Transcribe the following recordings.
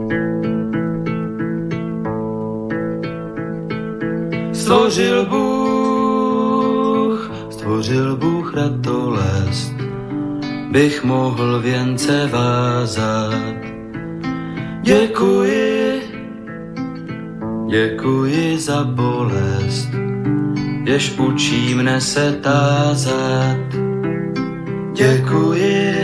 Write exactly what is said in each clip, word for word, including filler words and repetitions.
Stvořil Bůh, stvořil Bůh ratolest, bych mohl věnce vázat. Děkuji, děkuji za bolest, jež učí mne se tázat. Děkuji,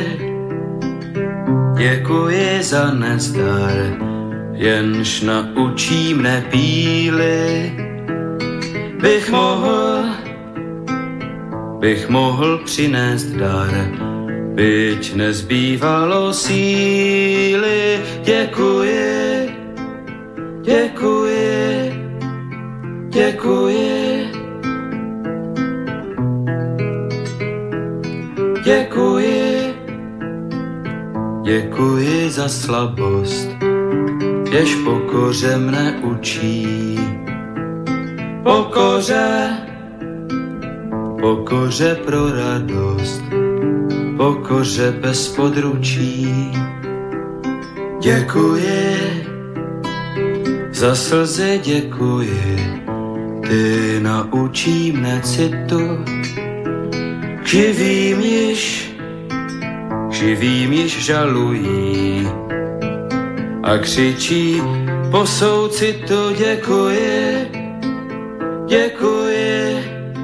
děkuji za nezdar, jenž naučí mne píly. Bych mohl, bych mohl přinést dar, byť nezbývalo síly. Děkuji, děkuji, děkuji, děkuji, děkuji za slabost, jež pokoře mne učí. Pokoře, pokoře pro radost, pokoře bez područí. Děkuji, za slzy děkuji, ty naučí mne citu. K živým již, k živým již žalují a křičí po soucitu. Děkuji, děkuji,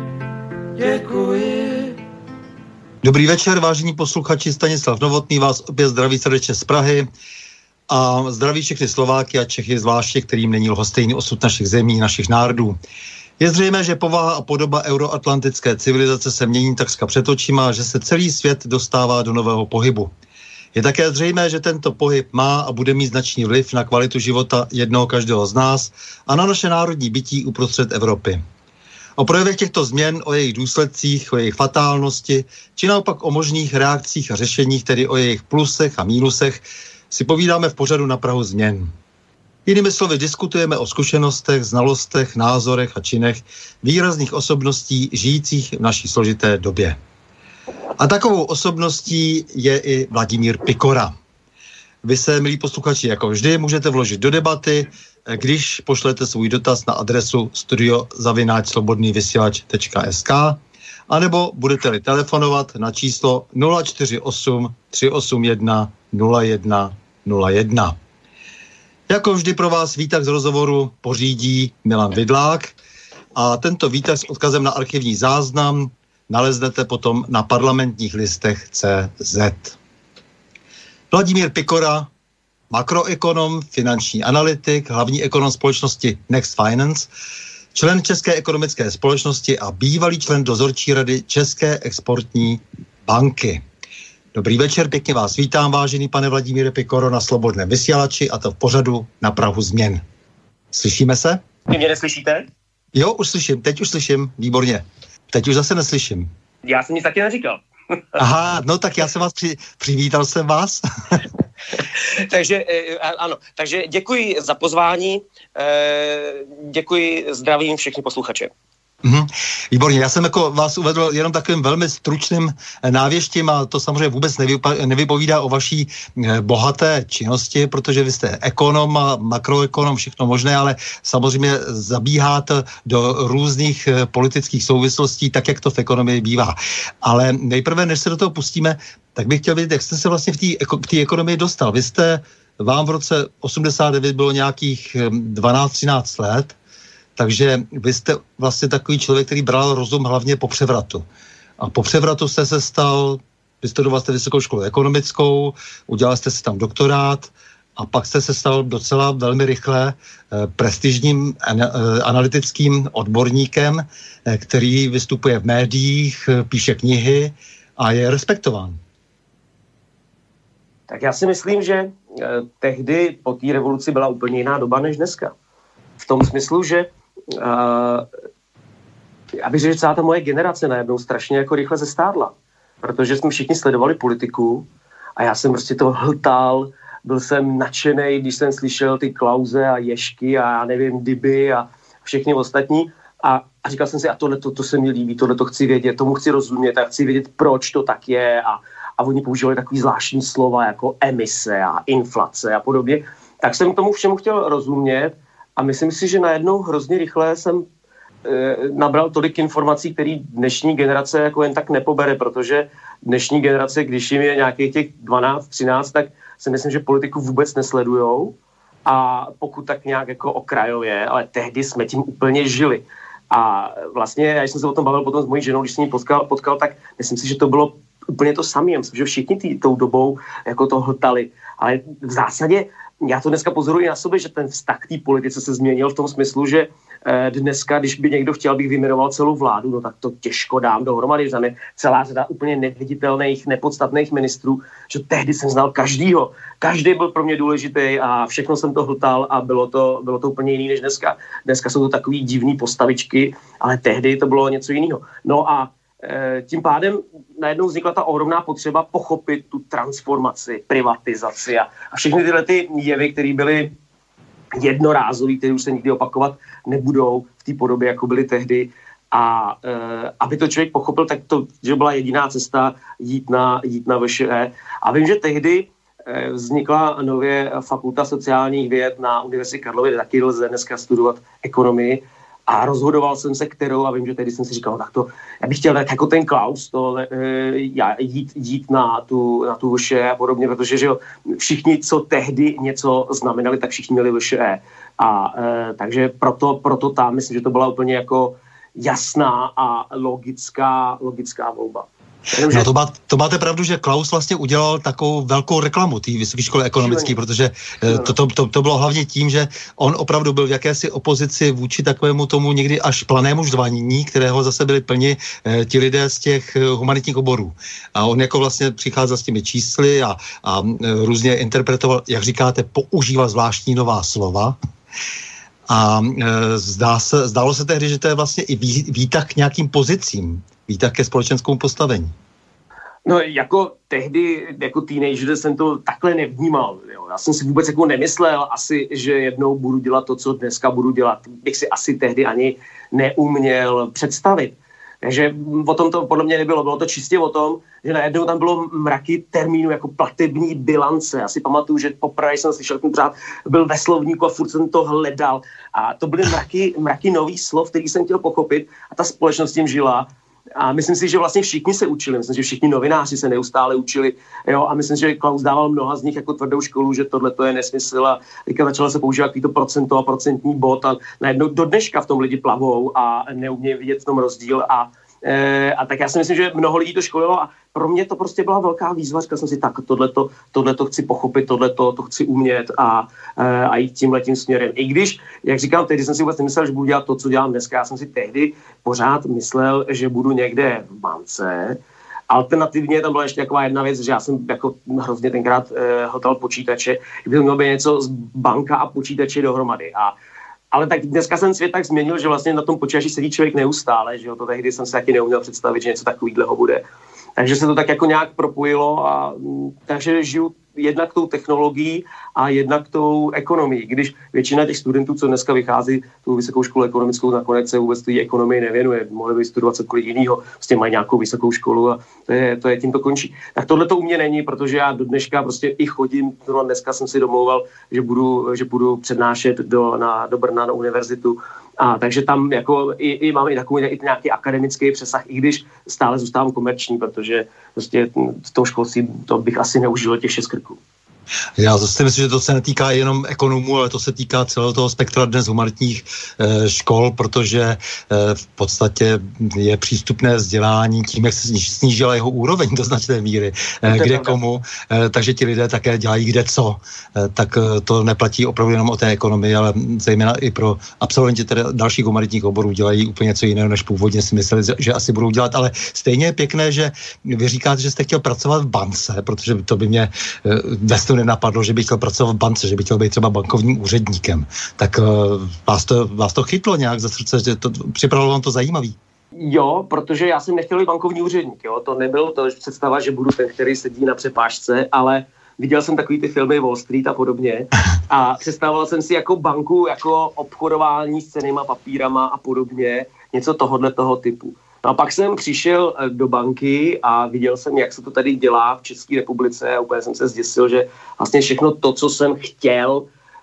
děkuji. Dobrý večer, vážení posluchači, Stanislav Novotný vás opět zdraví srdečně z Prahy a zdraví všechny Slováky a Čechy, zvláště kterým není lhostejný osud našich zemí, našich národů. Je zřejmé, že povaha a podoba euroatlantické civilizace se mění takřka před očima, že se celý svět dostává do nového pohybu. Je také zřejmé, že tento pohyb má a bude mít značný vliv na kvalitu života jednoho každého z nás a na naše národní bytí uprostřed Evropy. O projevech těchto změn, o jejich důsledcích, o jejich fatálnosti, či naopak o možných reakcích a řešeních, tedy o jejich plusech a mínusech, si povídáme v pořadu Na prahu změn. Jinými slovy, diskutujeme o zkušenostech, znalostech, názorech a činech výrazných osobností žijících v naší složité době. A takovou osobností je i Vladimír Pikora. Vy se, milí posluchači, jako vždy můžete vložit do debaty, když pošlete svůj dotaz na adresu studio zavináč slobodný vysílač tečka es ká, anebo budete-li telefonovat na číslo nula čtyři osm tři osm jedna nula jedna nula jedna. Jako vždy pro vás výtah z rozhovoru pořídí Milan Vidlák a tento výtah s odkazem na archivní záznam naleznete potom na parlamentních listech C Z. Vladimír Pikora, makroekonom, finanční analytik, hlavní ekonom společnosti Next Finance, člen České ekonomické společnosti a bývalý člen dozorčí rady České exportní banky. Dobrý večer, pěkně vás vítám, vážený pane Vladimíre Pikoro, na Slobodném vysílači a to v pořadu Na prahu změn. Slyšíme se? Vy mě neslyšíte? Jo, už slyším, teď už slyším, výborně. Teď už zase neslyším. Já jsem nic taky neříkal. Aha, no tak já jsem vás při, přivítal jsem vás. takže ano, takže děkuji za pozvání, děkuji, zdravím všechny posluchače. Mm-hmm. Výborně, já jsem jako vás uvedl jenom takovým velmi stručným návěštím a to samozřejmě vůbec nevypo- nevypovídá o vaší bohaté činnosti, protože vy jste ekonom a makroekonom, všechno možné, ale samozřejmě zabíháte do různých politických souvislostí, tak jak to v ekonomii bývá. Ale nejprve, než se do toho pustíme, tak bych chtěl vědět, jak jste se vlastně v té eko- ekonomii dostal. Vy jste, vám v roce osmdesát devět bylo nějakých dvanáct třináct let, takže vy jste vlastně takový člověk, který bral rozum hlavně po převratu. A po převratu jste se stal, vystudoval jste vysokou školu ekonomickou, udělal jste si tam doktorát a pak jste se stal docela velmi rychle eh, prestižním an- eh, analytickým odborníkem, eh, který vystupuje v médiích, eh, píše knihy a je respektován. Tak já si myslím, že eh, tehdy po té revoluci byla úplně jiná doba než dneska. V tom smyslu, že Uh, abych řekl, že celá ta moje generace najednou strašně jako rychle zestárla, protože jsme všichni sledovali politiku a já jsem prostě to hltal, byl jsem nadšenej, když jsem slyšel ty Klause a Ješky a já nevím, Dyby a všechny ostatní a, a říkal jsem si, a tohle to, to se mi líbí, tohle to chci vědět, tomu chci rozumět a chci vědět, proč to tak je a, a oni používali takový zvláštní slova jako emise a inflace a podobně. tak jsem tomu všemu chtěl rozumět a myslím si, že najednou hrozně rychle jsem e, nabral tolik informací, který dnešní generace jako jen tak nepobere, protože dnešní generace, když jim je nějakých těch dvanáct třináct, tak si myslím, že politiku vůbec nesledujou a pokud tak nějak jako okrajově, ale tehdy jsme tím úplně žili. A vlastně, já jsem se o tom bavil potom s mojí ženou, když jsem ji potkal, potkal, tak myslím si, že to bylo úplně to samé. Myslím, že všichni tý, tou dobou jako to hltali. Ale v zásadě, já to dneska pozoruji na sobě, že ten vztah k té politice se změnil v tom smyslu, že eh, dneska, když by někdo chtěl, abych vyjmenoval celou vládu, no tak to těžko dám dohromady. Tam je celá řada úplně neviditelných, nepodstatných ministrů, že tehdy jsem znal každýho. Každý byl pro mě důležitý a všechno jsem to hltal a bylo to, bylo to úplně jiný než dneska. Dneska jsou to takový divný postavičky, ale tehdy to bylo něco jiného. No a tím pádem najednou vznikla ta ohromná potřeba pochopit tu transformaci, privatizaci a, a všechny tyhle ty jevy, které byly jednorázový, které už se nikdy opakovat nebudou v té podobě, jako byly tehdy. A e, aby to člověk pochopil, tak to že byla jediná cesta jít na, jít na V Š E. A vím, že tehdy e, vznikla nově fakulta sociálních věd na Univerzitě Karlově, kde taky lze dneska studovat ekonomii. A rozhodoval jsem se, kterou, a vím, že tehdy jsem si říkal, no tak to, já bych chtěl tak jako ten Klaus, to, e, jít, jít na tu, na tu V Š E a podobně, protože že jo, všichni, co tehdy něco znamenali, tak všichni měli V Š E. A e, takže proto, proto tam, myslím, že to byla úplně jako jasná a logická, logická volba. No to, má, to máte pravdu, že Klaus vlastně udělal takovou velkou reklamu té vysoké školy ekonomické, protože to, to, to, to bylo hlavně tím, že on opravdu byl v jakési opozici vůči takovému tomu někdy až planému žvanění, kterého zase byli plni eh, ti lidé z těch humanitních oborů. A on jako vlastně přicházel s těmi čísly a, a různě interpretoval, jak říkáte, používal zvláštní nová slova. A e, zdá se, zdálo se tehdy, že to je vlastně i vý, výtah k nějakým pozicím, výtah ke společenskému postavení. No jako tehdy, jako teenager jsem to takhle nevnímal. Jo. Já jsem si vůbec jako nemyslel asi, že jednou budu dělat to, co dneska budu dělat. Bych si asi tehdy ani neuměl představit. Takže o tom to podle mě nebylo. Bylo to čistě o tom, že najednou tam bylo mraky termínů jako platební bilance. Já si pamatuju, že poprvé jsem slyšel, že pořád byl ve slovníku a furt jsem to hledal. A to byly mraky, mraky nových slov, který jsem chtěl pochopit a ta společnost tím žila. A myslím si, že vlastně všichni se učili. Myslím, že všichni novináři se neustále učili. Jo? A myslím, že Klaus dával mnoha z nich jako tvrdou školu, že tohle to je nesmysl. A teďka začalo se používat to procento a procentní bod. A najednou do dneška v tom lidi plavou a neumějí vidět v tom rozdíl. A, e, a tak já si myslím, že mnoho lidí to školilo. A pro mě to prostě byla velká výzva. Říkal jsem si, tak tohleto, tohleto chci pochopit, tohleto to chci umět a, e, a jít tímhletím směrem. I když, jak říkám, tehdy jsem si vůbec nemyslel, že budu dělat to, co dělám dneska. Já jsem si tehdy pořád myslel, že budu někde v bance. Alternativně tam byla ještě taková jedna věc, že já jsem jako hrozně tenkrát e, hotel počítače, kdyby to mělo být něco z banka a počítače dohromady. A ale tak dneska jsem svět tak změnil, že vlastně na tom počítači sedí člověk neustále, že jo, to tehdy jsem si taky neuměl představit, že něco takového bude. Takže se to tak jako nějak propojilo a takže žiju jednak tou technologií a jednak tou ekonomií. Když většina těch studentů, co dneska vychází tu vysokou školu ekonomickou, nakonec se vůbec té ekonomii nevěnuje, mohli by studovat cokoliv jiného, prostě mají nějakou vysokou školu a to je, to je tím to končí. Tak tohle to u mě není, protože já do dneška prostě i chodím, no dneska jsem si domlouval, že budu, že budu přednášet do, na, do Brna na univerzitu. A takže tam jako i, i mám i takový i nějaký akademický přesah, i když stále zůstávám komerční, protože prostě v tom školství to bych asi neužil těch šest krků. Já si myslím, že to se netýká jenom ekonomů, ale to se týká celého toho spektra dnes humanitních e, škol, protože e, v podstatě je přístupné vzdělání tím, jak se snížila jeho úroveň do značné míry, e, kde komu, e, takže ti lidé také dělají kde co. E, tak e, to neplatí opravdu jenom o té ekonomii, ale zejména i pro absolventi tedy dalších humanitních oborů dělají úplně něco jiného, než původně si mysleli, že asi budou dělat, ale stejně je pěkné, že vy říkáte, že jste chtěl pracovat v bance, protože to by mě e, ve nenapadlo, že bych chtěl pracovat v bance, že bych chtěl být třeba bankovním úředníkem. Tak uh, vás, to, vás to chytlo nějak za srdce, že to, připravilo vám to zajímavý? Jo, protože já jsem nechtěl být bankovní úředník. Jo? To nebylo to představa, že budu ten, který sedí na přepážce, ale viděl jsem takový ty filmy Wall Street a podobně a představoval jsem si jako banku, jako obchodování s cennýma papírama a podobně, něco tohodle toho typu. No a pak jsem přišel do banky a viděl jsem, jak se to tady dělá v České republice a úplně jsem se zděsil, že vlastně všechno to, co jsem chtěl,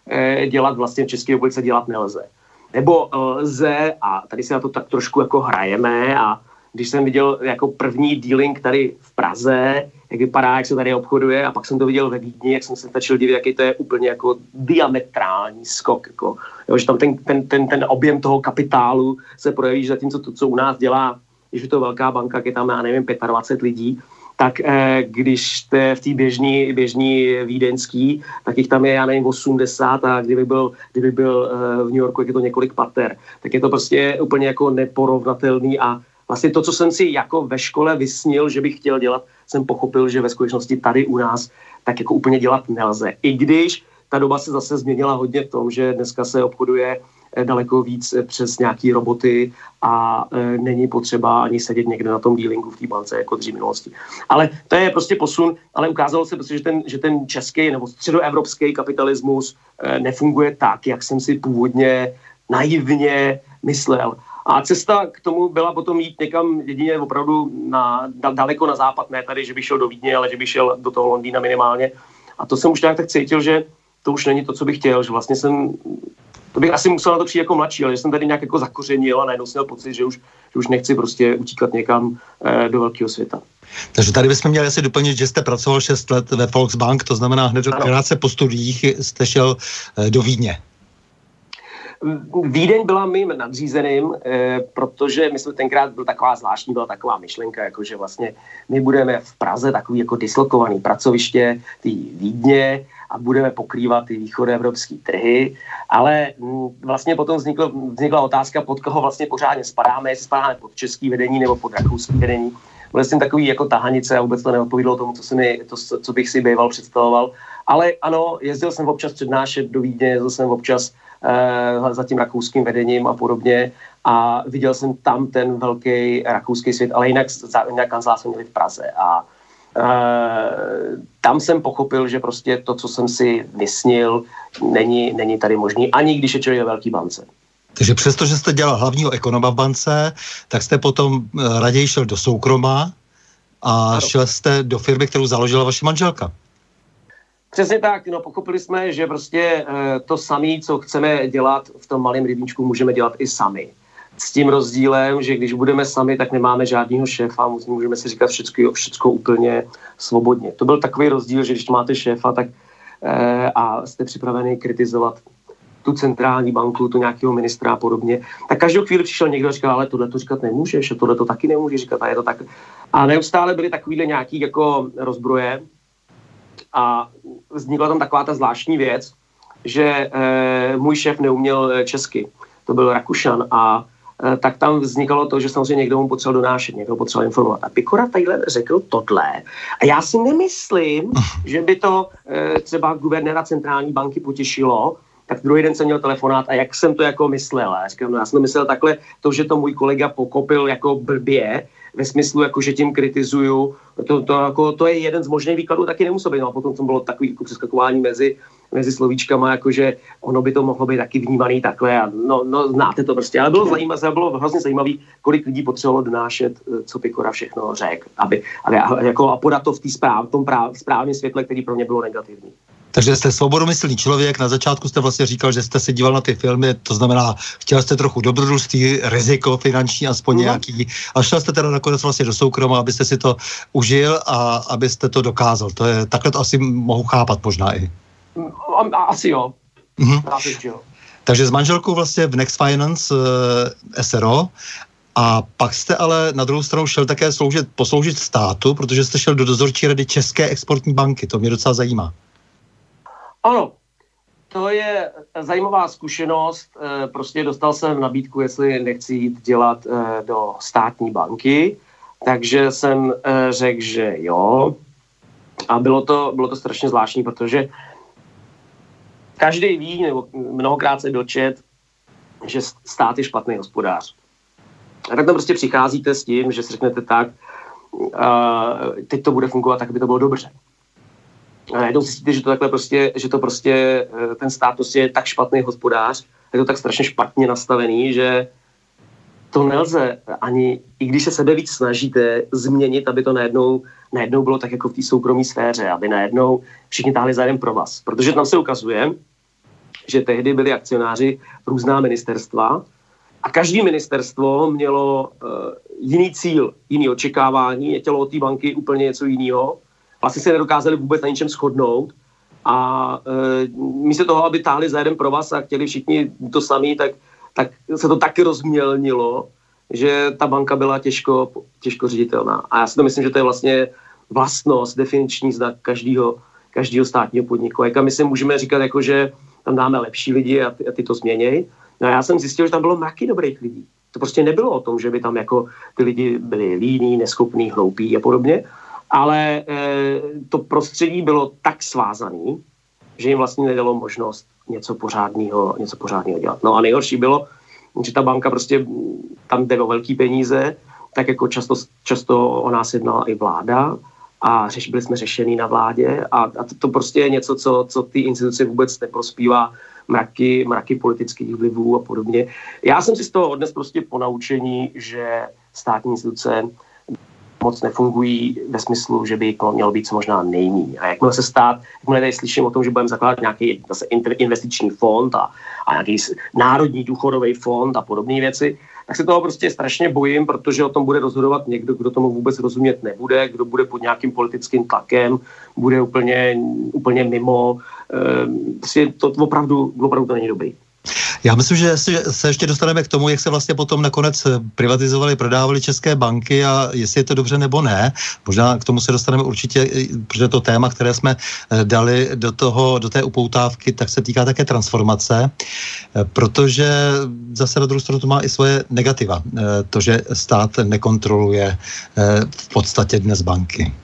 dělat vlastně v České republice dělat nelze. Nebo lze, a tady si na to tak trošku jako hrajeme, a když jsem viděl jako první dealing tady v Praze, jak vypadá, jak se tady obchoduje, a pak jsem to viděl ve Vídni, jak jsem se začal divit, jaký to je úplně jako diametrální skok. Jako, jo, že tam ten, ten, ten, ten objem toho kapitálu se projeví, že zatímco to, co u nás dělá, když je to velká banka, je tam, já nevím, dvacet pět lidí, tak eh, když jste v té běžný, běžný vídeňský, tak jich tam je, já nevím, osmdesát, a kdyby byl, kdyby byl eh, v New Yorku, jak je to několik pater, tak je to prostě úplně jako neporovnatelný, a vlastně to, co jsem si jako ve škole vysnil, že bych chtěl dělat, jsem pochopil, že ve skutečnosti tady u nás tak jako úplně dělat nelze. I když ta doba se zase změnila hodně v tom, že dneska se obchoduje daleko víc přes nějaký roboty a e, není potřeba ani sedět někde na tom dealingu v té bance jako dřív minulosti. Ale to je prostě posun, ale ukázalo se prostě, že ten, že ten český nebo středoevropský kapitalismus e, nefunguje tak, jak jsem si původně naivně myslel. A cesta k tomu byla potom jít někam jedině opravdu na, da, daleko na západ, ne tady, že by šel do Vídně, ale že by šel do toho Londýna minimálně. A to jsem už nějak tak cítil, že to už není to, co bych chtěl, že vlastně jsem, to bych asi musel na to přijít jako mladší, ale že jsem tady nějak jako zakořenil a najednou jsem měl pocit, že už, že už nechci prostě utíkat někam eh, do velkého světa. Takže tady bychom měli asi doplnit, že jste pracoval šest let ve Volksbank, to znamená hned krátce po studiích jste šel eh, do Vídně. Vídeň byla mým nadřízeným, eh, protože my jsme tenkrát byl taková zvláštní, byla taková myšlenka, jako že vlastně my budeme v Praze takový jako dislokovaný pracoviště, ty Vídně, a budeme pokrývat ty východoevropské trhy, ale m, vlastně potom vznikl, vznikla otázka, pod koho vlastně pořádně spadáme, jestli spadáme pod český vedení nebo pod rakouský vedení. Byl jsem takový jako tahanice a vůbec to neodpovídalo tomu, co, se mi, to, co bych si býval představoval. Ale ano, jezdil jsem občas přednášet do Vídně, jezdil jsem občas eh, za tím rakouským vedením a podobně, a viděl jsem tam ten velký rakouský svět, ale jinak, jinak kancelář jsme měli v Praze. A Uh, tam jsem pochopil, že prostě to, co jsem si vysnil, není, není tady možný, ani když je člověk ve velký bance. Takže přesto, že jste dělal hlavního ekonoma v bance, tak jste potom raději šel do soukroma a ano. Šel jste do firmy, kterou založila vaše manželka. Přesně tak, no pochopili jsme, že prostě uh, to samé, co chceme dělat v tom malém rybníčku, můžeme dělat i sami. S tím rozdílem, že když budeme sami, tak nemáme žádného šéfa, můžeme si říkat všecko, všecko úplně svobodně. To byl takový rozdíl, že když máte šéfa, tak eh, a jste připravený kritizovat tu centrální banku, tu nějakého ministra a podobně, tak každou chvíli přišel někdo a říkal, ale tohle to říkat nemůžeš, a tohle to taky nemůžeš říkat, a je to tak. A neustále byly takovýhle nějaký jako rozbroje, a vznikla tam taková ta zvláštní věc, že eh, můj šéf neuměl česky. To byl Rakušan, a tak tam vznikalo to, že samozřejmě někdo mu potřeboval donášet, někdo potřeboval informovat. A Pikora tadyhle řekl tohle. A já si nemyslím, že by to e, třeba guvernéra centrální banky potěšilo, tak druhý den jsem měl telefonát, a jak jsem to jako myslel. Já říkám, no já jsem to myslel takhle, to, že to můj kolega pokopil jako blbě, ve smyslu, jako, že tím kritizuju, to, to, jako, to je jeden z možných výkladů, taky nemusel být. No a potom to bylo takový jako přeskakování mezi, mezi slovíčkama, jakože ono by to mohlo být taky vnímaný takhle. A no, no, znáte to prostě. Ale bylo zajímavé, bylo hrozně zajímavé, kolik lidí potřebovalo donášet, co Pikora všechno řekl, aby, aby jako, a podat to v té správ, tom práv, správném světle, který pro mě bylo negativní. Takže jste svobodomyslný člověk, na začátku jste vlastně říkal, že jste se díval na ty filmy, to znamená, chtěl jste trochu dobrodružství, riziko finanční, aspoň mm. nějaký, a šel jste teda nakonec vlastně do soukroma, abyste si to užil a abyste to dokázal. To je, takhle to asi mohu chápat možná i. Asi jo. Mm-hmm. Asi jo. Takže s manželkou vlastně v Next Finance uh, S R O, a pak jste ale na druhou stranu šel také sloužit, posloužit státu, protože jste šel do dozorčí rady České exportní banky, to mě docela zajímá. Ano, to je zajímavá zkušenost. Prostě dostal jsem nabídku, jestli nechci jít dělat do státní banky, takže jsem řekl, že jo. A bylo to, bylo to strašně zvláštní, protože každý ví, nebo mnohokrát se dočet, že stát je špatný hospodář. A tak tam prostě přicházíte s tím, že si řeknete tak, teď to bude fungovat tak, aby to bylo dobře. A najednou zjistíte, že to takhle prostě, že to prostě ten stát prostě je tak špatný hospodář, je to tak strašně špatně nastavený, že to nelze ani, i když se sebe víc snažíte změnit, aby to najednou, najednou bylo tak jako v té soukromé sféře, aby najednou všichni táhli za jeden provaz. Protože tam se ukazuje, že tehdy byli akcionáři různá ministerstva a každý ministerstvo mělo uh, jiný cíl, jiný očekávání, chtělo od té banky úplně něco jiného. Vlastně se nedokázali vůbec na ničem shodnout a uh, místo toho, aby táhli za jeden provaz a chtěli všichni to samý, tak, tak se to taky rozmělnilo, že ta banka byla těžko, těžko ředitelná. A já si to myslím, že to je vlastně vlastnost, definiční znak každého, každého státního podniku. A my si můžeme říkat, jako, že tam dáme lepší lidi a ty, a ty to změněj. No a já jsem zjistil, že tam bylo mraky dobrých lidí. To prostě nebylo o tom, že by tam jako ty lidi byli líní, neschopní, hloupí a podobně, ale e, to prostředí bylo tak svázaný, že jim vlastně nedalo možnost něco pořádného, něco pořádného dělat. No a nejhorší bylo, že ta banka prostě tam jde o velký peníze, tak jako často, často o nás jednala i vláda a řeš, byli jsme řešení na vládě a, a to, to prostě je něco, co, co ty instituce vůbec neprospívá, mraky, mraky politických vlivů a podobně. Já jsem si z toho odnes prostě ponaučení, že státní instituce moc nefungují ve smyslu, že by jich mělo být co možná nejmíň. A jakmile se stát, jakmile tady slyším o tom, že budeme zakládat nějaký zase investiční fond a, a nějaký národní důchodový fond a podobné věci, tak se toho prostě strašně bojím, protože o tom bude rozhodovat někdo, kdo tomu vůbec rozumět nebude, kdo bude pod nějakým politickým tlakem, bude úplně, úplně mimo. Prostě to opravdu, opravdu to není dobrý. Já myslím, že se ještě dostaneme k tomu, jak se vlastně potom nakonec privatizovali, prodávali české banky a jestli je to dobře nebo ne. Možná k tomu se dostaneme určitě, protože to téma, které jsme dali do toho, do té upoutávky, tak se týká také transformace, protože zase na druhou stranu to má i svoje negativa. To, že stát nekontroluje v podstatě dnes banky.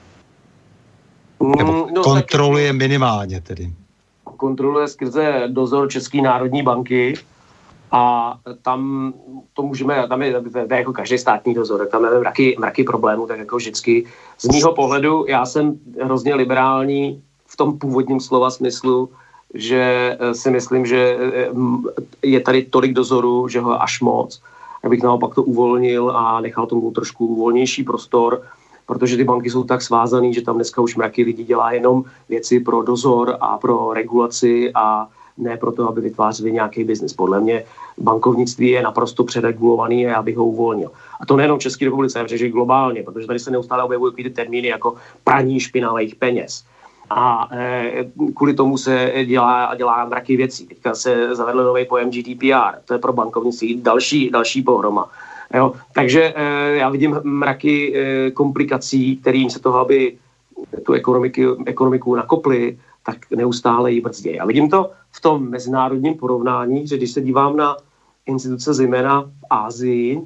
Nebo no, kontroluje tak minimálně tedy. Kontroluje skrze dozor České národní banky a tam to můžeme, tam je, to je jako každý státní dozor, tam máme mraky, mraky problémů, tak jako vždycky. Z mýho pohledu já jsem hrozně liberální v tom původním slova smyslu, že si myslím, že je tady tolik dozoru, že ho až moc, abych naopak to uvolnil a nechal tomu trošku volnější prostor, protože ty banky jsou tak svázaný, že tam dneska už mraky lidí dělá jenom věci pro dozor a pro regulaci a ne pro to, aby vytvářeli nějaký biznis. Podle mě bankovnictví je naprosto přeregulovaný a já bych ho uvolnil. A to nejenom v České republice, ale že globálně, protože tady se neustále objevují ty termíny jako praní špinavých peněz. A e, kvůli tomu se dělá, dělá mraky věcí. Teďka se zavedl nový pojem G D P R, to je pro bankovnictví další, další pohroma. Jo, takže e, já vidím mraky e, komplikací, kterým se toho, aby tu ekonomiku, ekonomiku nakopli, tak neustále ji brzdí. A vidím to v tom mezinárodním porovnání, že když se dívám na instituce zejména v Asii,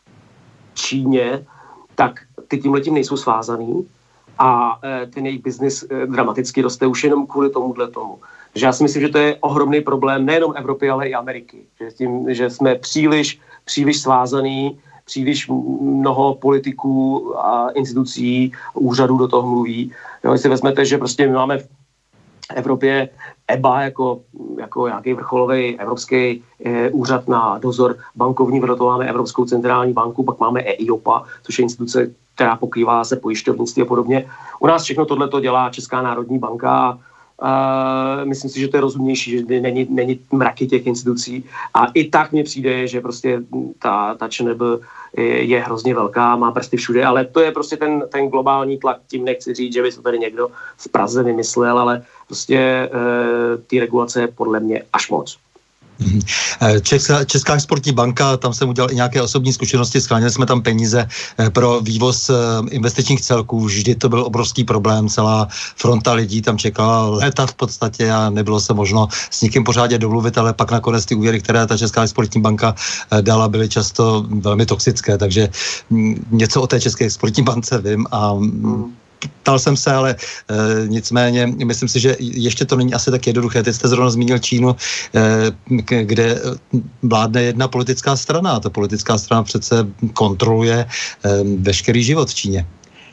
Číně, tak ty tímhletím nejsou svázaný a e, ten jejich biznis e, dramaticky roste už jenom kvůli tomuhle tomu. Takže já si myslím, že to je ohromný problém nejenom Evropy, ale i Ameriky. Že, tím, že jsme příliš, příliš svázaný, příliš mnoho politiků a institucí, úřadů do toho mluví. Jo, jestli vezmete, že prostě my máme v Evropě E B A jako, jako nějaký vrcholový evropský e, úřad na dozor bankovní, proto máme Evropskou centrální banku, pak máme E I O P A, což je instituce, která pokrývá se pojišťovnictví a podobně. U nás všechno tohleto dělá Česká národní banka. Uh, myslím si, že to je rozumnější, že není, není mraky těch institucí a i tak mně přijde, že prostě ta, ta ČNB je, je hrozně velká, má prsty všude, ale to je prostě ten, ten globální tlak, tím nechci říct, že by to tady někdo v Praze vymyslel, ale prostě uh, ty regulace je podle mě až moc. Česká, Česká exportní banka, tam jsem udělal i nějaké osobní zkušenosti, scháněli jsme tam peníze pro vývoz investičních celků, vždy to byl obrovský problém, celá fronta lidí tam čekala léta v podstatě a nebylo se možno s nikým pořádně domluvit, ale pak nakonec ty úvěry, které ta Česká exportní banka dala, byly často velmi toxické, takže něco o té České exportní bance vím a ptal jsem se, ale e, nicméně myslím si, že ještě to není asi tak jednoduché. Teď jste zrovna zmínil Čínu, e, k, kde vládne jedna politická strana. A ta politická strana přece kontroluje e, veškerý život v Číně.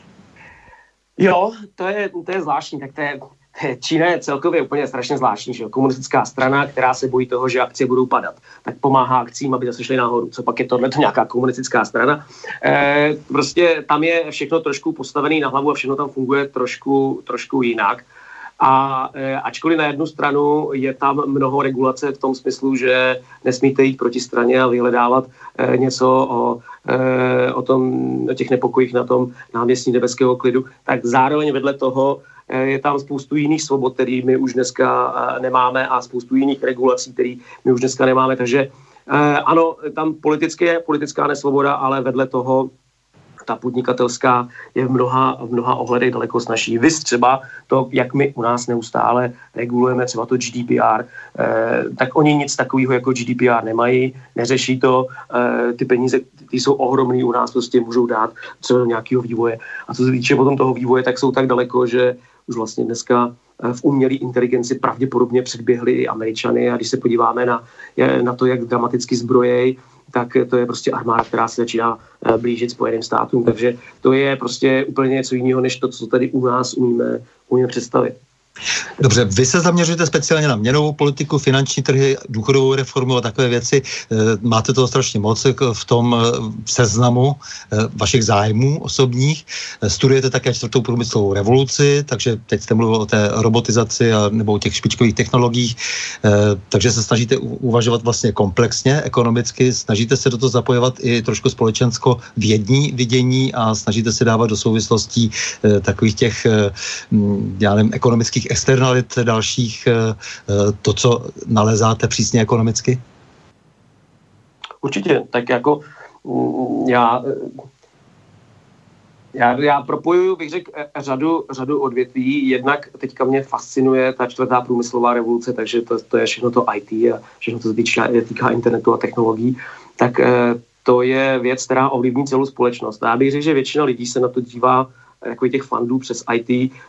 Jo, to je, to je zvláštní. Tak to je, Čína je celkově úplně strašně zvláštní, že jo? Komunistická strana, která se bojí toho, že akcie budou padat, tak pomáhá akcím, aby zase šly nahoru. Co pak je tohle nějaká komunistická strana? E, prostě tam je všechno trošku postavené na hlavu a všechno tam funguje trošku, trošku jinak. A e, ačkoliv na jednu stranu je tam mnoho regulace v tom smyslu, že nesmíte jít proti straně a vyhledávat e, něco o, e, o, tom, o těch nepokojích na tom náměstí Nebeského klidu, tak zároveň vedle toho e, je tam spoustu jiných svobod, který my už dneska e, nemáme a spoustu jiných regulací, který my už dneska nemáme. Takže e, ano, tam politické, politická nesvoboda, ale vedle toho ta podnikatelská je v mnoha, v mnoha ohledech daleko snažší. Vys třeba to, jak my u nás neustále regulujeme třeba to G D P R, eh, tak oni nic takového jako G D P R nemají, neřeší to, eh, ty peníze, ty jsou ohromný u nás, prostě můžou dát třeba do nějakého vývoje. A co se týče potom toho vývoje, tak jsou tak daleko, že už vlastně dneska v umělé inteligenci pravděpodobně předběhli i Američany a když se podíváme na, na to, jak dramaticky zbrojej, tak to je prostě armáda, která se začíná blížit Spojeným státům. Takže to je prostě úplně něco jiného, než to, co tady u nás umíme, umíme představit. Dobře, vy se zaměřujete speciálně na měnovou politiku, finanční trhy, důchodovou reformu a takové věci. Máte toho strašně moc v tom seznamu vašich zájmů osobních. Studujete také čtvrtou průmyslovou revoluci, takže teď jste mluvil o té robotizaci a, nebo o těch špičkových technologiích, takže se snažíte uvažovat vlastně komplexně, ekonomicky, snažíte se do toho zapojovat i trošku společensko vědní vidění a snažíte se dávat do souvislostí takových těch, já nevím, ekonomických externalit dalších, to, co nalezáte přísně ekonomicky? Určitě, tak jako já, já, já propojuju, bych řekl, řadu, řadu odvětví. Jednak teďka mě fascinuje ta čtvrtá průmyslová revoluce, takže to, to je všechno to I T a všechno to se týká, týká internetu a technologií. Tak to je věc, která ovlivní celou společnost. A já bych řekl, že většina lidí se na to dívá jako těch fundů přes I T e,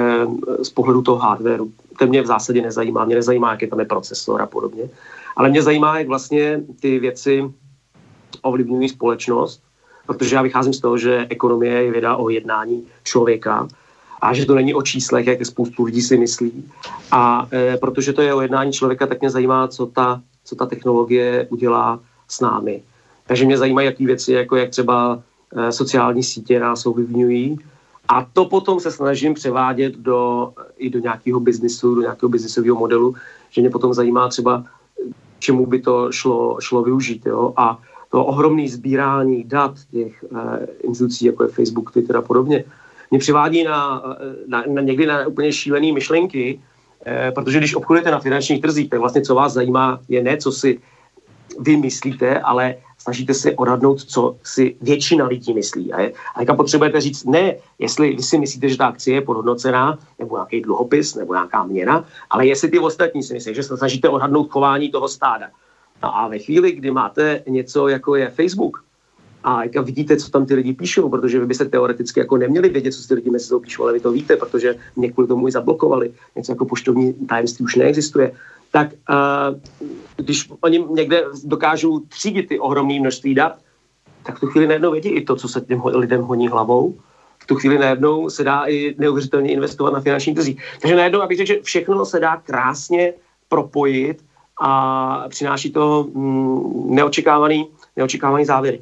z pohledu toho hardwareu. To mě v zásadě nezajímá. Mě nezajímá, jaký tam je procesor a podobně. Ale mě zajímá, jak vlastně ty věci ovlivňují společnost, protože já vycházím z toho, že ekonomie je věda o jednání člověka a že to není o číslech, jak spoustu lidí si myslí. A e, protože to je o jednání člověka, tak mě zajímá, co ta, co ta technologie udělá s námi. Takže mě zajímají, jaký věci, jako jak třeba e, sociální sítě nás ovlivňují. A to potom se snažím převádět do, i do nějakého biznisu, do nějakého biznisového modelu, že mě potom zajímá třeba, čemu by to šlo, šlo využít. Jo? A to ohromné sbírání dat těch eh, institucí, jako je Facebook, Twitter a podobně, mě přivádí na, na, na někdy na úplně šílené myšlenky, eh, protože když obchodujete na finančních trzích, tak vlastně co vás zajímá je ne, co si vy myslíte, ale snažíte se odhadnout, co si většina lidí myslí. A, je, a teďka potřebujete říct, ne, jestli vy si myslíte, že ta akcie je podhodnocená, nebo nějaký dluhopis, nebo nějaká měna, ale jestli ty ostatní si myslí, že se snažíte odhadnout chování toho stáda. No a ve chvíli, kdy máte něco, jako je Facebook, a jak vidíte, co tam ty lidi píšou, protože vy byste teoreticky jako neměli vědět, co si ty lidi mezi sebou píšou, ale vy to víte, protože mě kvůli tomu i zablokovali. Něco jako poštovní tajemství už neexistuje. Tak uh, když oni někde dokážou třídit ty ohromné množství dat, tak v tu chvíli najednou vědí i to, co se těm lidem honí hlavou. V tu chvíli najednou se dá i neuvěřitelně investovat na finanční trzích. Takže najednou, abych řekl, že všechno se dá krásně propojit a přináší to mm, neočekávaný, neočekávaný závěry.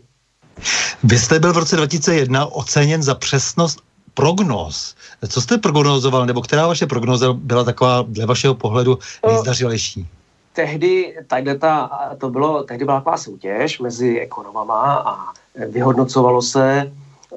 Vy jste byl v roce dva tisíce jedna oceněn za přesnost prognóz. Co jste prognozoval, nebo která vaše prognóza byla taková dle vašeho pohledu nejzdařilejší? Tehdy, ta, to bylo, tehdy byla taková soutěž mezi ekonomama a vyhodnocovalo se,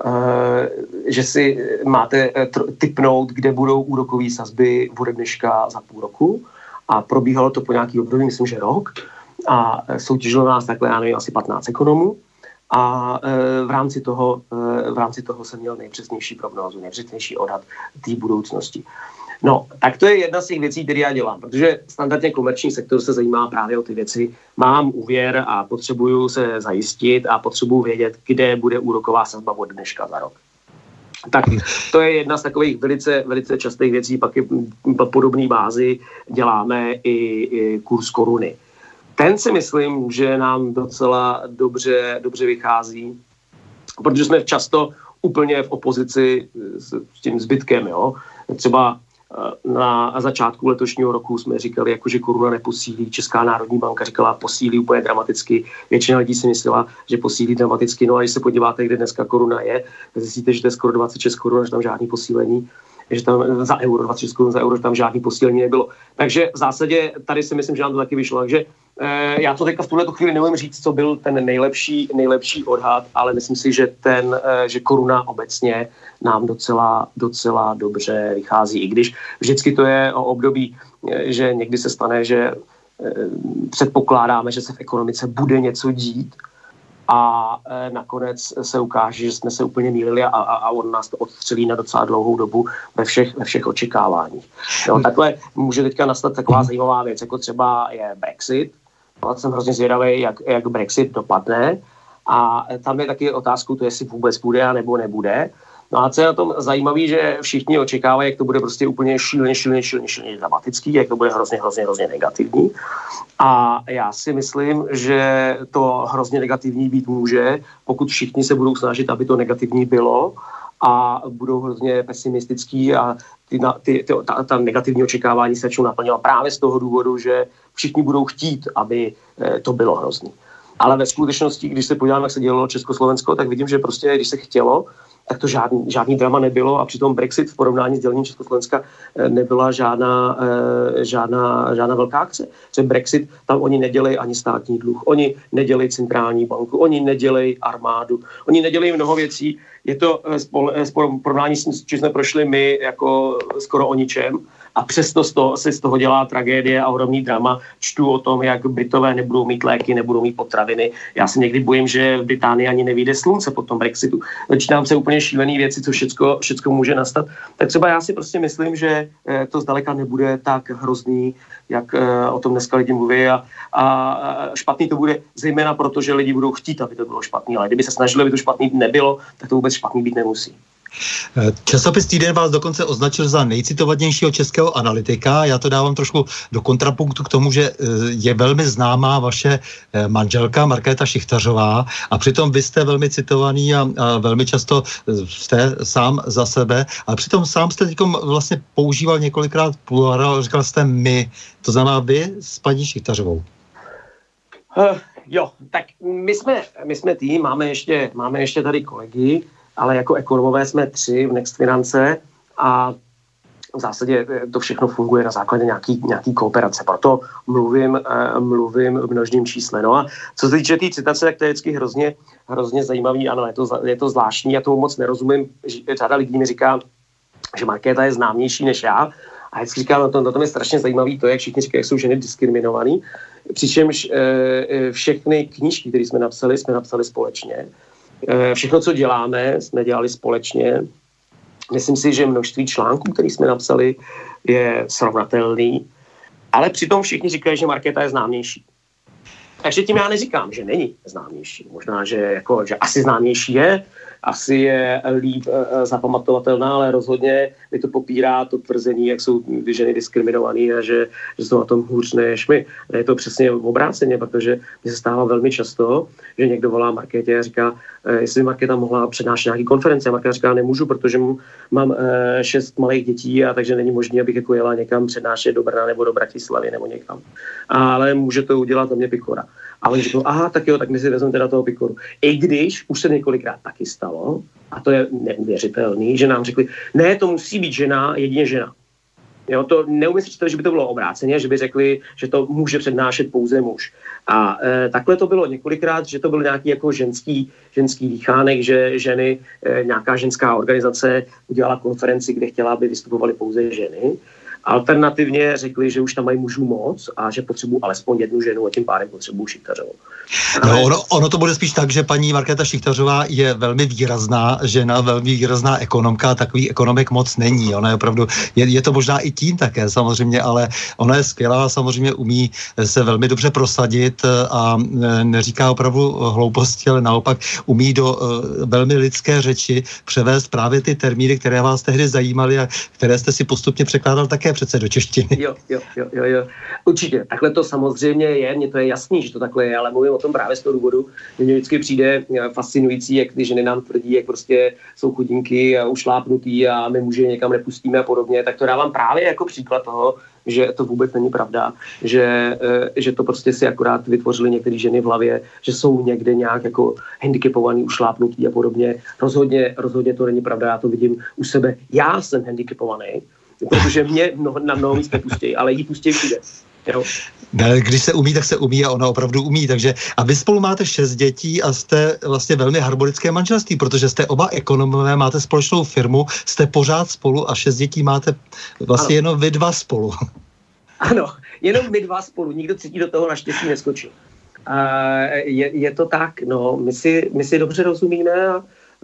že si máte tipnout, kde budou úrokové sazby ode dneška za půl roku. A probíhalo to po nějaký období, myslím, že rok. A soutěžilo nás takhle, já nevím, asi patnáct ekonomů. A e, v rámci toho, e, v rámci toho jsem měl nejpřesnější prognózu, nejpřesnější odhad té budoucnosti. No, tak to je jedna z těch věcí, které já dělám, protože standardně komerční sektor se zajímá právě o ty věci. Mám úvěr a potřebuju se zajistit a potřebuju vědět, kde bude úroková sazba od dneška za rok. Tak to je jedna z takových velice, velice častých věcí, pak i po podobné bázi děláme i, i kurz koruny. Ten si myslím, že nám docela dobře, dobře vychází, protože jsme často úplně v opozici s, s tím zbytkem. Jo? Třeba na začátku letošního roku jsme říkali, jako, že koruna neposílí. Česká národní banka říkala, posílí úplně dramaticky. Většina lidí si myslela, že posílí dramaticky. No a když se podíváte, kde dneska koruna je, tak zjistíte, že to je skoro dvacet šest korun, že tam žádný posílení. že tam za euro, dvacet šest korun za euro, že tam žádný posílení nebylo. Takže v zásadě tady si myslím, že nám to taky vyšlo. Takže eh, já to teďka v tuhle chvíli nemůžu říct, co byl ten nejlepší, nejlepší odhad, ale myslím si, že ten, eh, že koruna obecně nám docela, docela dobře vychází. I když vždycky to je o období, eh, že někdy se stane, že eh, předpokládáme, že se v ekonomice bude něco dít, a e, nakonec se ukáže, že jsme se úplně mýlili a, a, a on nás to odstřelí na docela dlouhou dobu ve všech, ve všech očekáváních. Jo, takhle může teďka nastat taková zajímavá věc, jako třeba je Brexit. No, jsem hrozně zvědavý, jak, jak Brexit dopadne a tam je taky otázku, to jestli vůbec bude nebo nebude. No a co je na tom zajímavé, že všichni očekávají, jak to bude prostě úplně šíleně, šíleně, šíleně, šíleně dramatický, jak to bude hrozně, hrozně, hrozně negativní. A já si myslím, že to hrozně negativní být může, pokud všichni se budou snažit, aby to negativní bylo a budou hrozně pesimistický a ty, ty, ty, ta, ta negativní očekávání se začnou naplňovat právě z toho důvodu, že všichni budou chtít, aby to bylo hrozný. Ale ve skutečnosti, když se podívám, jak se dělalo Československo, tak vidím, že prostě, když se chtělo, tak to žádný, žádný drama nebylo a přitom Brexit v porovnání s dělením Československa nebyla žádná, žádná, žádná velká akce. Že Brexit, tam oni nedělají ani státní dluh, oni nedělají centrální banku, oni nedělají armádu, oni nedělají mnoho věcí. Je to v porovnání s čím jsme prošli my jako skoro o ničem. A přesto z toho, se z toho dělá tragédie a ohromný drama. Čtu o tom, jak Britové nebudou mít léky, nebudou mít potraviny. Já se někdy bojím, že v Británii ani nevyjde slunce po tom Brexitu. Začínám se úplně šílený věci, co všecko, všecko může nastat. Tak třeba já si prostě myslím, že to zdaleka nebude tak hrozný, jak o tom dneska lidi mluví. A, a špatný to bude zejména proto, že lidi budou chtít, aby to bylo špatný. Ale kdyby se snažili, aby to špatný nebylo, tak to vůbec špatný být nemusí. Časopis Týden vás dokonce označil za nejcitovanějšího českého analytika. Já to dávám trošku do kontrapunktu k tomu, že je velmi známá vaše manželka Markéta Šichtařová a přitom vy jste velmi citovaný a, a velmi často jste sám za sebe, ale přitom sám jste teď vlastně používal několikrát plural, říkal jste my. To znamená vy s paní Šichtařovou. Uh, jo, tak my jsme, my jsme tým, máme ještě, máme ještě tady kolegy, ale jako ekonomové jsme tři v Next Finance a v zásadě to všechno funguje na základě nějaký, nějaký kooperace. Proto mluvím, mluvím v množném čísle. No a co se týče té tý citace, tak to je vždycky hrozně, hrozně zajímavý. Ano, je to, je to zvláštní, já tomu moc nerozumím. Řada lidí mi říká, že Markéta je známější než já. A vždycky říkám, na tom, na tom je strašně zajímavý to, jak všichni říkají, jak jsou ženy diskriminovaný. Přičemž e, všechny knížky, které jsme napsali, jsme napsali společně. Všechno, co děláme, jsme dělali společně. Myslím si, že množství článků, které jsme napsali, je srovnatelný, ale přitom všichni říkají, že Markéta je známější. Takže tím já neříkám, že není známější. Možná, že, jako, že asi známější je, asi je líp e, zapamatovatelná, ale rozhodně mi to popírá to tvrzení, jak jsou ženy diskriminované a že, že jsou na tom hůř než my. A je to přesně obráceně, protože mi se stává velmi často, že někdo volá Markétě a říká, e, jestli by Markéta mohla přednášet nějaký konference. A Markéta říká, nemůžu, protože mám e, šest malých dětí a takže není možné, abych jako jela někam přednášet do Brna nebo do Bratislavy nebo někam. Ale může to udělat na mě Pikora. A oni říkají, aha, tak jo, tak my si vezmeme teda toho Pikoru. I když už se několikrát taky stalo, a to je neuvěřitelný, že nám řekli, ne, to musí být žena, jedině žena. Jo, to neumím si představit, že by to bylo obráceně, že by řekli, že to může přednášet pouze muž. A e, takhle to bylo několikrát, že to byl nějaký jako ženský, ženský dýchánek, že ženy, e, nějaká ženská organizace udělala konferenci, kde chtěla, aby vystupovaly pouze ženy. Alternativně řekli, že už tam mají mužů moc a že potřebují alespoň jednu ženu a tím pádem potřebují Šichtařovou. No, ono, ono to bude spíš tak, že paní Markéta Šichtařová je velmi výrazná žena, velmi výrazná ekonomka, takových ekonomek moc není. Ona je opravdu, je, je to možná i tím také samozřejmě, ale ona je skvělá, samozřejmě umí se velmi dobře prosadit a neříká opravdu hlouposti, ale naopak umí do uh, velmi lidské řeči převést právě ty termíny, které vás tehdy zajímaly a které jste si postupně překládal také také přece do češtiny. Jo, jo, jo, jo, jo. Určitě. Takhle to samozřejmě je, mně to je jasný, že to takhle je, ale mluvím o tom právě z toho důvodu, že mě vždycky přijde fascinující, jak ty ženy nám tvrdí, jak prostě jsou chudinky a ušlápnutý a my muži někam nepustíme a podobně, tak to dávám právě jako příklad toho, že to vůbec není pravda, že, že to prostě si akorát vytvořili některé ženy v hlavě, že jsou někde nějak jako handicapovaný, ušlápnutý a podobně. Rozhodně, rozhodně to není pravda, já to vidím u sebe. Já jsem handicapovaný, protože mě mnoho, na mnoho míst nepustějí, ale jí pustí všude. Jo. Ne, když se umí, tak se umí a ona opravdu umí. Takže a vy spolu máte šest dětí a jste vlastně velmi harmonické manželství, protože jste oba ekonomové, máte společnou firmu, jste pořád spolu a šest dětí máte vlastně ano. Jenom vy dva spolu. Ano, jenom my dva spolu, nikdo třetí do toho naštěstí neskočil. A je, je to tak, no, my si, my si dobře rozumíme a uh,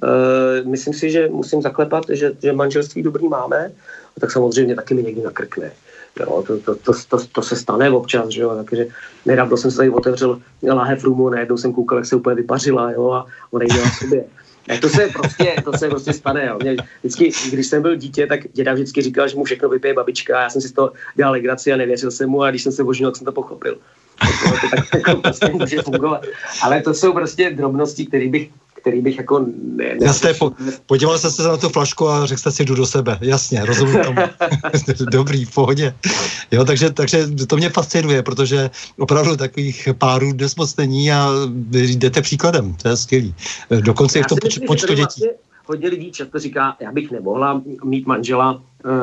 myslím si, že musím zaklepat, že, že manželství dobrý máme, a tak samozřejmě taky mi někdy nakrkne. Jo, to, to, to, to, to se stane občas, že jo, takže nedávno jsem se tady otevřel láhev rumu, najednou jsem koukal, jak se úplně vypařila, jo, a ona jde v sobě. Ne, to se prostě, to se prostě stane, jo. Mě vždycky, když jsem byl dítě, tak děda vždycky říkal, že mu všechno vypije babička, já jsem si z toho dělal legraci a nevěřil jsem mu a když jsem se oženil, tak jsem to pochopil. To, to, to tak jako prostě může fungovat. Ale to jsou prostě drobnosti, které bych který bych jako... Ne, Jasně, po, podíval jste se na tu flašku a řekl jste si, jdu do sebe. Jasně, rozumím tomu. Dobrý, v pohodě. Jo, takže, takže to mě fascinuje, protože opravdu takových párů dnes moc není a vy jdete příkladem. To je skvělý. Dokonce i v tom myslím, počtu dětí. Vlastně hodně lidí často říká, já bych nemohla mít manžela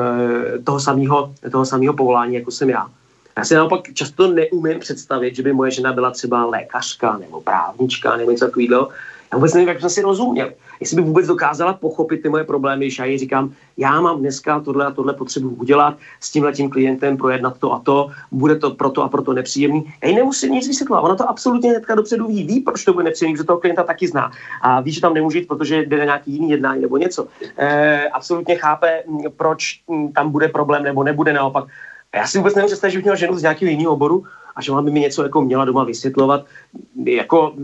e, toho samého toho samého povolání, jako jsem já. Já si naopak často neumím představit, že by moje žena byla třeba lékařka nebo právnička nebo něco takového. Já vůbec nevím, jak jsem si rozuměl. Jestli by vůbec dokázala pochopit ty moje problémy, když já jí říkám, já mám dneska tohle a tohle potřebu udělat, s tímhletím klientem projednat to a to, bude to proto a proto nepříjemný. Já jí nemusím nic vysvětlovat, ona to absolutně hnedka dopředu ví, ví, proč to bude nepříjemný, že toho klienta taky zná. A ví, že tam nemůže jít, protože jde na nějaký jiný jednání nebo něco. E, absolutně chápe, proč tam bude problém nebo nebude naopak. Já si vůbec nevím představit, že bych měl ženu z nějakého jiného oboru a že ona by mi něco jako měla doma vysvětlovat. Jako,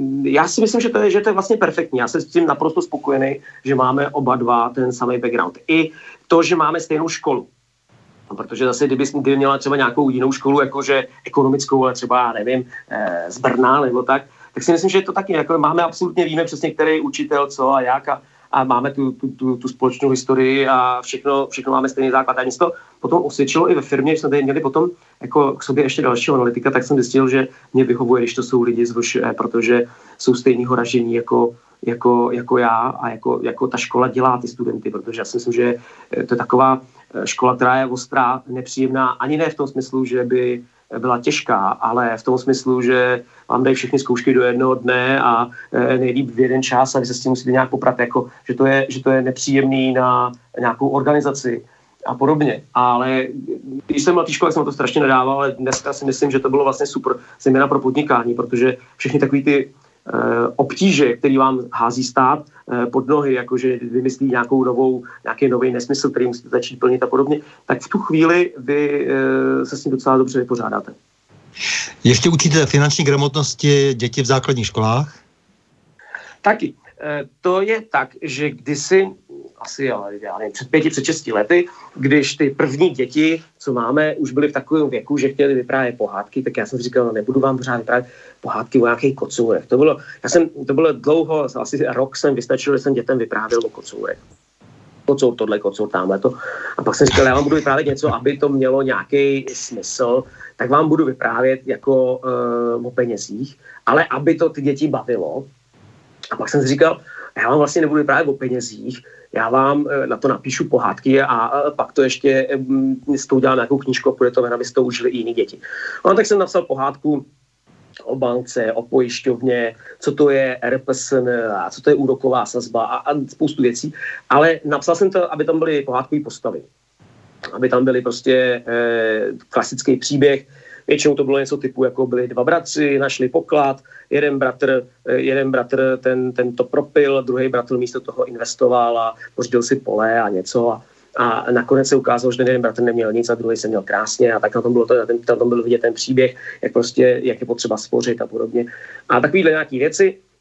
já si myslím, že to, je, že to je vlastně perfektní. Já jsem s tím naprosto spokojený, že máme oba dva ten samý background. I to, že máme stejnou školu. No, protože zase, kdyby jsme měla třeba nějakou jinou školu, jakože ekonomickou, ale třeba, nevím, z Brna nebo tak, tak si myslím, že je to taky. Jako máme absolutně, víme přesně, který učitel, co a jak a a máme tu, tu, tu, tu společnou historii a všechno, všechno máme stejný základ. A něco to potom osvědčilo i ve firmě, když jsme tady měli potom jako k sobě ještě dalšího analytika, tak jsem zjistil, že mě vyhovuje, když to jsou lidi z V Š E, protože jsou stejného ražení jako, jako, jako já a jako, jako ta škola dělá ty studenty, protože já si myslím, že to je taková škola, která je ostrá, nepříjemná, ani ne v tom smyslu, že by byla těžká, ale v tom smyslu, že vám dají všechny zkoušky do jednoho dne a e, nejlíp v jeden čas a vy se s tím musíte nějak poprat, jako, že, to je, že to je nepříjemný na nějakou organizaci a podobně. Ale když jsem byl v té škole, jsem to strašně nedával, ale dneska si myslím, že to bylo vlastně super, zejména pro podnikání, protože všechny takový ty obtíže, který vám hází stát pod nohy, jakože vymyslí nějakou novou, nějaký nový nesmysl, který musíte začít plnit a podobně, tak v tu chvíli vy se s tím docela dobře vypořádáte. Ještě učíte finanční gramotnosti děti v základních školách? Taky. To je tak, že kdysi, asi já nevím, před pěti, před šesti lety, když ty první děti, co máme, už byly v takovém věku, že chtěli vyprávět pohádky, tak já jsem říkal, no nebudu vám pořád vyprávět pohádky o nějakých kocourech. To bylo, já jsem, to bylo dlouho, asi rok jsem vystačil, že jsem dětem vyprávěl o kocourech. Kocour tohle, kocour tamhle to. A pak jsem říkal, já vám budu vyprávět něco, aby to mělo nějaký smysl, tak vám budu vyprávět jako uh, o penězích, ale aby to ty děti bavilo. A pak jsem si říkal, já vám vlastně nebudu vyprávět o penězích, já vám na to napíšu pohádky a pak to ještě s tou udělám nějakou knížku a půjde to ven, aby to užili i jiní děti. No tak jsem napsal pohádku o bance, o pojišťovně, co to je R P S N a co to je úroková sazba a, a spoustu věcí, ale napsal jsem to, aby tam byly pohádkové postavy. Aby tam byly prostě eh, klasický příběh. Většinou to bylo něco typu, jako byli dva bratři, našli poklad, jeden bratr, jeden bratr ten, ten to propil, druhý bratr místo toho investoval a pořídil si pole a něco a, a nakonec se ukázalo, že ten jeden bratr neměl nic a druhý se měl krásně a tak na tom, bylo to, na, ten, na tom byl vidět ten příběh, jak prostě, jak je potřeba spořit a podobně. A takovýhle nějaký věci,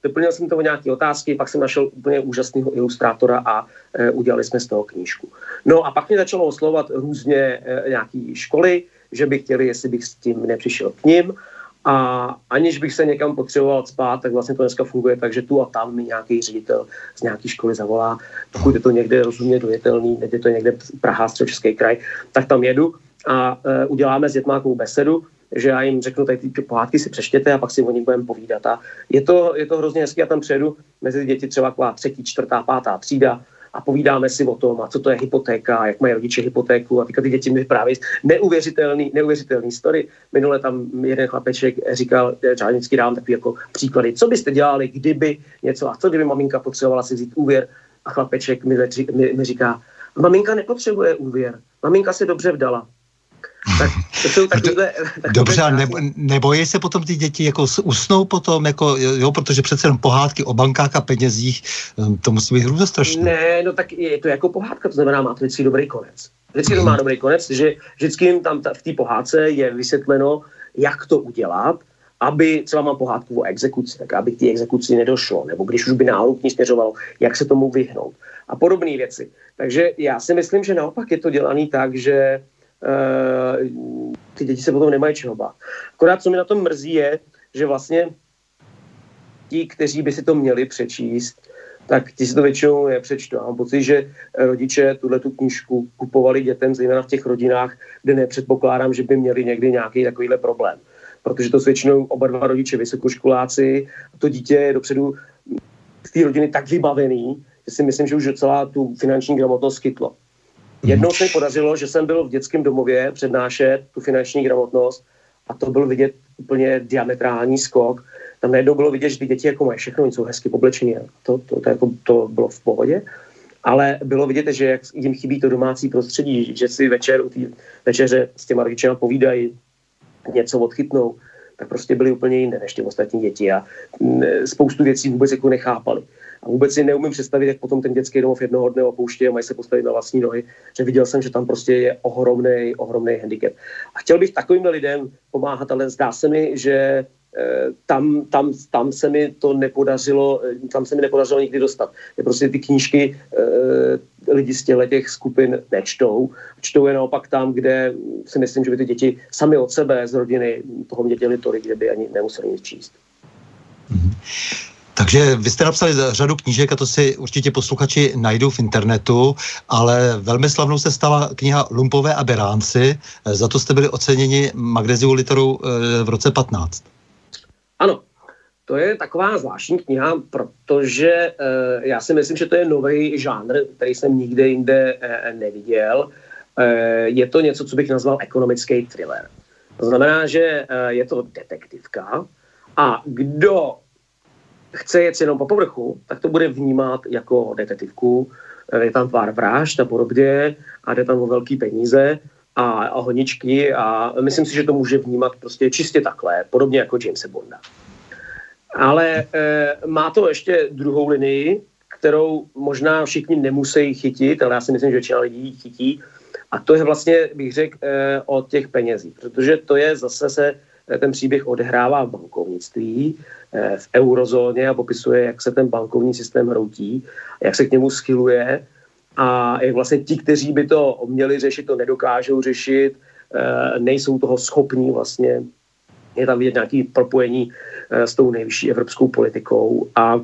doplnil jsem to o nějaké otázky, pak jsem našel úplně úžasného ilustrátora a e, udělali jsme z toho knížku. No a pak mě začalo oslovovat různě e, nějaké školy, že by chtěli, jestli bych s tím nepřišel k ním. A aniž bych se někam potřeboval spát, tak vlastně to dneska funguje tak, že tu a tam mi nějaký ředitel z nějaké školy zavolá. Pokud je to někde rozumně dojetelný, je to někde Praha, Středočeský kraj, tak tam jedu a e, uděláme s dětma takovou besedu, že já jim řeknu, tady ty pohádky si přečtěte a pak si o nich budeme povídat. A je to, je to hrozně hezký, já tam přijedu mezi děti třeba taková třetí, čtvrtá, pátá třída a povídáme si o tom, a co to je hypotéka, jak mají rodiče hypotéku a teďka ty děti mi vyprávějí neuvěřitelný, neuvěřitelný story. Minule tam jeden chlapeček říkal, já vždycky dám takový jako příklady, co byste dělali, kdyby něco, a co kdyby maminka potřebovala si vzít úvěr a chlapeček mi, mi, mi říká, maminka nepotřebuje úvěr, maminka se dobře vdala. Tak to jsou takovýhle, takovýhle Dobře, a ne, nebojí se potom ty děti jako usnou potom, jako, jo, protože přece jen pohádky o bankách a penězích, to musí být hrůzostrašné. Ne, no tak je to jako pohádka, to znamená, má to vždycky dobrý konec. Vždycky to má dobrý konec, že vždycky jim tam ta, v té pohádce je vysvětleno, jak to udělat, aby třeba mám pohádku o exekuci, tak aby k té exekuci nedošlo, nebo když už by náhodou k ní směřovalo, jak se tomu vyhnout a podobné věci. Takže já si myslím, že naopak je to dělaný tak, že Uh, ty děti se potom nemají čeho bát. Akorát, co mi na tom mrzí, je, že vlastně ti, kteří by si to měli přečíst, tak ti si to většinou nepřečtou. Mám pocit, že rodiče tuhletu knížku kupovali dětem, zejména v těch rodinách, kde nepředpokládám, že by měli někdy nějaký takovýhle problém. Protože to jsou většinou oba dva rodiče vysokoškoláci a to dítě je dopředu z té rodiny tak vybavený, že si myslím, že už docela tu finanční gramotnost chytlo. Jednou se mi podařilo, že jsem byl v dětském domově přednášet tu finanční gramotnost a to byl vidět úplně diametrální skok. Tam najednou bylo vidět, že ty děti jako mají všechno, jsou hezky oblečení. To, to, to, jako, to bylo v pohodě. Ale bylo vidět, že jak jim chybí to domácí prostředí, že si večer u té večeře s těma rodičema povídají, něco odchytnou, tak prostě byly úplně jinde než ty ostatní děti a spoustu věcí vůbec jako nechápali. A vůbec si neumím představit, jak potom ten dětský domov jednoho dne opouští a mají se postavit na vlastní nohy, že viděl jsem, že tam prostě je ohromný, ohromný handicap. A chtěl bych takovým lidem pomáhat, ale zdá se mi, že e, tam, tam, tam se mi to nepodařilo, tam se mi nepodařilo nikdy dostat. Je prostě ty knížky e, lidi z těch skupin nečtou. Čtou je naopak tam, kde si myslím, že by ty děti sami od sebe z rodiny toho měděli tolik, kde by ani nemuseli nic číst. Mm-hmm. Takže vy jste napsali řadu knížek a to si určitě posluchači najdou v internetu, ale velmi slavnou se stala kniha Lumpové a beránci. Za to jste byli oceněni Magneziu literou v roce patnáct. Ano, to je taková zvláštní kniha, protože e, já si myslím, že to je nový žánr, který jsem nikde jinde e, neviděl. E, je to něco, co bych nazval ekonomický thriller. To znamená, že e, je to detektivka a kdo chce jet jenom po povrchu, tak to bude vnímat jako detektivku. Je tam pár vražd a podobně a jde tam o velký peníze a, a honičky a myslím si, že to může vnímat prostě čistě takhle, podobně jako Jamese Bonda. Ale e, má to ještě druhou linii, kterou možná všichni nemusí chytit, ale já si myslím, že většina lidí chytí. A to je vlastně, bych řekl, e, o těch penězích, protože to je zase se ten příběh odehrává v bankovnictví, v eurozóně a popisuje, jak se ten bankovní systém hroutí, jak se k němu schyluje a jak vlastně ti, kteří by to měli řešit, to nedokážou řešit, nejsou toho schopní vlastně. Je tam vidět nějaké propojení s tou nejvyšší evropskou politikou a,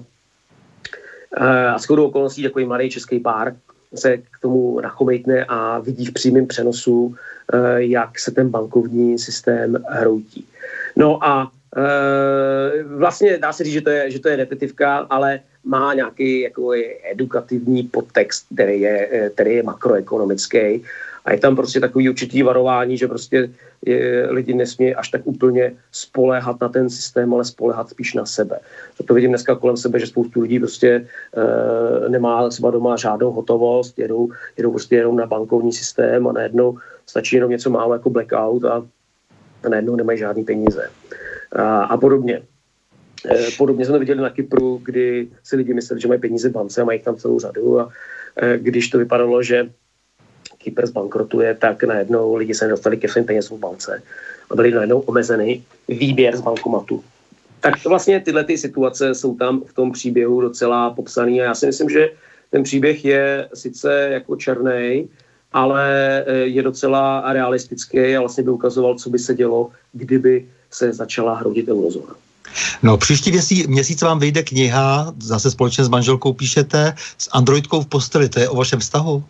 a shodou okolností takový mladý český pár se k tomu nachomejtne a vidí v přímém přenosu, jak se ten bankovní systém hroutí. No a e, vlastně dá se říct, že to je, že to je detektivka, ale má nějaký jako edukativní podtext, který je, který je makroekonomický. A je tam prostě takový určitý varování, že prostě je, lidi nesmí až tak úplně spoléhat na ten systém, ale spoléhat spíš na sebe. To vidím dneska kolem sebe, že spoustu lidí prostě e, nemá třeba doma žádnou hotovost, jedou, jedou prostě jenom na bankovní systém a najednou stačí jenom něco málo jako blackout a, a najednou nemají žádný peníze. A, a podobně. E, podobně jsme to viděli na Kypru, kdy si lidi mysleli, že mají peníze v bance a mají tam celou řadu a e, když to vypadalo, že Kypr zbankrotuje, tak najednou lidi se nedostali ke svým penězům v bance a byli najednou omezený výběr z bankomatu. Tak vlastně tyhle ty situace jsou tam v tom příběhu docela popsaný a já si myslím, že ten příběh je sice jako černej, ale je docela realistický a vlastně by ukazoval, co by se dělo, kdyby se začala hroutit eurozóna. No, příští měsíc, měsíc vám vyjde kniha, zase společně s manželkou píšete, s androidkou v posteli, to je o vašem vztahu?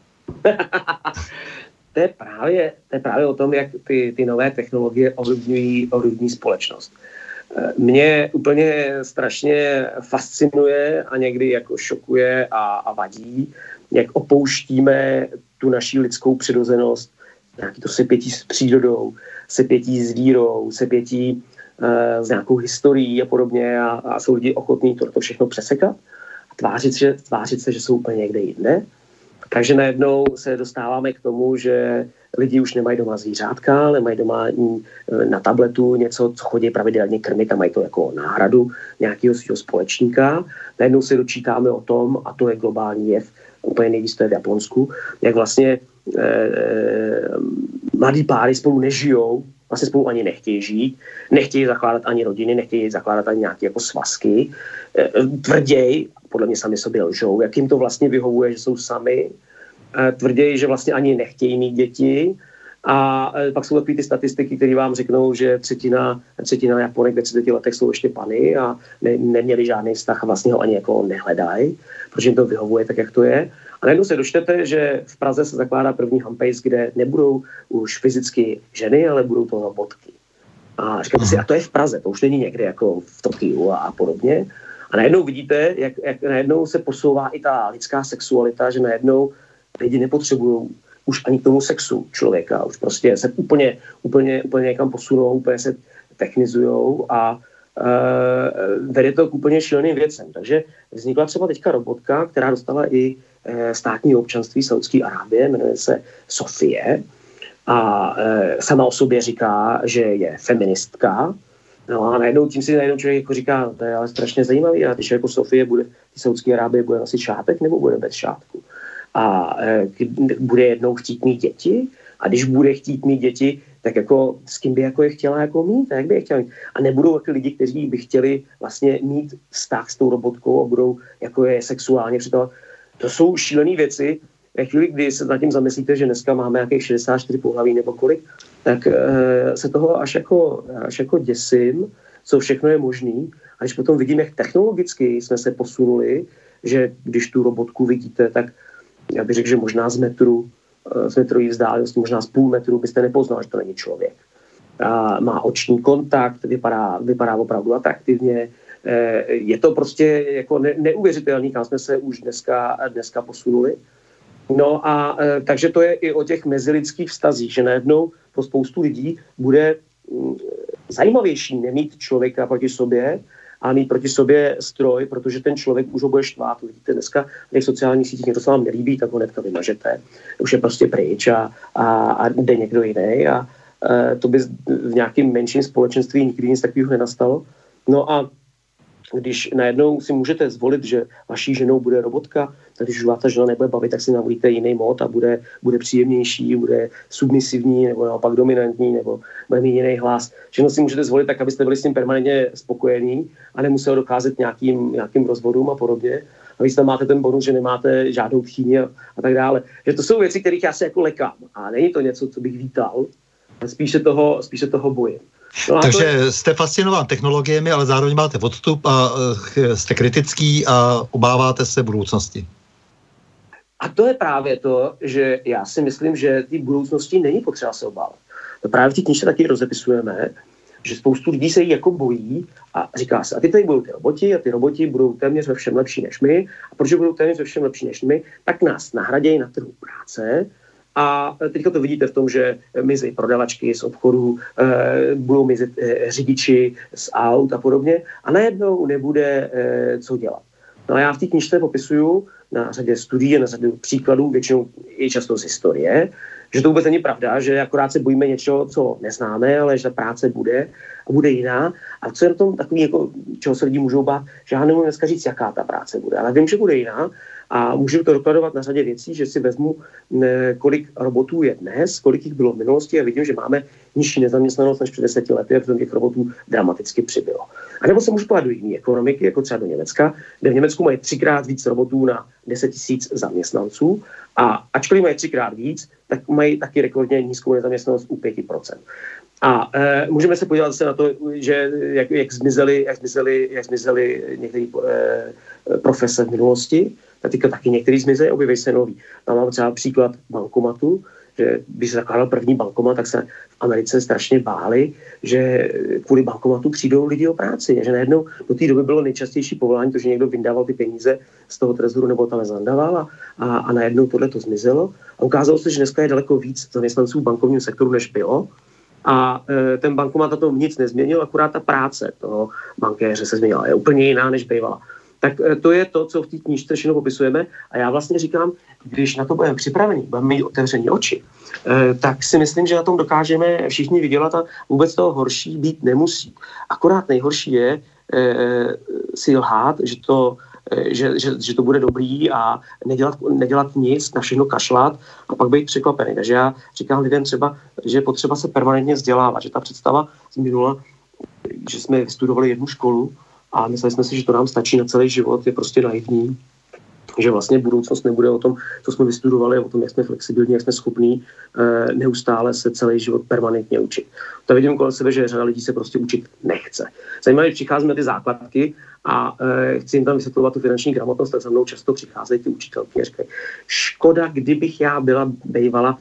to, je právě, to je právě o tom, jak ty, ty nové technologie ovlivňují, ovlivňují společnost. Mě úplně strašně fascinuje a někdy jako šokuje a, a vadí, jak opouštíme tu naší lidskou přirozenost, nějaký to sepětí s přírodou, sepětí s vírou, sepětí uh, s nějakou historií a podobně a, a jsou lidi ochotní to, to všechno přesekat a tvářit, že, tvářit se, že jsou úplně někde jinde. Takže najednou se dostáváme k tomu, že lidi už nemají doma zvířátka, ale mají doma na tabletu něco, co chodí pravidelně krmit a mají to jako náhradu nějakého svého společníka. Najednou se dočítáme o tom, a to je globální jev, úplně nejvíc to je v Japonsku, jak vlastně eh, mladí páry spolu nežijou, vlastně spolu ani nechtějí žít, nechtějí zakládat ani rodiny, nechtějí zakládat ani nějaké jako svazky, eh, tvrději, podle mě sami sobě lžou, jak jim to vlastně vyhovuje, že jsou sami, eh, tvrději, že vlastně ani nechtějí mít děti a eh, pak jsou takové ty statistiky, které vám řeknou, že třetina, třetina Japonek ve třiceti letech jsou ještě pany a ne, neměli žádný vztah a vlastně ho ani jako nehledají, protože jim to vyhovuje tak, jak to je. A najednou se dočtete, že v Praze se zakládá první homepage, kde nebudou už fyzicky ženy, ale budou to robotky. A říkáte si, a to je v Praze, to už není někde jako v Tokiu a, a podobně. A najednou vidíte, jak, jak najednou se posouvá i ta lidská sexualita, že najednou lidi nepotřebují už ani k tomu sexu člověka, už prostě se úplně, úplně, úplně někam posunou, úplně se technizujou a Uh, vede to k úplně šíleným věcem. Takže vznikla třeba teďka robotka, která dostala i uh, státní občanství Saúdské Arábie, jmenuje se Sofie a uh, sama o sobě říká, že je feministka. No a najednou tím si najednou člověk jako říká, no, to je ale strašně zajímavý, a když jako Sofie bude v Saúdské Arábie, bude nosit šátek nebo bude bez šátku? A uh, bude jednou chtít mít děti? A když bude chtít mít děti, tak jako s kým by jako je chtěla jako mít, a jak by je chtěla mít. A nebudou jako lidi, kteří by chtěli vlastně mít vztah s tou robotkou a budou jako je sexuálně přitahovat. To jsou šílené věci. Ve chvíli, kdy se nad tím zamyslíte, že dneska máme nějakých šedesát čtyři pohlaví nebo kolik, tak e, se toho až jako, až jako děsím, co všechno je možný. A když potom vidím, jak technologicky jsme se posunuli, že když tu robotku vidíte, tak já bych řekl, že možná z metru z metrový vzdálenosti, možná z půl metru byste nepoznal, že to není člověk. A má oční kontakt, vypadá, vypadá opravdu atraktivně. Je to prostě jako ne, neuvěřitelný, kam jsme se už dneska, dneska posunuli. No a takže to je i o těch mezilidských vztazích, že najednou pro spoustu lidí bude zajímavější nemít člověka proti sobě, a mít proti sobě stroj, protože ten člověk už ho bude štvát. Vidíte, dneska v těch sociálních sítích něco se vám nelíbí, tak ho hnedka vymažete. Už je prostě pryč a, a, a jde někdo jiný a e, to by v nějakém menším společenství nikdy nic takového nenastalo. No a když najednou si můžete zvolit, že vaší ženou bude robotka, tak když už vás ta žena nebude bavit, tak si navolíte jiný mod a bude, bude příjemnější, bude submisivní nebo naopak dominantní nebo bude mít jiný hlas. Všechno si můžete zvolit tak, abyste byli s tím permanentně spokojení a nemuselo docházet nějakým, nějakým rozvodům a podobně. A vy tam máte ten bonus, že nemáte žádnou tchýni a, a tak dále. Že to jsou věci, kterých já se jako lekám. A není to něco, co bych vítal, ale spíše toho, spíše toho bojím. No Takže je... jste fascinován technologiemi, ale zároveň máte odstup a uh, jste kritický a obáváte se budoucnosti. A to je právě to, že já si myslím, že ty budoucnosti není potřeba se obávat. To právě v té knižce taky rozepisujeme, že spoustu lidí se jí jako bojí a říká se, a ty tady budou ty roboti a ty roboti budou téměř ve všem lepší než my a protože budou téměř ve všem lepší než my, tak nás nahradějí na trhu práce. A teďka to vidíte v tom, že mizí prodavačky z obchodů, e, budou mizet e, řidiči z aut a podobně a najednou nebude e, co dělat. No a já v té knižce popisuju na řadě studií, na řadě příkladů, většinou i často z historie, že to vůbec není pravda, že akorát se bojíme něčeho, co neznáme, ale že ta práce bude a bude jiná. A co je na tom takový, jako, čeho se lidi můžou bát, že já nemůžu dneska říct, jaká ta práce bude, ale vím, že bude jiná A můžu to dokladovat na řadě věcí, že si vezmu, kolik robotů je dnes, kolik jich bylo v minulosti a vidím, že máme nižší nezaměstnanost než před deseti lety a přitom těch robotů dramaticky přibylo. A nebo se můžu podívat do jiné ekonomiky, jako třeba do Německa, kde v Německu mají třikrát víc robotů na deset tisíc zaměstnanců a ačkoliv mají třikrát víc, tak mají taky rekordně nízkou nezaměstnanost u pět procent. A e, můžeme se podívat se na to, že jak, jak zmizely, jak zmizely, jak zmizely některé e, profese v minulosti, a teďka taky některý zmizely, objeví se nový. Tam mám třeba příklad bankomatu, že když se zakládal první bankomat, tak se v Americe strašně báli, že kvůli bankomatu přijdou lidi o práci. Že najednou do té doby bylo nejčastější povolání, to, že někdo vyndával ty peníze z toho trezoru nebo tam zandával a, a, a najednou tohle to zmizelo. A ukázalo se, že dneska je daleko víc zaměstnanců v bankovním sektoru, než bylo. A e, ten bankomat na tom nic nezměnil, akorát ta práce toho bankéře se změnila. Je úplně jiná, než bývala. Tak e, to je to, co v té knížce všechno popisujeme. A já vlastně říkám, když na to budeme připraveni, budeme mít otevřený oči, e, tak si myslím, že na tom dokážeme všichni vydělat a vůbec toho horší být nemusí. Akorát nejhorší je e, si lhát, že to Že, že, že to bude dobrý a nedělat, nedělat nic, na všechno kašlat a pak být překvapený. Takže já říkám lidem třeba, že je potřeba se permanentně vzdělávat, že ta představa z minula, že jsme vystudovali jednu školu a mysleli jsme si, že to nám stačí na celý život, je prostě naivní. Že vlastně budoucnost nebude o tom, co jsme vystudovali, o tom, jak jsme flexibilní, jak jsme schopní e, neustále se celý život permanentně učit. To vidím kolem sebe, že řada lidí se prostě učit nechce. Zajímavé, že přicházíme ty základky a e, chci jim tam vysvětlovat tu finanční gramotnost, tak za mnou často přicházejí ty učitelky a říkají, škoda, kdybych já byla bývala,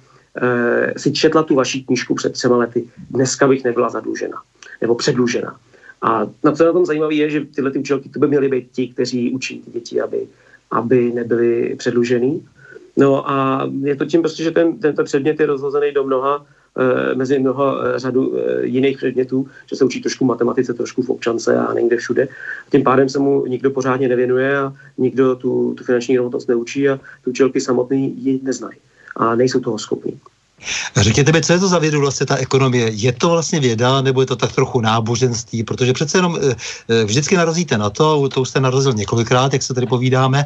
e, si četla tu vaši knížku před třema lety, dneska bych nebyla zadlužena nebo předlužena. A na co na tom zajímavé je, že tyhle ty učitelky to by měly být ti, kteří učí ty děti, aby aby nebyli předlužený. No a je to tím prostě, že ten, tento předmět je rozhozený do mnoha, e, mezi mnoha řadu e, jiných předmětů, že se učí trošku matematice, trošku v občance a někde všude. Tím pádem se mu nikdo pořádně nevěnuje a nikdo tu, tu finanční gramotnost neučí a ty učitelky samotný ji neznají a nejsou toho schopní. Řekněte mi, co je to za vědu vlastně ta ekonomie? Je to vlastně věda, nebo je to tak trochu náboženství? Protože přece jenom vždycky narazíte na to, to už jste narazil několikrát, jak se tady povídáme,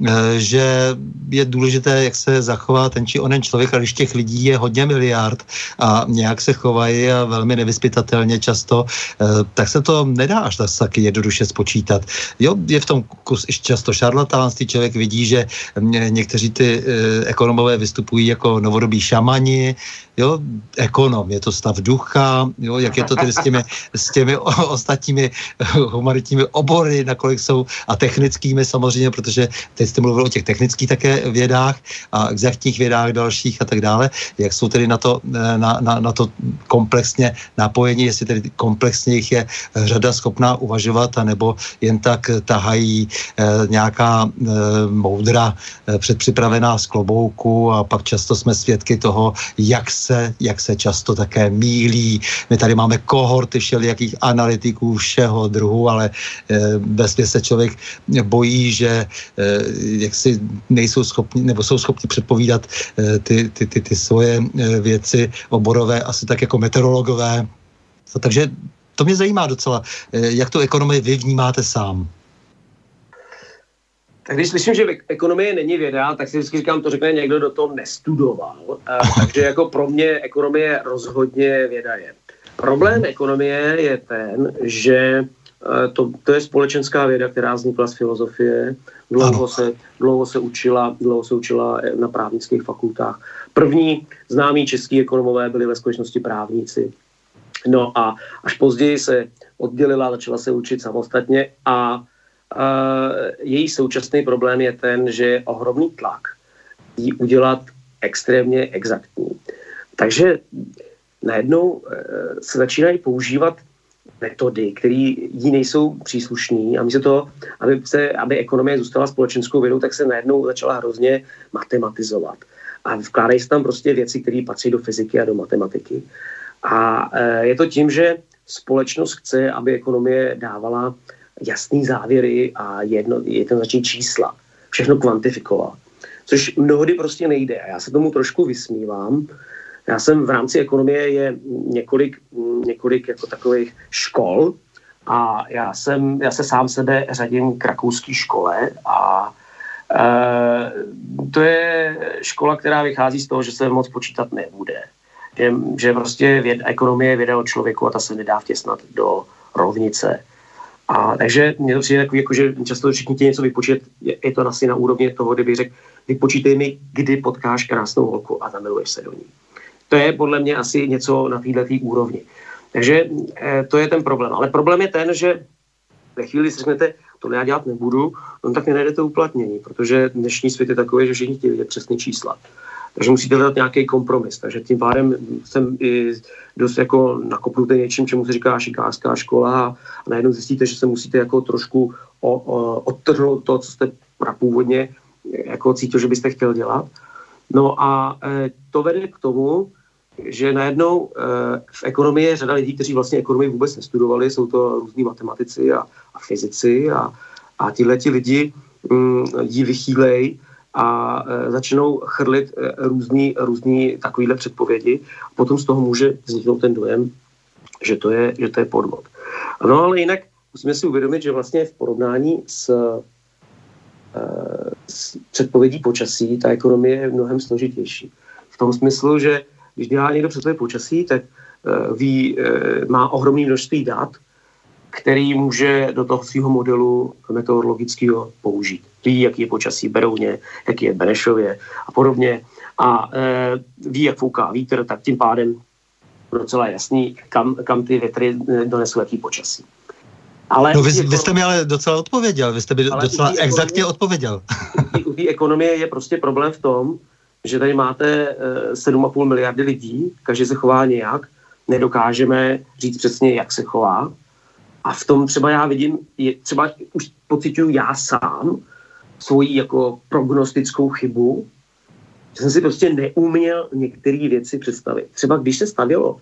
že je důležité, jak se zachová ten či onen člověk, a když těch lidí je hodně miliard a nějak se chovají a velmi nevyzpytatelně často, tak se to nedá až tak jednoduše spočítat. Jo, je v tom kus často šarlatánství, člověk vidí, že někteří ty ekonomové vystupují jako novodobí šamani, jo, ekonom, je to stav ducha, jo, jak je to tedy s těmi, s těmi ostatními humanitními obory, nakolik jsou, a technickými samozřejmě, protože teď jste mluvil o těch technických také vědách a exaktních vědách dalších a tak dále, jak jsou tedy na to, na, na, na to komplexně napojení, jestli tedy komplexně jich je řada schopná uvažovat, anebo jen tak tahají eh, nějaká eh, moudra eh, předpřipravená z klobouku a pak často jsme svědky toho, jak se, jak se často také mýlí. My tady máme kohorty všelijakých analytiků všeho druhu, ale e, vesměs se člověk bojí, že e, jaksi nejsou schopni, nebo jsou schopni předpovídat e, ty, ty, ty, ty svoje e, věci oborové, asi tak jako meteorologové. No, takže to mě zajímá docela, e, jak tu ekonomii vy vnímáte sám. Tak když slyším, že ekonomie není věda, tak si vždycky říkám, to řekne někdo, kdo to nestudoval. Takže jako pro mě ekonomie rozhodně věda je. Problém ekonomie je ten, že to, to je společenská věda, která vznikla z filozofie. Dlouho se, dlouho se učila, dlouho se učila na právnických fakultách. První známí český ekonomové byli ve skutečnosti právníci. No a až později se oddělila, začala se učit samostatně a Uh, její současný problém je ten, že je ohromný tlak ji udělat extrémně exaktní. Takže najednou uh, se začínají používat metody, které jí nejsou příslušné a místo toho, aby, se, aby ekonomie zůstala společenskou vědou, tak se najednou začala hrozně matematizovat. A vkládají se tam prostě věci, které patří do fyziky a do matematiky. A uh, je to tím, že společnost chce, aby ekonomie dávala jasný závěry a jedno, jednoznačný čísla. Všechno kvantifikovala. Což mnohdy prostě nejde. A já se tomu trošku vysmívám. Já jsem v rámci ekonomie je několik, několik jako takových škol a já jsem, já se sám sebe řadím k rakouské škole a e, to je škola, která vychází z toho, že se moc počítat nebude. Že, že prostě věd, ekonomie je věda o člověku a ta se nedá vtěsnat do rovnice. A takže mě to přijde takový, jako, že často všichni ti něco vypočítat, je, je to asi na úrovni toho, kdybych řekl, vypočítej mi, kdy potkáš krásnou holku a zamiluješ se do ní. To je podle mě asi něco na této úrovni. Takže eh, to je ten problém. Ale problém je ten, že ve chvíli si řeknete, tohle já dělat nebudu, no tak nenajdete uplatnění, protože dnešní svět je takový, že všichni chtějí vidět přesně čísla. Takže musíte hledat nějaký kompromis. Takže tím pádem jsem i dost jako nakopnutý něčím, čemu se říká šikářská škola a najednou zjistíte, že se musíte jako trošku o, o, odtrhnout to, co jste prapůvodně jako cítil, že byste chtěl dělat. No a e, to vede k tomu, že najednou e, v ekonomii je řada lidí, kteří vlastně ekonomii vůbec nestudovali, jsou to různí matematici a, a fyzici a, a tihleti lidi mm, jí vychýlej a e, začnou chrlit e, různý, různý takovýhle předpovědi. A potom z toho může vzniknout ten dojem, že to je, že to je podvod. No ale jinak musíme si uvědomit, že vlastně v porovnání s, e, s předpovědí počasí ta ekonomie je mnohem složitější. V tom smyslu, že když dělá někdo předpověď počasí, tak e, ví, e, má ohromné množství dat, který může do toho svého modelu meteorologického použít. Ví, jaký je počasí v Berouně, jaký je v Benešově a podobně. A e, ví, jak fouká vítr, tak tím pádem docela jasný, kam, kam ty větry donesou jaký počasí. Ale no vy, vy jste mi ale docela odpověděl, vy jste mi docela exaktně odpověděl. U té ekonomie je prostě problém v tom, že tady máte e, sedm a půl miliardy lidí, každý se chová nějak, nedokážeme říct přesně, jak se chová. A v tom třeba já vidím, je, třeba už pociťuju já sám svoji jako prognostickou chybu, že jsem si prostě neuměl některé věci představit. Třeba když se stavělo,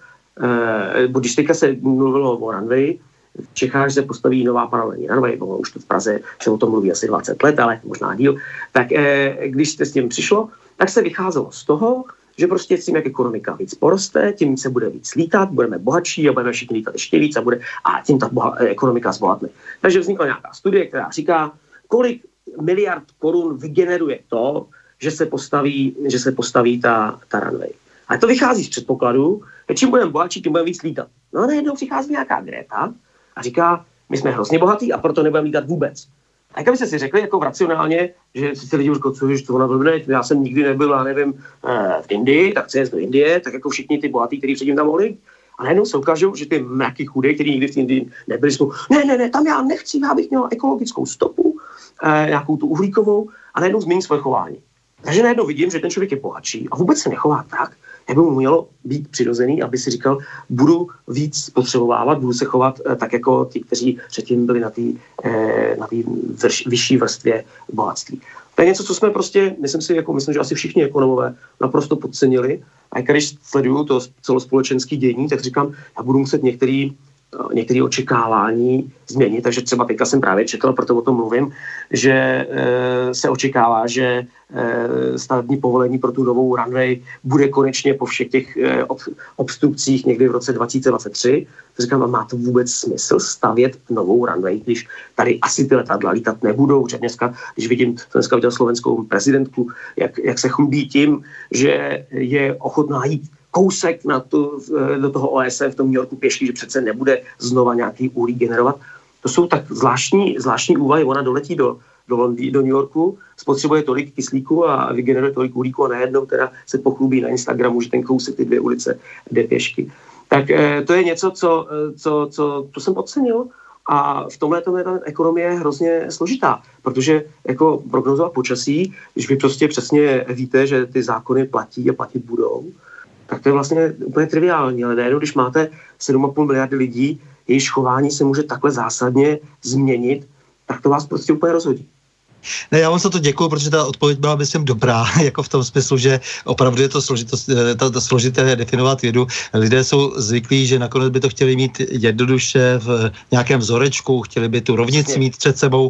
eh, když teďka se mluvilo o runway, v Čechách se postaví nová paralelní runway, bo už to v Praze se o tom mluví asi dvacet let, ale možná díl, tak eh, když se s tím přišlo, tak se vycházelo z toho, že prostě s tím, jak ekonomika víc poroste, tím se bude víc lítat, budeme bohatší a budeme všichni lítat ještě víc a, bude, a tím ta boha, ekonomika zbohatne. Takže vznikla nějaká studie, která říká, kolik miliard korun vygeneruje to, že se postaví, že se postaví ta, ta runway. A to vychází z předpokladu, že čím budeme bohatší, tím budeme víc lítat. No a najednou přichází nějaká Greta a říká, my jsme hrozně bohatí a proto nebudeme lítat vůbec. A jak byste si řekli jako racionálně, že si lidi už říkají, co ona blbne, já jsem nikdy nebyl, já nevím, v Indii, tak chci jít do Indie, tak jako všichni ty bohatí, kteří předtím tam mohli. A najednou se ukážou, že ty mraky chudé, kteří nikdy v Indii nebyli, jsou, ne, ne, ne, tam já nechci, já bych měl ekologickou stopu, eh, nějakou tu uhlíkovou a najednou změní svoje chování. Takže najednou vidím, že ten člověk je bohatší a vůbec se nechová tak, jak by mu mělo být přirozený, aby si říkal, budu víc spotřebovávat, budu se chovat eh, tak jako ti, kteří předtím byli na té eh, na vyšší vrstvě bohatství. To je něco, co jsme prostě, myslím si, jako myslím, že asi všichni ekonomové naprosto podcenili. A když sleduju to celospolečenské dění, tak říkám, já budu muset některý některé očekávání změnit, takže třeba teďka jsem právě četl, proto o tom mluvím, že e, se očekává, že e, stavební povolení pro tu novou runway bude konečně po všech těch e, ob, obstrukcích někdy v roce dva tisíce dvacet tři. To říkám, a má to vůbec smysl stavět novou runway, když tady asi ty letadla lítat nebudou, že dneska, když vidím, dneska viděl slovenskou prezidentku, jak, jak se chlubí tím, že je ochotná jít kousek na tu, do toho O S N v tom New Yorku pěšky, že přece nebude znova nějaký uhlík generovat. To jsou tak zvláštní, zvláštní úvahy. Ona doletí do, do Londýna, do New Yorku, spotřebuje tolik kyslíku a vygeneruje tolik uhlíku a najednou teda se pochlubí na Instagramu, že ten kousek, ty dvě ulice jde pěšky. Tak eh, to je něco, co, co, co, co jsem podcenil a v tomhle je ta ekonomie hrozně složitá, protože jako prognozovat počasí, když vy prostě přesně víte, že ty zákony platí a platit budou, tak to je vlastně úplně triviální, ale najednou, když máte sedm a půl miliardy lidí, jejichž chování se může takhle zásadně změnit, tak to vás prostě úplně rozhodí. Ne, já vám za to děkuju, protože ta odpověď byla, myslím, dobrá, jako v tom smyslu, že opravdu je to složitost, to, to složité definovat vědu. Lidé jsou zvyklí, že nakonec by to chtěli mít jednoduše v nějakém vzorečku, chtěli by tu rovnici mít před sebou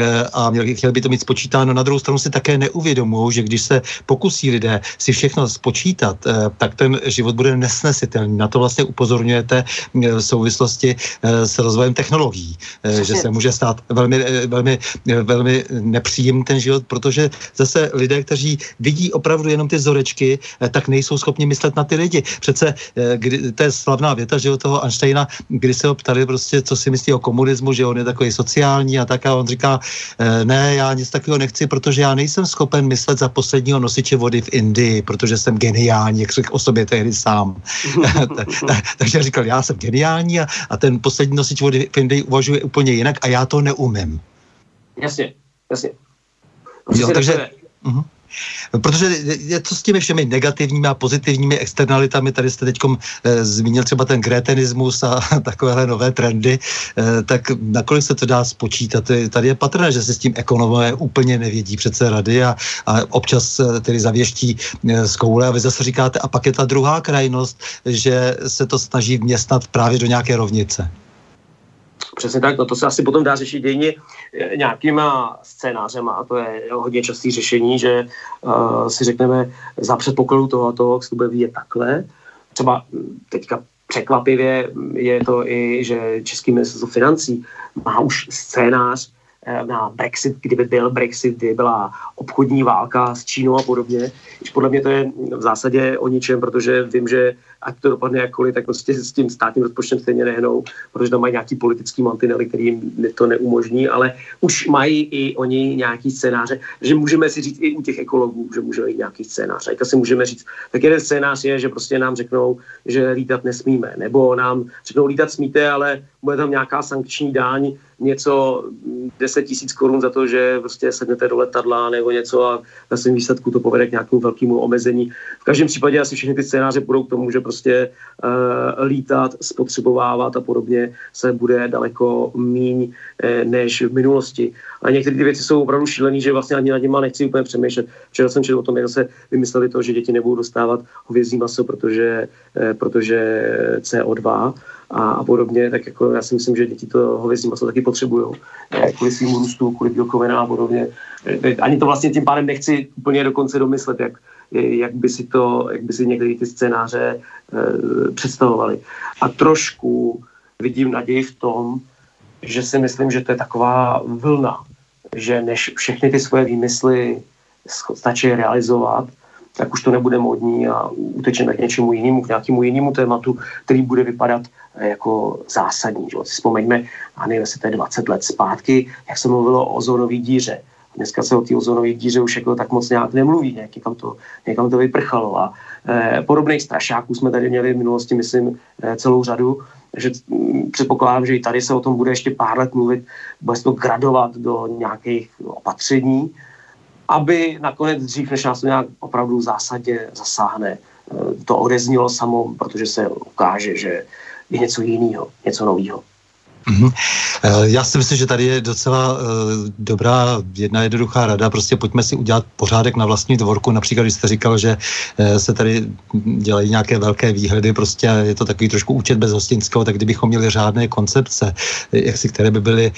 a měli, chtěli by to mít spočítáno. Na druhou stranu si také neuvědomují, že když se pokusí lidé si všechno spočítat, tak ten život bude nesnesitelný. Na to vlastně upozorňujete v souvislosti s rozvojem technologií, že se může stát velmi, velmi, velmi nepříjemný ten život, protože zase lidé, kteří vidí opravdu jenom ty zorečky, tak nejsou schopni myslet na ty lidi. Přece kdy, to je slavná věta, že od toho Einsteina, kdy se ho ptali prostě, co si myslí o komunismu, že on je takový sociální a tak, a on říká, ne, já nic takového nechci, protože já nejsem schopen myslet za posledního nosiče vody v Indii, protože jsem geniální, jak řekl o sobě tehdy sám. Takže já říkal, já jsem geniální a, a ten poslední nosič vody v Indii uvažuje úplně jinak a já to neumím. Jasně, jasně. Jo, takže... Uh-huh. Protože je to s těmi všemi negativními a pozitivními externalitami, tady jste teďkom e, zmínil třeba ten kretenismus a takovéhle nové trendy, e, tak nakolik se to dá spočítat? Tady je patrné, že se s tím ekonomové úplně nevědí přece rady a, a občas e, tedy zavěští e, z koule a vy zase říkáte, a pak je ta druhá krajnost, že se to snaží vměstnat právě do nějaké rovnice. Přesně tak, no to se asi potom dá řešit dějně nějakýma scénářema a to je hodně častý řešení, že uh, si řekneme za předpokladu toho a toho, jak se to bude vidět takhle. Třeba teďka překvapivě je to i, že český ministerstvo financí má už scénář na Brexit, kdyby byl Brexit, kdyby byla obchodní válka s Čínou a podobně. Když podle mě to je v zásadě o ničem, protože vím, že ať to dopadne jakkoliv, tak prostě s tím státním rozpočtem stejně nehnou, protože tam mají nějaký politický mantinely, který jim to neumožní, ale už mají i oni nějaký scénáře, že můžeme si říct i u těch ekologů, že můžeme mít nějaký scénář. A si můžeme říct, tak jeden scénář je, že prostě nám řeknou, že lítat nesmíme, nebo nám řeknou, lítat smíte, ale bude tam nějaká sankční daň, něco deset tisíc korun za to, že prostě sednete do letadla nebo něco a na svém výsledku to povede k nějakému velkému omezení. V každém případě asi všechny ty scénáře budou k tomu, že prostě uh, lítat, spotřebovávat a podobně se bude daleko míň eh, než v minulosti. A některé ty věci jsou opravdu šílený, že vlastně ani nad nima nechci úplně přemýšlet. Včera jsem četl o tom, jak se vymysleli to, že děti nebudou dostávat hovězí maso, protože, eh, protože C O dva a, a podobně, tak jako já si myslím, že děti to hovězí maso taky potřebujou. Kvůli svým růstu, kvůli bílkovinám a podobně. Ani to vlastně tím pádem nechci úplně dokonce domyslet, jak, jak by si to, jak by si některé ty scénáře e, představovali. A trošku vidím naději v tom, že si myslím, že to je taková vlna, že než všechny ty svoje výmysly stačí realizovat, tak už to nebude módní a utečeme k něčemu jinému, k nějakému jinému tématu, který bude vypadat jako zásadní. Že? Si vzpomeňme, a nevím, jestli to je dvacet let zpátky, jak se mluvilo o ozónové díře. Dneska se o té ozónové díře už jako tak moc nějak nemluví, někam to, někam to vyprchalo. A e, podobných strašáků jsme tady měli v minulosti, myslím, e, celou řadu, že m, předpokládám, že i tady se o tom bude ještě pár let mluvit, bude se to gradovat do nějakých opatření, aby nakonec dřív, než nás to nějak opravdu zásadně zasáhne, to odeznilo samo, protože se ukáže, že je něco jiného, něco nového. Mm-hmm. Já si myslím, že tady je docela uh, dobrá jedna jednoduchá rada, prostě pojďme si udělat pořádek na vlastní dvorku, například když jste říkal, že uh, se tady dělají nějaké velké výhledy, prostě je to takový trošku účet bez hostinského, tak kdybychom měli řádné koncepce, jaksi, které by byly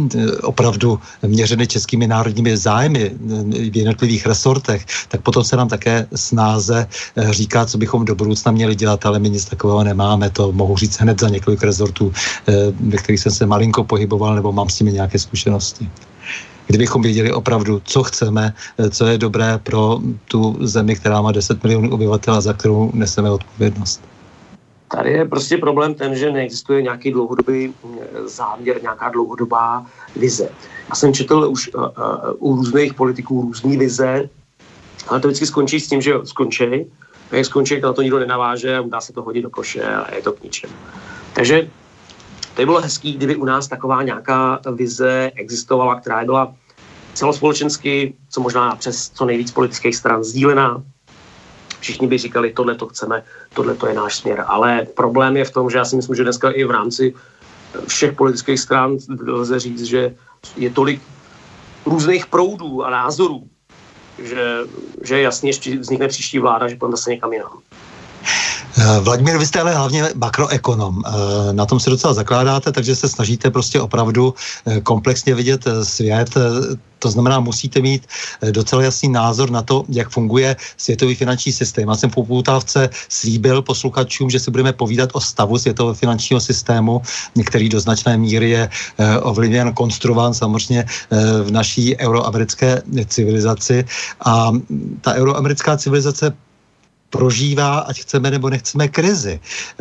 opravdu měřeny českými národními zájmy v jednotlivých resortech, tak potom se nám také snáze říká, co bychom do budoucna měli dělat, ale my nic takového nemáme, to mohu říct hned za několik resortů, ve kterých jsem se malinko pohyboval, nebo mám s nimi nějaké zkušenosti. Kdybychom věděli opravdu, co chceme, co je dobré pro tu zemi, která má deset milionů obyvatel a za kterou neseme odpovědnost. Tady je prostě problém ten, že neexistuje nějaký dlouhodobý záměr, nějaká dlouhodobá vize. Já jsem četl už uh, uh, u různých politiků různý vize, ale to vždycky skončí s tím, že skončí. A jak skončí, to na to nikdo nenaváže a dá se to hodit do koše a je to k ničemu. Takže to by bylo hezký, kdyby u nás taková nějaká vize existovala, která byla celospolečensky, co možná přes co nejvíc politických stran sdílená. Všichni by říkali, tohle to chceme, tohle to je náš směr. Ale problém je v tom, že já si myslím, že dneska i v rámci všech politických stran lze říct, že je tolik různých proudů a názorů, že, že jasně vznikne příští vláda, že půjdeme zase někam jinam. Vladimír, vy jste ale hlavně makroekonom. Na tom se docela zakládáte, takže se snažíte prostě opravdu komplexně vidět svět. To znamená, musíte mít docela jasný názor na to, jak funguje světový finanční systém. Já jsem v Upoutávce slíbil posluchačům, že si budeme povídat o stavu světového finančního systému, který do značné míry je ovlivněn, konstruován samozřejmě v naší euroamerické civilizaci. A ta euroamerická civilizace prožívá, ať chceme nebo nechceme, krizi.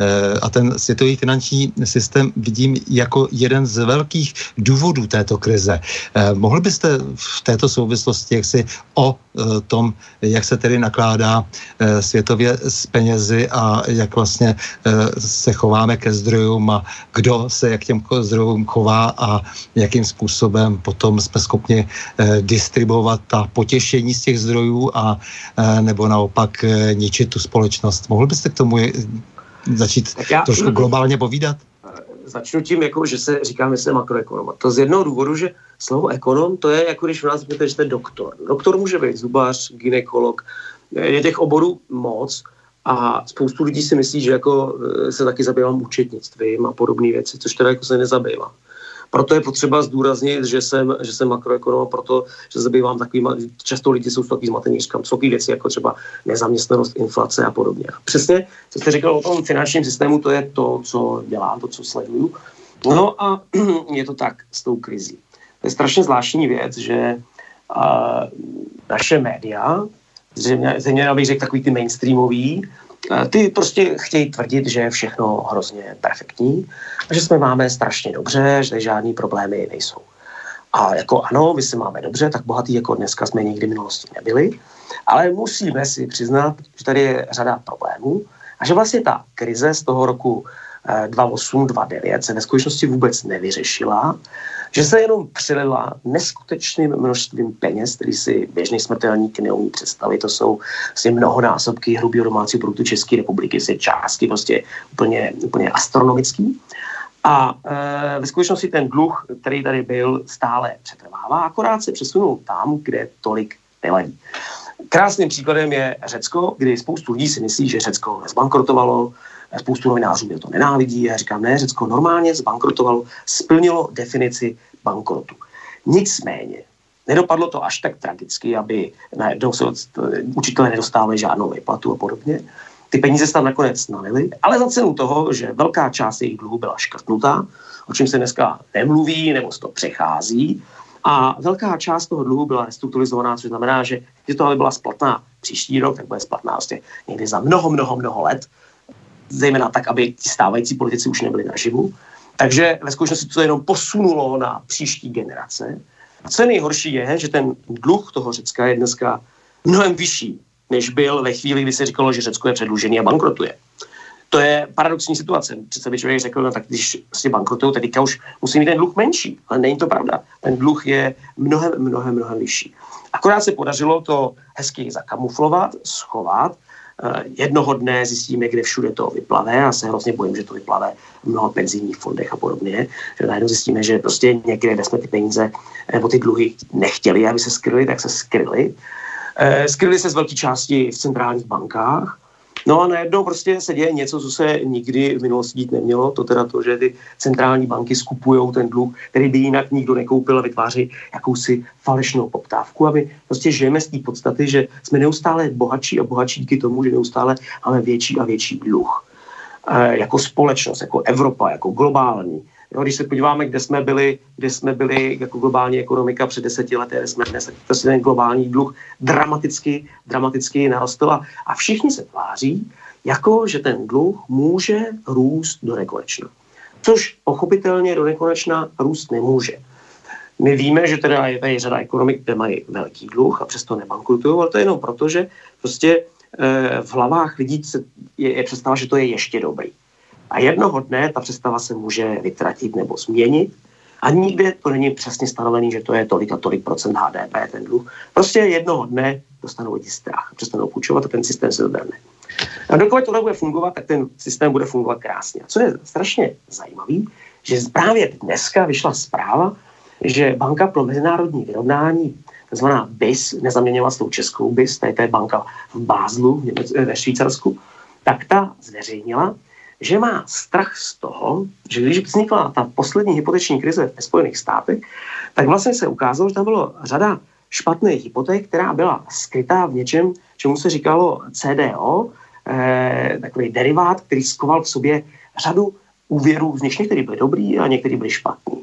A ten světový finanční systém vidím jako jeden z velkých důvodů této krize. Mohli byste v této souvislosti jaksi o tom, jak se tedy nakládá světově s penězi a jak vlastně se chováme ke zdrojům a kdo se jak těm zdrojům chová a jakým způsobem potom jsme schopni distribuovat ta potěšení z těch zdrojů a nebo naopak ničit tu společnost. Mohl byste k tomu začít já, trošku globálně povídat? Začnu tím, jako, že se říkáme, že jsem makroekonom. To z jednoho důvodu, že slovo ekonom, to je jako když v nás řeknete, že jste doktor. Doktor může být zubař, gynekolog, je těch oborů moc a spoustu lidí si myslí, že jako se taky zabývám účetnictvím a podobné věci, což teda jako se nezabývám. Proto je potřeba zdůraznit, že jsem, že jsem makroekonom, proto, že se zabývám takovými, často lidi jsou takový zmatení, říkám, co věci, jako třeba nezaměstnanost, inflace a podobně. A přesně, co jste říkal o tom finančním systému, to je to, co dělám, to, co sleduju. No a je to tak s tou krizí. To je strašně zvláštní věc, že uh, naše média, zřejmě abych řekl takový ty mainstreamový, ty prostě chtějí tvrdit, že je všechno hrozně perfektní a že jsme máme strašně dobře, že žádný problémy nejsou. A jako ano, my se máme dobře, tak bohatý jako dneska jsme nikdy v minulosti nebyli, ale musíme si přiznat, že tady je řada problémů a že vlastně ta krize z toho roku dva osm dva devět se ve skutečnosti vůbec nevyřešila, že se jenom přelila neskutečným množstvím peněz, který si běžný smrtelník neumí představit. To jsou vlastně mnohonásobky hrubého domácího produktu České republiky, si částky prostě úplně, úplně astronomický. A e, ve skutečnosti ten dluh, který tady byl, stále přetrvává, akorát se přesunul tam, kde tolik nevadí. Krásným příkladem je Řecko, kdy spoustu lidí si myslí, že Řecko nezbankrotovalo, spoustu novinářů mě to nenávidí. Já říkám, ne, Řecko normálně zbankrotovalo, splnilo definici bankrotu. Nicméně, nedopadlo to až tak tragicky, aby najednou se učitelé nedostávali žádnou výplatu a podobně. Ty peníze se tam nakonec nalily, ale za cenu toho, že velká část jejich dluhu byla škrtnutá, o čem se dneska nemluví, nebo se to přechází, a velká část toho dluhu byla restrukturalizovaná, což znamená, že když to ale byla splatná příští rok, tak bude splatná vlastně někdy za mnoho, mnoho, mnoho let, zejména tak, aby ti stávající politici už nebyli naživu. Takže ve skutečnosti to jenom posunulo na příští generace. A co je nejhorší je, že ten dluh toho Řecka je dneska mnohem vyšší, než byl ve chvíli, kdy se říkalo, že Řecko je předlužený a bankrotuje. To je paradoxní situace. Přece by člověk řekl, no tak když si bankrotují, tak teďka už musí mít ten dluh menší. Ale není to pravda. Ten dluh je mnohem, mnohem, mnohem vyšší. Akorát se podařilo to hezky zakamuflovat, schovat. Jednoho dne zjistíme, kde všude to vyplave. Já se hrozně bojím, že to vyplave v mnoha penzijních fondech a podobně. Že najednou zjistíme, že prostě někde, kde jsme ty peníze nebo ty dluhy nechtěli, aby se skryly, tak se skryly. Skryly se z velké části v centrálních bankách. No a najednou prostě se děje něco, co se nikdy v minulosti dít nemělo. To teda to, že ty centrální banky skupujou ten dluh, který by jinak nikdo nekoupil a vytváří jakousi falešnou poptávku. A my prostě žijeme z té podstaty, že jsme neustále bohatší a bohatší díky tomu, že neustále máme větší a větší dluh. E, jako společnost, jako Evropa, jako globální. Jo, když se podíváme, kde jsme byli, kde jsme byli jako globální ekonomika před deseti lety, jsme dnes, prostě ten globální dluh dramaticky, dramaticky narostl a všichni se tváří, jako že ten dluh může růst do nekonečna. Což pochopitelně do nekonečna růst nemůže. My víme, že teda je tady řada ekonomik, kde mají velký dluh a přesto nebankrutují, ale to je jenom proto, že prostě e, v hlavách lidí je, je představa, že to je ještě dobrý. A jednoho dne ta představa se může vytratit nebo změnit a nikde to není přesně stanovený, že to je tolik a tolik procent H D P, ten dluh. Prostě jednoho dne dostanou lidi strach, přestanou půjčovat a ten systém se dodrne. A dokud tohle bude fungovat, tak ten systém bude fungovat krásně. A co je strašně zajímavý, že právě dneska vyšla zpráva, že Banka pro mezinárodní vyrovnání, takzvaná B I S, nezaměňovat s tou českou B I S, to je banka v Bázlu ve Švýcarsku, tak ta zveřejnila, že má strach z toho, že když vznikla ta poslední hypoteční krize ve Spojených státech, tak vlastně se ukázalo, že tam bylo řada špatných hypoték, která byla skrytá v něčem, čemu se říkalo C D O, eh, takový derivát, který skoval v sobě řadu úvěrů, z nich některý byly dobrý a některý byly špatný.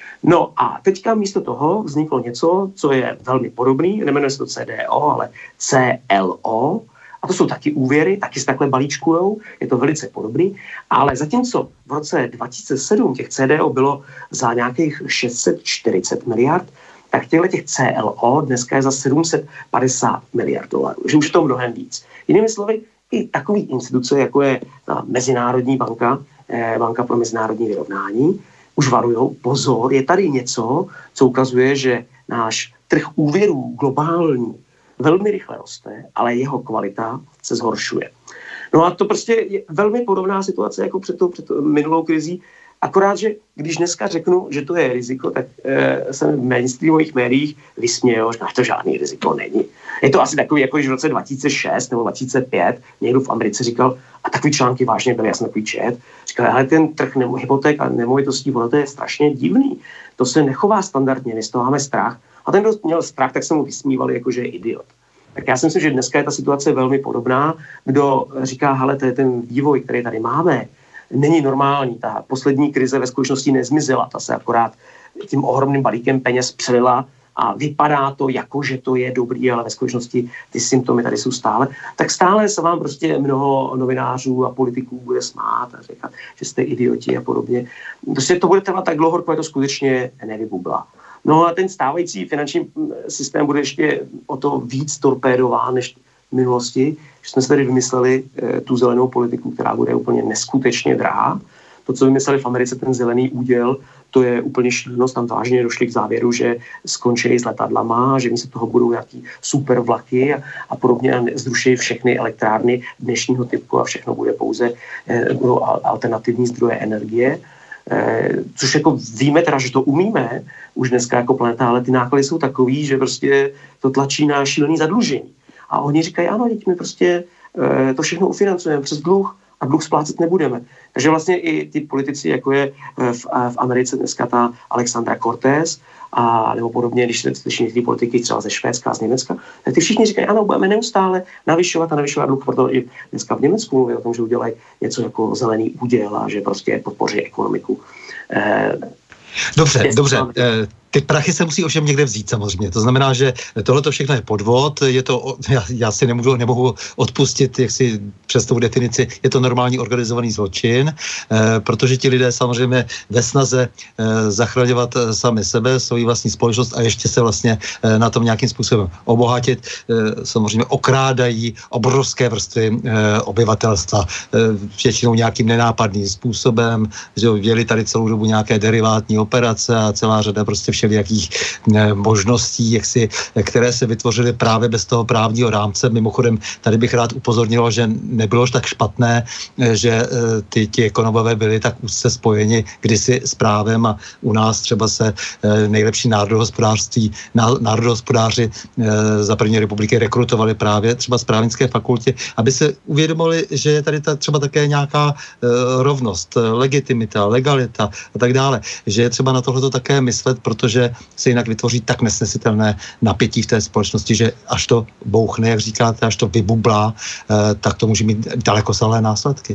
No a teďka místo toho vzniklo něco, co je velmi podobný, nemenuje se to C D O, ale C L O, a to jsou taky úvěry, taky se takhle balíčkujou, je to velice podobný, ale zatímco v roce dva tisíce sedm těch C D O bylo za nějakých šest set čtyřicet miliard, tak těchto těch C L O dneska je za sedm set padesát miliard dolarů, že už je to mnohem víc. Jinými slovy, i takový instituce, jako je ta Mezinárodní banka, Banka pro mezinárodní vyrovnání, už varujou, pozor, je tady něco, co ukazuje, že náš trh úvěrů globální velmi rychle roste, ale jeho kvalita se zhoršuje. No a to prostě je velmi podobná situace jako před tou, před tou minulou krizí, akorát, že když dneska řeknu, že to je riziko, tak e, se v mainstreamových médiích vysmějou, že to žádný riziko není. Je to asi takový, jako když v roce dva tisíce šest nebo dva tisíce pět někdo v Americe říkal, a takový články vážně byly, já jsem takový čet, říkal, ale ten trh nemo, hypoték a nemovitostí, ono to je strašně divný. To se nechová standardně, my z toho máme strach. A ten, kdo měl strach, tak se mu vysmívali, jako že je idiot. Tak já si myslím, že dneska je ta situace velmi podobná. Kdo říká, hele, to je ten vývoj, který tady máme, není normální. Ta poslední krize ve skutečnosti nezmizela, ta se akorát tím ohromným balíkem peněz přelila a vypadá to jako, že to je dobrý, ale ve skutečnosti ty symptomy tady jsou stále, tak stále se vám prostě mnoho novinářů a politiků bude smát a říkat, že jste idioti a podobně. Prostě to bude trvat tak dlouho, dokud to skutečně nevybubla. No a ten stávající finanční systém bude ještě o to víc torpédován než v minulosti, že jsme si tady vymysleli e, tu zelenou politiku, která bude úplně neskutečně drahá. To, co vymysleli v Americe, ten zelený úděl, to je úplně šílenost. Tam vážně došli k závěru, že skončí s letadlama, že místo toho budou nějaký super vlaky a, a podobně a zruší všechny elektrárny dnešního typu a všechno bude pouze e, budou alternativní zdroje energie. E, což jako víme teda, že to umíme už dneska jako planeta, ale ty náklady jsou takový, že prostě to tlačí na šílený zadlužení. A oni říkají, ano, teď my prostě e, to všechno ufinancujeme přes dluh a dluh splácet nebudeme. Takže vlastně i ty politici, jako je v, v Americe dneska ta Alexandra Cortés, a nebo podobně, když se slyší ty politiky třeba ze Švédska a z Německa, tak ty všichni říkají, ano, budeme neustále navyšovat a navyšovat dluh, proto i dneska v Německu mluví o tom, že udělají něco jako zelený úděl a že prostě podpoří ekonomiku. E, Dobře, dobře. E, ty prachy se musí ovšem někde vzít samozřejmě. To znamená, že tohle to všechno je podvod, je to, já, já si nemůžu, nemohu odpustit, jak si přes tou definici, je to normální organizovaný zločin, eh, protože ti lidé samozřejmě ve snaze eh, zachraňovat sami sebe, svoji vlastní společnost a ještě se vlastně eh, na tom nějakým způsobem obohatit, eh, samozřejmě okrádají obrovské vrstvy eh, obyvatelstva, eh, většinou nějakým nenápadným způsobem, že věli tady celou dobu nějaké derivátní operace a celá řada prostě všelijakých eh, možností, jak si, které se vytvořily právě bez toho právního rámce. Mimochodem, tady bych rád upozornil, že nebylo tak špatné, eh, že eh, ty, ti ekonomové byli tak úzce spojeni kdysi s právem a u nás třeba se eh, nejlepší národohospodářství, ná, národohospodáři eh, za první republiky rekrutovali právě třeba z právnické fakultě, aby se uvědomili, že je tady ta, třeba také nějaká eh, rovnost, legitimita, legalita a tak dále. Že je třeba na tohleto také myslet, protože se jinak vytvoří tak nesnesitelné napětí v té společnosti, že až to bouchne, jak říkáte, až to vybublá, eh, tak to může mít dalekosáhlé následky.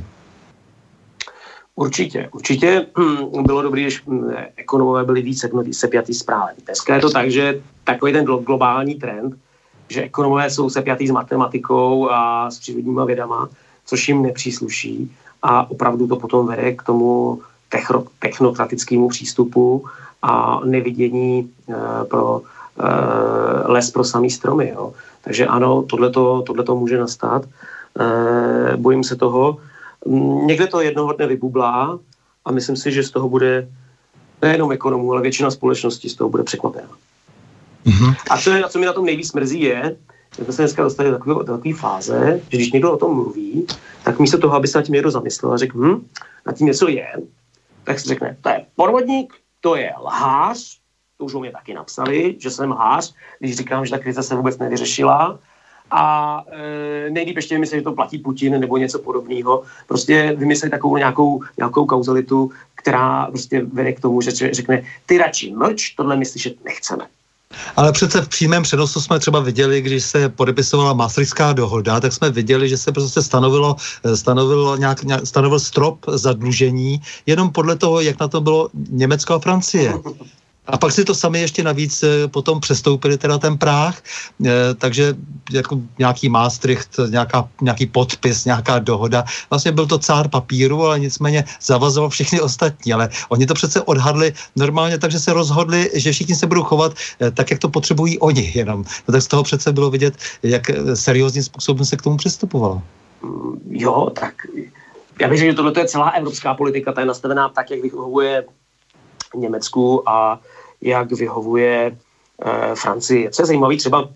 Určitě, určitě bylo dobré, když ekonomové byli víc sepjatý s právem. Dneska je to tak, že takový ten globální trend, že ekonomové jsou sepjatý s matematikou a s přírodníma vědama, což jim nepřísluší a opravdu to potom vede k tomu technokratickému přístupu a nevidění e, pro e, les pro samý stromy. Jo. Takže ano, tohleto, tohleto může nastat. E, bojím se toho. Někde to jednoho dne vybublá a myslím si, že z toho bude nejenom ekonomů, ale většina společnosti z toho bude překvapena. Mm-hmm. A co, je, co mi na tom nejvíc mrzí je, že jsme se dneska dostali do takové, do takové fáze, že když někdo o tom mluví, tak místo toho, aby se na tím někdo zamyslel a řekl, hm, na tím něco je, tak si řekne, to je podvodník, to je lhář, to už o mě taky napsali, že jsem lhář, když říkám, že ta krize se vůbec nevyřešila a e, nejlíp ještě vymyslet, že to platí Putin nebo něco podobného. Prostě vymyslet takovou nějakou, nějakou kauzalitu, která prostě vede k tomu, že řekne, ty radši mlč, tohle my slyšet nechceme. Ale přece v přímém přenosu jsme třeba viděli, když se podepisovala Maastrichtská dohoda, tak jsme viděli, že se prostě stanovilo, stanovilo nějak, nějak, stanovil strop zadlužení jenom podle toho, jak na to bylo Německo a Francie. A pak si to sami ještě navíc potom přestoupili teda ten práh, takže jako nějaký Maastricht, nějaká, nějaký podpis, nějaká dohoda. Vlastně byl to cár papíru, ale nicméně zavazoval všechny ostatní. Ale oni to přece odhadli normálně, takže se rozhodli, že všichni se budou chovat tak, jak to potřebují oni jenom. No tak z toho přece bylo vidět, jak seriózním způsobem se k tomu přistupovalo. Jo, tak já bych řekl, že tohle je celá evropská politika, ta je nastavená tak, jak vyhovuje Německu a jak vyhovuje e, Francii. Co je zajímavé, třeba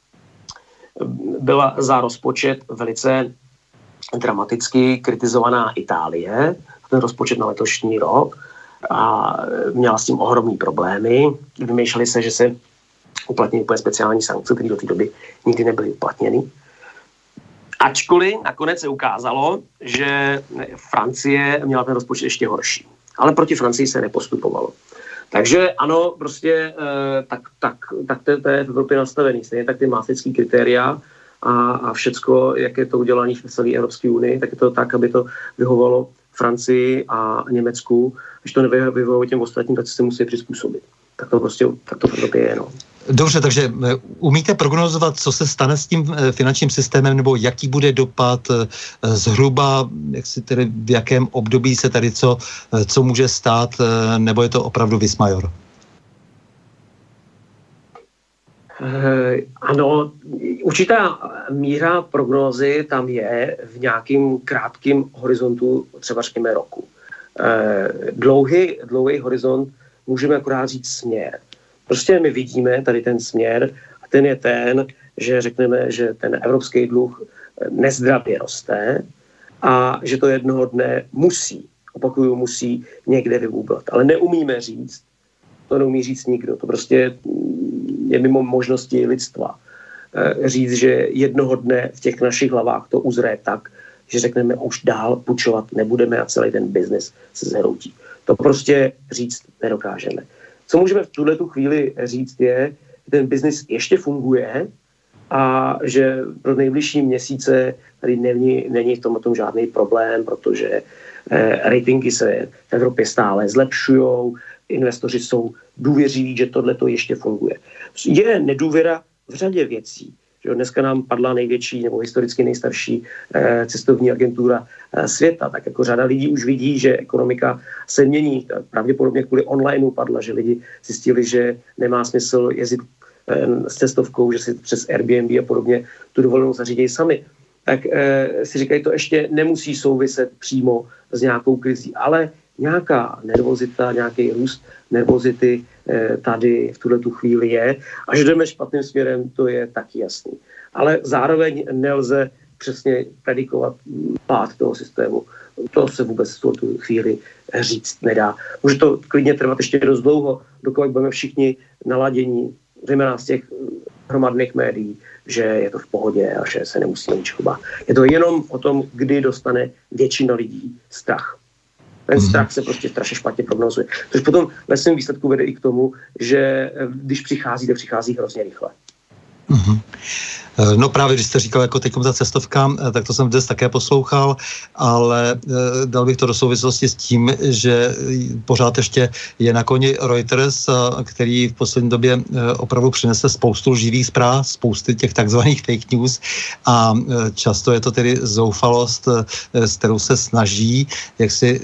byla za rozpočet velice dramaticky kritizovaná Itálie, ten rozpočet na letošní rok, a měla s tím ohromný problémy. Vymýšleli se, že se uplatní úplně speciální sankce, které do té doby nikdy nebyly uplatněny. Ačkoliv nakonec se ukázalo, že Francie měla ten rozpočet ještě horší. Ale proti Francii se nepostupovalo. Takže ano, prostě eh, tak, tak, tak to, to je v Evropě nastavený. Stejně tak ty maastrichtské kritéria a, a všecko, jak je to udělané v celé Evropské unii, tak je to tak, aby to vyhovovalo Francii a Německu. Když to nevyhovuje těm ostatním, tak se musí přizpůsobit. Tak to prostě tak to v Evropě je. No. Dobře, takže umíte prognozovat, co se stane s tím finančním systémem, nebo jaký bude dopad zhruba, jak si tedy, v jakém období se tady co, co může stát, nebo je to opravdu vismajor? Eh, ano, určitá míra prognózy tam je v nějakým krátkém horizontu, třeba řekněme roku. Eh, dlouhý, dlouhý horizont můžeme akorát říct směr. Prostě my vidíme tady ten směr a ten je ten, že řekneme, že ten evropský dluh nezdravě roste a že to jednoho dne musí, opakuju, musí někde vybublat. Ale neumíme říct, to neumí říct nikdo. To prostě je mimo možnosti lidstva. Říct, že jednoho dne v těch našich hlavách to uzraje tak, že řekneme, už dál půjčovat nebudeme a celý ten biznis se zhroutí. To prostě říct nedokážeme. Co můžeme v tuhle tu chvíli říct je, že ten biznis ještě funguje a že pro nejbližší měsíce tady není, není v tom, tom žádný problém, protože eh, ratingy se v Evropě stále zlepšujou, investoři jsou důvěřiví, že tohle to ještě funguje. Je nedůvěra v řadě věcí. Že dneska nám padla největší nebo historicky nejstarší eh, cestovní agentura eh, světa, tak jako řada lidí už vidí, že ekonomika se mění. Pravděpodobně kvůli onlineu padla, že lidi zjistili, že nemá smysl jezdit eh, s cestovkou, že si přes Airbnb a podobně tu dovolenou zařídějí sami. Tak eh, si říkají, to ještě nemusí souviset přímo s nějakou krizí, ale nějaká nervozita, nějaký růst nervozity eh, tady v tuhletu chvíli je. A že jdeme špatným směrem, to je taky jasný. Ale zároveň nelze přesně predikovat pád toho systému. To se vůbec v tuhletu chvíli říct nedá. Může to klidně trvat ještě dost dlouho, dokud budeme všichni naladění, zejména z těch hromadných médií, že je to v pohodě a že se nemusíme ničeho bát. Je to jenom o tom, kdy dostane většina lidí strach. Ten strach se prostě strašně špatně prognozuje. Což potom ve svém výsledku vede i k tomu, že když přichází, tak přichází hrozně rychle. Mm-hmm. No právě, když jste říkal jako teďkom ta cestovka, tak to jsem dnes také poslouchal, ale dal bych to do souvislosti s tím, že pořád ještě je na koni Reuters, který v poslední době opravdu přinesl spoustu lživých zpráv, spousty těch takzvaných fake news a často je to tedy zoufalost, s kterou se snaží, jak si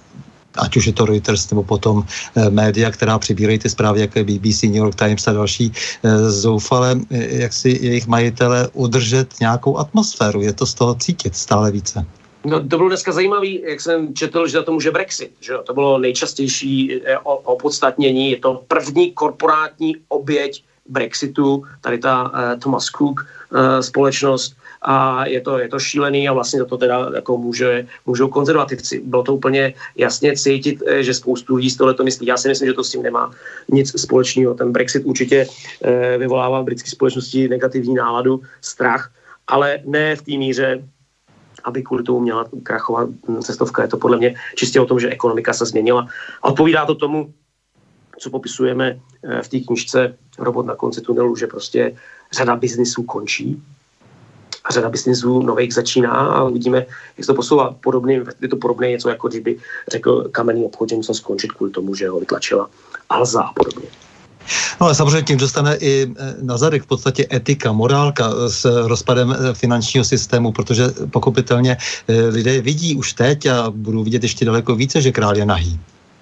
ať už je to Reuters nebo potom e, média, která přibírají ty zprávy, jako je B B C, New York Times a další, e, zoufale, e, jak si jejich majitele udržet nějakou atmosféru. Je to z toho cítit stále více. No, to bylo dneska zajímavý, jak jsem četl, že za to může Brexit. Že? To bylo nejčastější e, opodstatnění. Je to první korporátní oběť Brexitu, tady ta e, Thomas Cook e, společnost, a je to, je to šílený a vlastně za to teda jako může, můžou konzervativci. Bylo to úplně jasně cítit, že spoustu lidí z tohleto myslí. Já si myslím, že to s tím nemá nic společného. Ten Brexit určitě eh, vyvolává v britské společnosti negativní náladu, strach ale ne v té míře, aby kvůli tomu měla krachovat cestovka. Je to podle mě čistě o tom, že ekonomika se změnila. A odpovídá to tomu, co popisujeme v té knížce Robot na konci tunelu, že prostě řada biznisů končí a řada biznisů nových začíná a uvidíme, jak se to posouvá. Podobný, je to podobné něco, jako když by řekl kamenný obchod, že musel skončit kvůli tomu, že ho vytlačila Alza a podobně. No ale samozřejmě tím dostane i na zadek v podstatě etika, morálka s rozpadem finančního systému, protože pochopitelně lidé vidí už teď a budou vidět ještě daleko více, že král je nahý.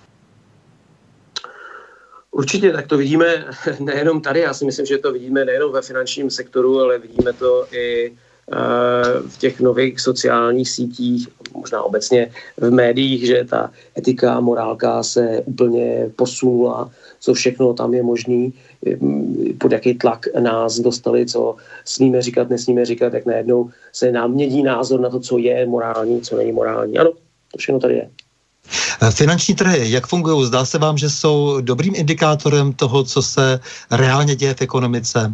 Určitě, tak to vidíme nejenom tady, já si myslím, že to vidíme nejenom ve finančním sektoru, ale vidíme to i v těch nových sociálních sítích, možná obecně v médiích, že ta etika, morálka se úplně posunula, co všechno tam je možný, pod jaký tlak nás dostali, co smíme říkat, nesmíme říkat, jak najednou se nám mění názor na to, co je morální, co není morální. Ano, to všechno tady je. Finanční trhy, jak fungují? Zdá se vám, že jsou dobrým indikátorem toho, co se reálně děje v ekonomice?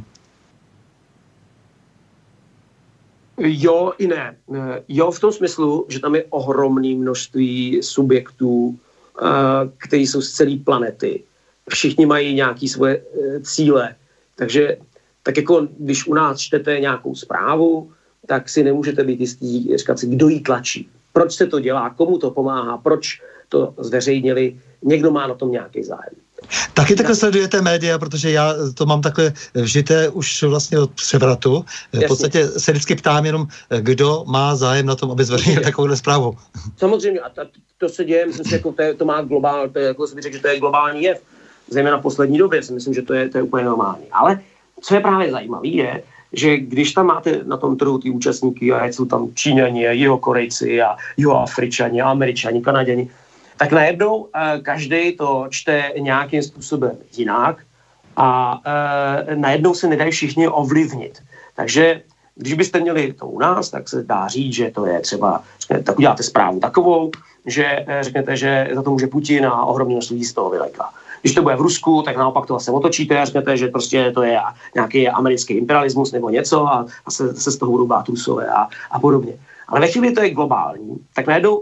Jo i ne. Jo v tom smyslu, že tam je ohromné množství subjektů, kteří jsou z celé planety. Všichni mají nějaké svoje cíle. Takže tak jako když u nás čtete nějakou zprávu, tak si nemůžete být jistý, říkat si, kdo jí tlačí. Proč se to dělá, komu to pomáhá, proč to zveřejnili. Někdo má na tom nějaký zájem. Taky takhle sledujete média, protože já to mám takhle vžité už vlastně od převratu. V podstatě se vždycky ptám jenom, kdo má zájem na tom, aby zveřejnil takovouhle zprávu. Samozřejmě, a to se děje, myslím si, jako to, je, to má globál, to je, jako jsem řekl, že to je globální jev. Zejména v poslední době si myslím, že to je, to je úplně normální. Ale co je právě zajímavé, je, že když tam máte na tom trhu ty účastníky, a jsou tam Číňani, Jihokorejci a Jihoafričani, Američani, Kanaděni, tak najednou uh, každý to čte nějakým způsobem jinak a uh, najednou se nedají všichni ovlivnit. Takže když byste měli to u nás, tak se dá říct, že to je třeba, tak uděláte zprávu takovou, že uh, řeknete, že za to může Putin a ohromně množství z toho vylejká. Když to bude v Rusku, tak naopak to vlastně otočíte a řeknete, že prostě to je nějaký americký imperialismus nebo něco a, a se, se z toho budou bát Rusové a, a podobně. Ale ve chvíli to je globální, tak najednou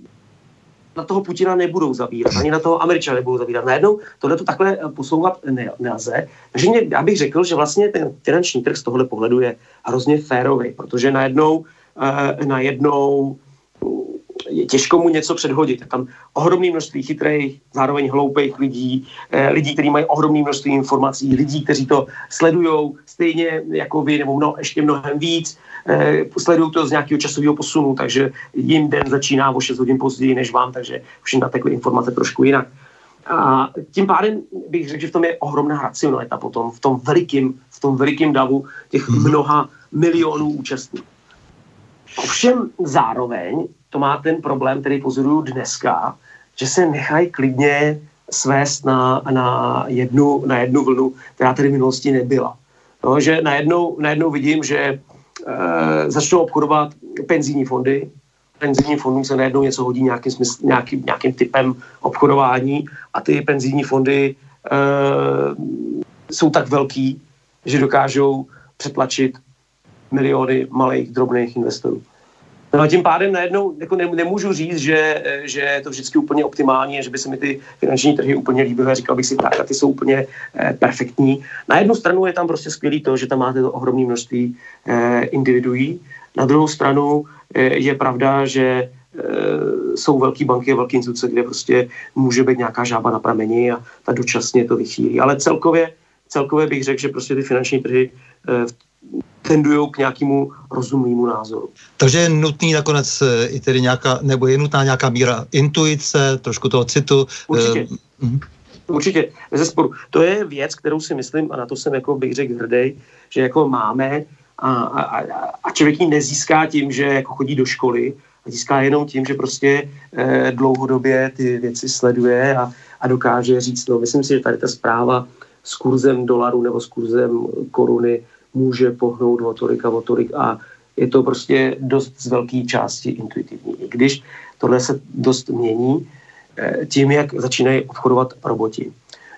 na toho Putina nebudou zavírat, ani na toho Američana nebudou zavírat. Najednou tohle to takhle posouvat ne, nelze. Takže mě, já bych řekl, že vlastně ten finanční trh z tohohle pohledu je hrozně férový, protože najednou, eh, najednou je těžko mu něco předhodit. Je tam ohromné množství chytrých, zároveň hloupých lidí, eh, lidí, kteří mají ohromné množství informací, lidí, kteří to sledujou stejně jako vy, nebo mno, ještě mnohem víc, eh, sledují to z nějakého časového posunu, takže jim den začíná o šest hodin později než vám, takže už jim natekly informace trošku jinak. A tím pádem bych řekl, že v tom je ohromná racionalita potom, v tom velikým, v tom velikým davu těch mnoha milionů účastníků. Ovšem zároveň to má ten problém, který pozoruju dneska, že se nechají klidně svést na, na, jednu, na jednu vlnu, která tady v minulosti nebyla. No, že najednou, najednou vidím, že e, začnou obchodovat penzijní fondy. Penzijním fondům se najednou něco hodí nějakým, smysl, nějakým, nějakým typem obchodování a ty penzijní fondy e, jsou tak velký, že dokážou přetlačit miliony malých, drobných investorů. No a tím pádem najednou jako nemůžu říct, že, že je to vždycky úplně optimální, že by se mi ty finanční trhy úplně líbily. Říkal bych si tak, a ty jsou úplně eh, perfektní. Na jednu stranu je tam prostě skvělý to, že tam máte to ohromné množství eh, individuí. Na druhou stranu eh, je pravda, že eh, jsou velké banky a velké instituce, kde prostě může být nějaká žába na prameni a ta dočasně to vychýlí. Ale celkově, celkově bych řekl, že prostě ty finanční trhy eh, tendují k nějakému rozumnému názoru. Takže je nutný nakonec i tedy nějaká, nebo je nutná nějaká míra intuice, trošku toho citu. Určitě. Uh, Určitě, bezesporu. To je věc, kterou si myslím, a na to jsem jako bych řekl hrdý, že jako máme a, a, a člověk ji nezíská tím, že jako chodí do školy, a získá jenom tím, že prostě eh, dlouhodobě ty věci sleduje a, a dokáže říct, no myslím si, že tady ta zpráva s kurzem dolaru nebo s kurzem koruny může pohnout o tolik a o tolik a je to prostě dost z velké části intuitivní. I když tohle se dost mění tím, jak začínají obchodovat roboti.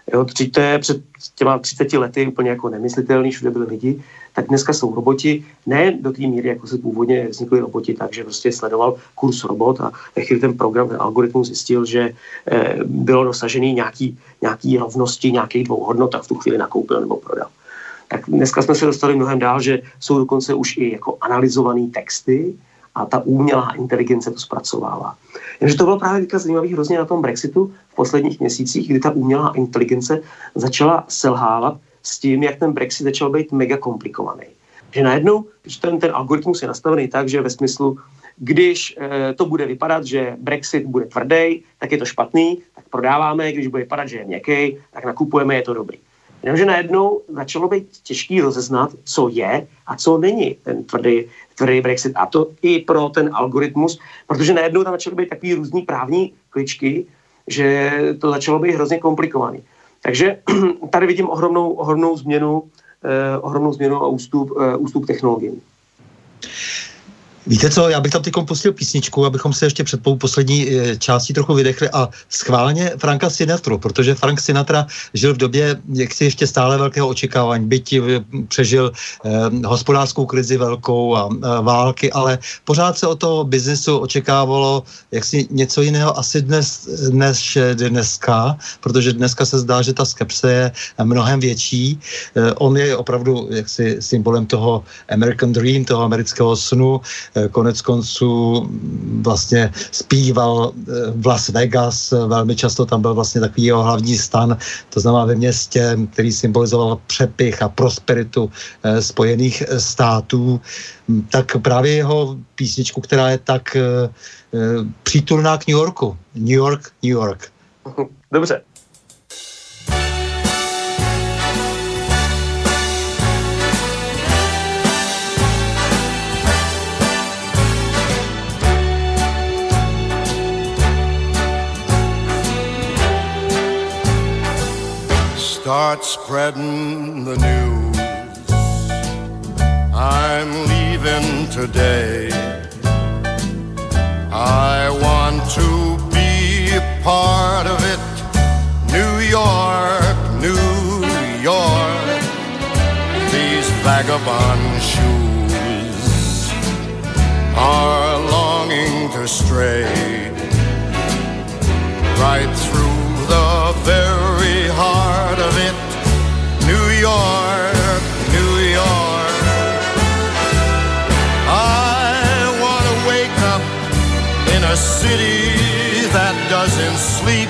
Jo, to je před těma třiceti lety úplně jako nemyslitelný, všude byli lidi, tak dneska jsou roboti, ne do té míry, jako se původně vznikli roboti, takže prostě sledoval kurz robot a ve chvíli ten program, ten algoritmus zjistil, že eh, bylo dosažený nějaký, nějaký rovnosti, nějakých dvou hodnot a v tu chvíli nakoupil nebo prodal. Tak dneska jsme se dostali mnohem dál, že jsou dokonce už i jako analyzované texty a ta umělá inteligence to zpracovává. Jenže to bylo právě zajímavé hrozně na tom Brexitu v posledních měsících, kdy ta umělá inteligence začala selhávat s tím, jak ten Brexit začal být mega komplikovaný. Že najednou, že ten, ten algoritmus je nastavený tak, že ve smyslu, když e, to bude vypadat, že Brexit bude tvrdý, tak je to špatný, tak prodáváme, když bude vypadat, že je měkký, tak nakupujeme, je to dobrý. Jenomže najednou začalo být těžký rozeznat, co je a co není ten tvrdý, tvrdý Brexit. A to i pro ten algoritmus, protože najednou tam začaly být takový různý právní kličky, že to začalo být hrozně komplikovaný. Takže tady vidím ohromnou, ohromnou změnu, eh, ohromnou změnu a ústup, eh, ústup technologií. Víte co, já bych tam teď pustil písničku, abychom se ještě před poslední částí trochu vydechli a schválně Franka Sinatru, protože Frank Sinatra žil v době, jak si ještě stále velkého očekávání, byť přežil eh, hospodářskou krizi velkou a eh, války, ale pořád se od toho biznesu očekávalo jaksi něco jiného asi dnes, než dneska, protože dneska se zdá, že ta skepse je mnohem větší. Eh, on je opravdu jaksi symbolem toho American Dream, toho amerického snu. Konec konců vlastně zpíval v Las Vegas, velmi často tam byl vlastně takový jeho hlavní stan, to znamená ve městě, který symbolizoval přepich a prosperitu eh, Spojených států, tak právě jeho písničku, která je tak eh, přítulná k New Yorku. New York, New York. Dobře. Start spreading the news. I'm leaving today. I want to be a part of it. New York, New York. These vagabond shoes are longing to stray right through the very heart of it. New York, New York. I want to wake up in a city that doesn't sleep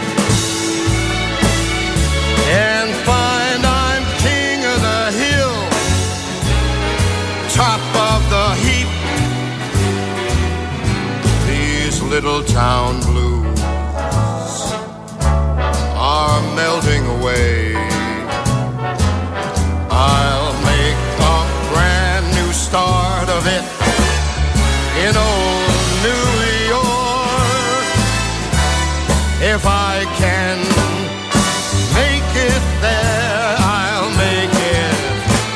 and find I'm king of the hill, top of the heap. These little town blues are melting away. I'll make a brand new start of it in old New York. If I can make it there, I'll make it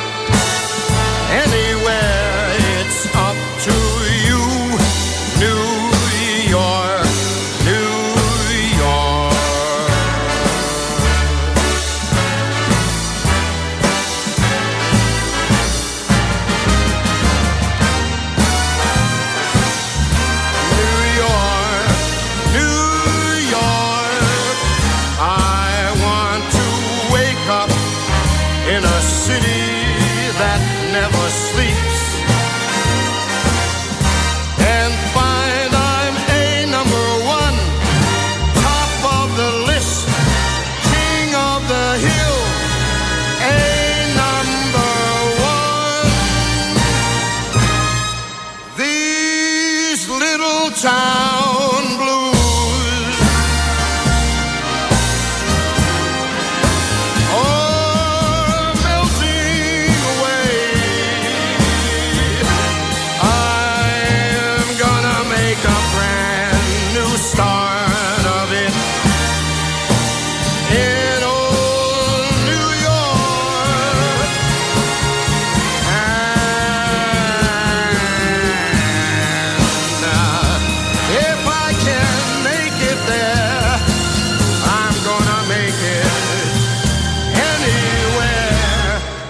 anywhere. It's up to you, New York, New York. Town blues, oh, melting away.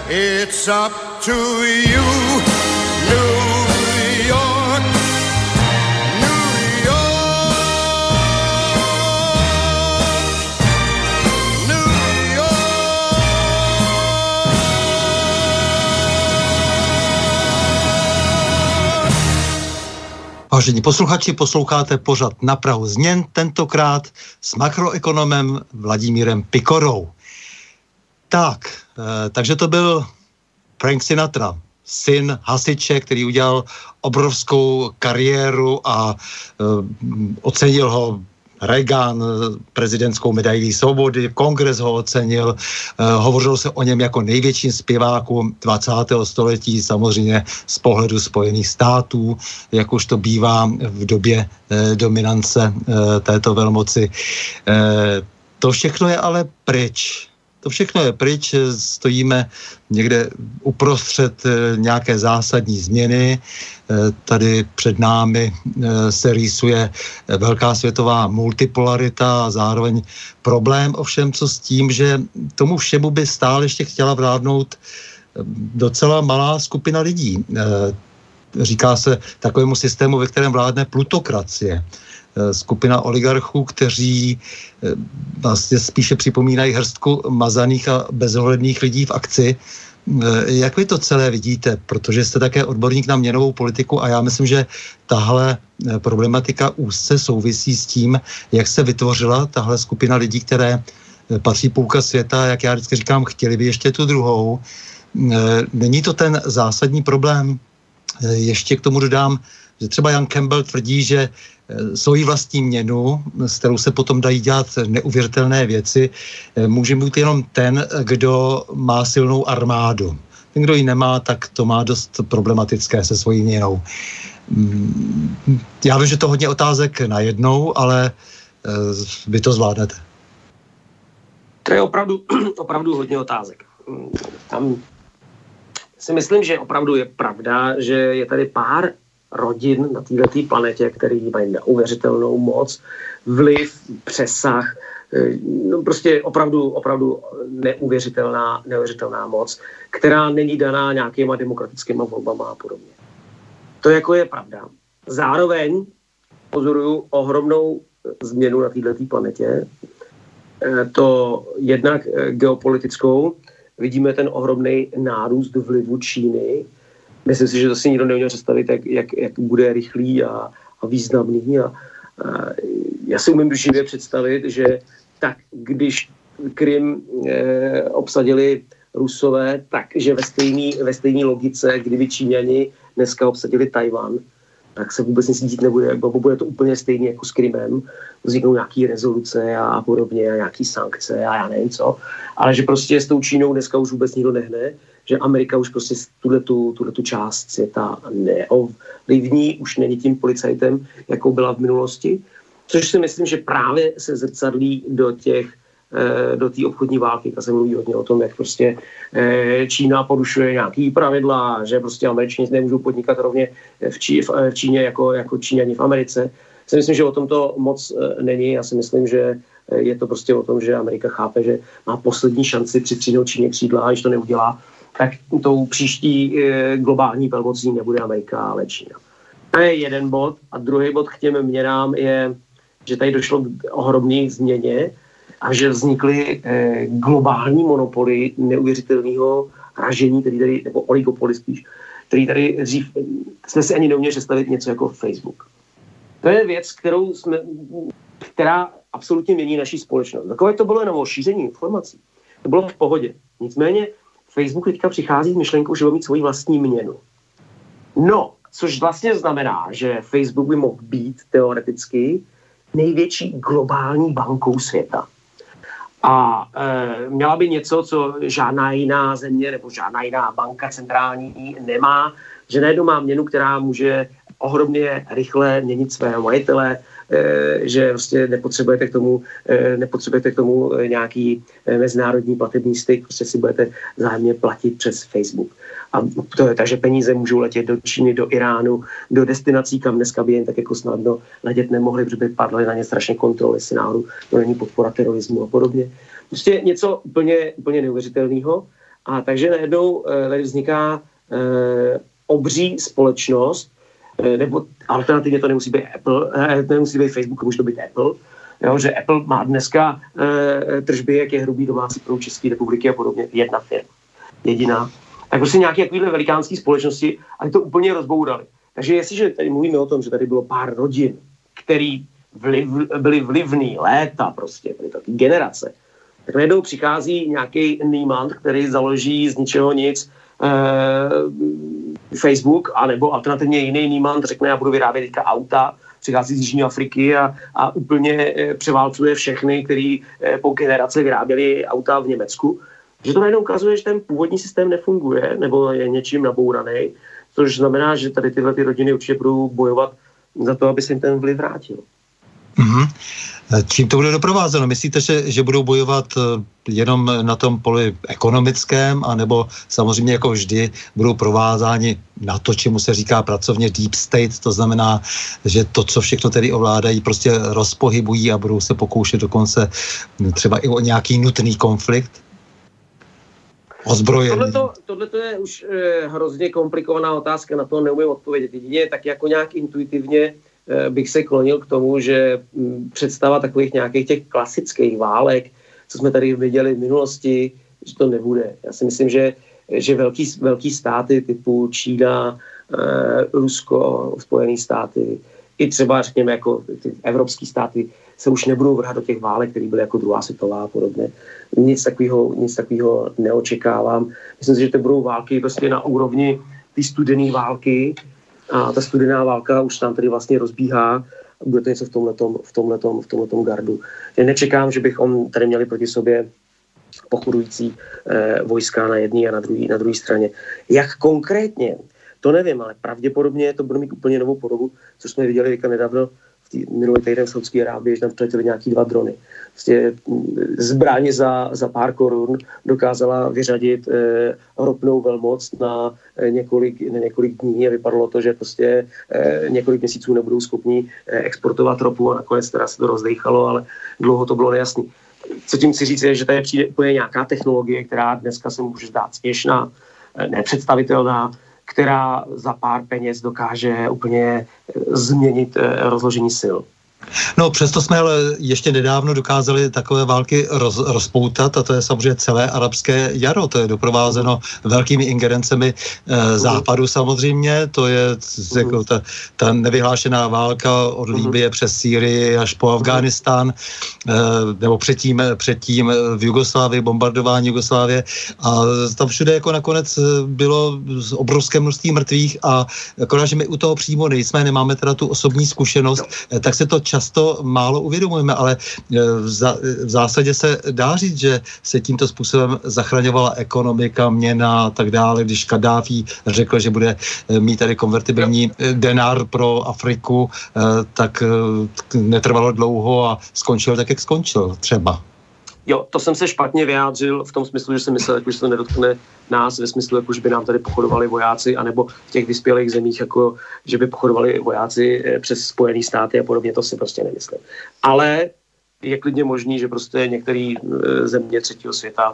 It's up to you, New York, New York, New York. Vážení posluchači, posloucháte pořad Na prahu změn, tentokrát s makroekonomem Vladimírem Pikorou. Tak, e, takže to byl Frank Sinatra, syn hasiče, který udělal obrovskou kariéru a e, ocenil ho Reagan prezidentskou medailí svobody, kongres ho ocenil, e, hovořilo se o něm jako největším zpěváku dvacátého století, samozřejmě z pohledu Spojených států, jak už to bývá v době e, dominance e, této velmoci. E, to všechno je ale pryč. To všechno je pryč, stojíme někde uprostřed nějaké zásadní změny. Tady před námi se rýsuje velká světová multipolarita a zároveň problém ovšem co s tím, že tomu všemu by stále ještě chtěla vládnout docela malá skupina lidí. Říká se takovému systému, ve kterém vládne plutokracie. Skupina oligarchů, kteří vlastně spíše připomínají hrstku mazaných a bezohledných lidí v akci. Jak vy to celé vidíte? Protože jste také odborník na měnovou politiku a já myslím, že tahle problematika úzce souvisí s tím, jak se vytvořila tahle skupina lidí, které patří půlka světa, jak já vždycky říkám, chtěli by ještě tu druhou. Není to ten zásadní problém? Ještě k tomu dodám, že třeba Jan Campbell tvrdí, že svoji vlastní měnu, s kterou se potom dají dělat neuvěřitelné věci, může mít jenom ten, kdo má silnou armádu. Ten, kdo ji nemá, tak to má dost problematické se svojí měnou. Já vím, že to hodně otázek najednou, ale vy to zvládnete. To je opravdu, opravdu hodně otázek. Tam si myslím, že opravdu je pravda, že je tady pár rodin na této planetě, který mají neuvěřitelnou moc, vliv, přesah, no prostě opravdu, opravdu neuvěřitelná, neuvěřitelná moc, která není daná nějakýma demokratickýma volbama a podobně. To jako je pravda. Zároveň pozoruju ohromnou změnu na této planetě. To jednak geopolitickou. Vidíme ten ohromný nárůst vlivu Číny. Myslím si, že to si nikdo neuměl představit, jak, jak, jak bude rychlý a, a významný. A, a já si umím živě představit, že tak, když Krym e, obsadili Rusové, takže ve stejné ve stejný logice, kdyby Číňani dneska obsadili Tajvan, tak se vůbec nic dít nebude, bo bude to úplně stejně jako s Krymem. Vzniknou nějaký rezoluce a, a podobně, a nějaký sankce a já nevím co. Ale že prostě s tou Čínou dneska už vůbec nikdo nehne, že Amerika už prostě tuhletu, tuhletu část světa neovlivní, už není tím policajtem, jakou byla v minulosti. Což si myslím, že právě se zrcadlí do těch do té obchodní války. Ta se mluví hodně o tom, jak prostě Čína porušuje nějaký pravidla, že prostě Američané nemůžou podnikat rovně v, Čí, v Číně jako, jako Číňani v Americe. Já si myslím, že o tom to moc není. Já si myslím, že je to prostě o tom, že Amerika chápe, že má poslední šanci přitřídnout Číně křídla a když to neudělá, tak tou příští globální velmocí nebude Amerika, ale Čína. To je jeden bod. A druhý bod k těm měnám je, že tady došlo k ohromné změně a že vznikly eh, globální monopoly neuvěřitelného ražení, který tady, nebo oligopoly spíš, který tady dřív jsme si ani neuměli představit něco jako Facebook. To je věc, kterou jsme, která absolutně mění naší společnost. Takové to bylo jenom o šíření informací. To bylo v pohodě. Nicméně Facebook teďka přichází s myšlenkou, že bude mít svoji vlastní měnu. No, což vlastně znamená, že Facebook by mohl být teoreticky největší globální bankou světa. A e, měla by něco, co žádná jiná země nebo žádná jiná banka centrální nemá, že najednou má měnu, která může ohromně rychle měnit svého majitele, e, že prostě nepotřebujete k tomu, e, nepotřebujete k tomu nějaký e, mezinárodní platební styk, prostě si budete vzájemně platit přes Facebook. A to je, takže peníze můžou letět do Číny, do Iránu, do destinací, kam dneska by jen tak jako snadno letět nemohli, protože by padly na ně strašně kontroly, jestli náhodou to není podpora terorismu a podobně. Prostě něco úplně, úplně neuvěřitelného. A takže najednou tady vzniká eh, obří společnost, eh, nebo alternativně to nemusí být Apple, eh, nemusí být Facebook, může to být Apple, jo, že Apple má dneska eh, tržby, jak je hrubý domácí produkt České republiky a podobně, jedna firma, jediná. Tak prostě nějaké takovéhle velikánské společnosti a to úplně rozbourali. Takže jestliže tady mluvíme o tom, že tady bylo pár rodin, který vliv, byly vlivný léta prostě, byly taky generace, tak najednou přichází nějaký Niemand, který založí z ničeho nic eh, Facebook, anebo alternativně jiný Niemand řekne, já budu vyrábět teďka auta, přichází z Jižní Afriky a, a úplně eh, převálcuje všechny, kteří eh, po generace vyráběli auta v Německu. Že to najednou ukazuje, že ten původní systém nefunguje, nebo je něčím nabouraný, což znamená, že tady tyhle ty rodiny určitě budou bojovat za to, aby se jim ten vliv vrátil. Mm-hmm. Čím to bude doprovázeno? Myslíte, že, že budou bojovat jenom na tom poli ekonomickém, anebo samozřejmě jako vždy budou provázáni na to, čemu se říká pracovně deep state, to znamená, že to, co všechno tedy ovládají, prostě rozpohybují a budou se pokoušet dokonce třeba i o nějaký nutný konflikt? Ozbrojený. Tohle je už e, hrozně komplikovaná otázka, na to neumím odpovědět. Jedině tak jako nějak intuitivně e, bych se klonil k tomu, že m, představa takových nějakých těch klasických válek, co jsme tady viděli v minulosti, že to nebude. Já si myslím, že, že velký, velký státy typu Čína, e, Rusko, Spojené státy, i třeba řekněme jako ty evropské státy se už nebudou vrhat do těch válek, které byly jako druhá světová a podobně. Nic takového, nic takového neočekávám. Myslím si, že to budou války prostě na úrovni té studené války a ta studená válka už tam tady vlastně rozbíhá a bude to něco v tomhletom, v tomhletom, v tomhletom gardu. Já nečekám, že bychom tady měli proti sobě pochodující eh, vojska na jedné a na druhé na druhé straně. Jak konkrétně, to nevím, ale pravděpodobně to bude mít úplně novou podobu, což jsme viděli teďka nedávno minulý týden v Saudské Arábii, že tam přiletěli nějaký dva drony. Prostě zbraň za, za pár korun dokázala vyřadit eh, ropnou velmoc na eh, několik, na několik dní a vypadalo to, že prostě eh, několik měsíců nebudou schopni eh, exportovat ropu a nakonec teda se to rozdejchalo, ale dlouho to bylo nejasný. Co tím chci říct je, že tady přijde úplně nějaká technologie, která dneska se může zdát směšná, eh, nepředstavitelná, která za pár peněz dokáže úplně změnit rozložení sil. No, přesto jsme ale ještě nedávno dokázali takové války roz, rozpoutat a to je samozřejmě celé arabské jaro. To je doprovázeno velkými ingerencemi e, západu samozřejmě. To je uh-huh. jako ta, ta nevyhlášená válka od Libye uh-huh. přes Sýrii až po Afghánistán, e, nebo předtím, předtím v Jugoslávii, bombardování Jugoslávie. A tam všude jako nakonec bylo obrovské množství mrtvých a akorát, že my u toho přímo nejsme, nemáme teda tu osobní zkušenost, no. tak se to často málo uvědomujeme, ale v, za, v zásadě se dá říct, že se tímto způsobem zachraňovala ekonomika, měna a tak dále, když Kaddáfí řekl, že bude mít tady konvertibilní denár pro Afriku, tak netrvalo dlouho a skončil tak, jak skončil třeba. Jo, to jsem se špatně vyjádřil v tom smyslu, že jsem myslel, jako, že to nedotkne nás, ve smyslu, jako, že by nám tady pochodovali vojáci, anebo v těch vyspělých zemích, jako, že by pochodovali vojáci přes Spojené státy a podobně, to si prostě nemyslím. Ale je klidně možný, že prostě některé země třetího světa,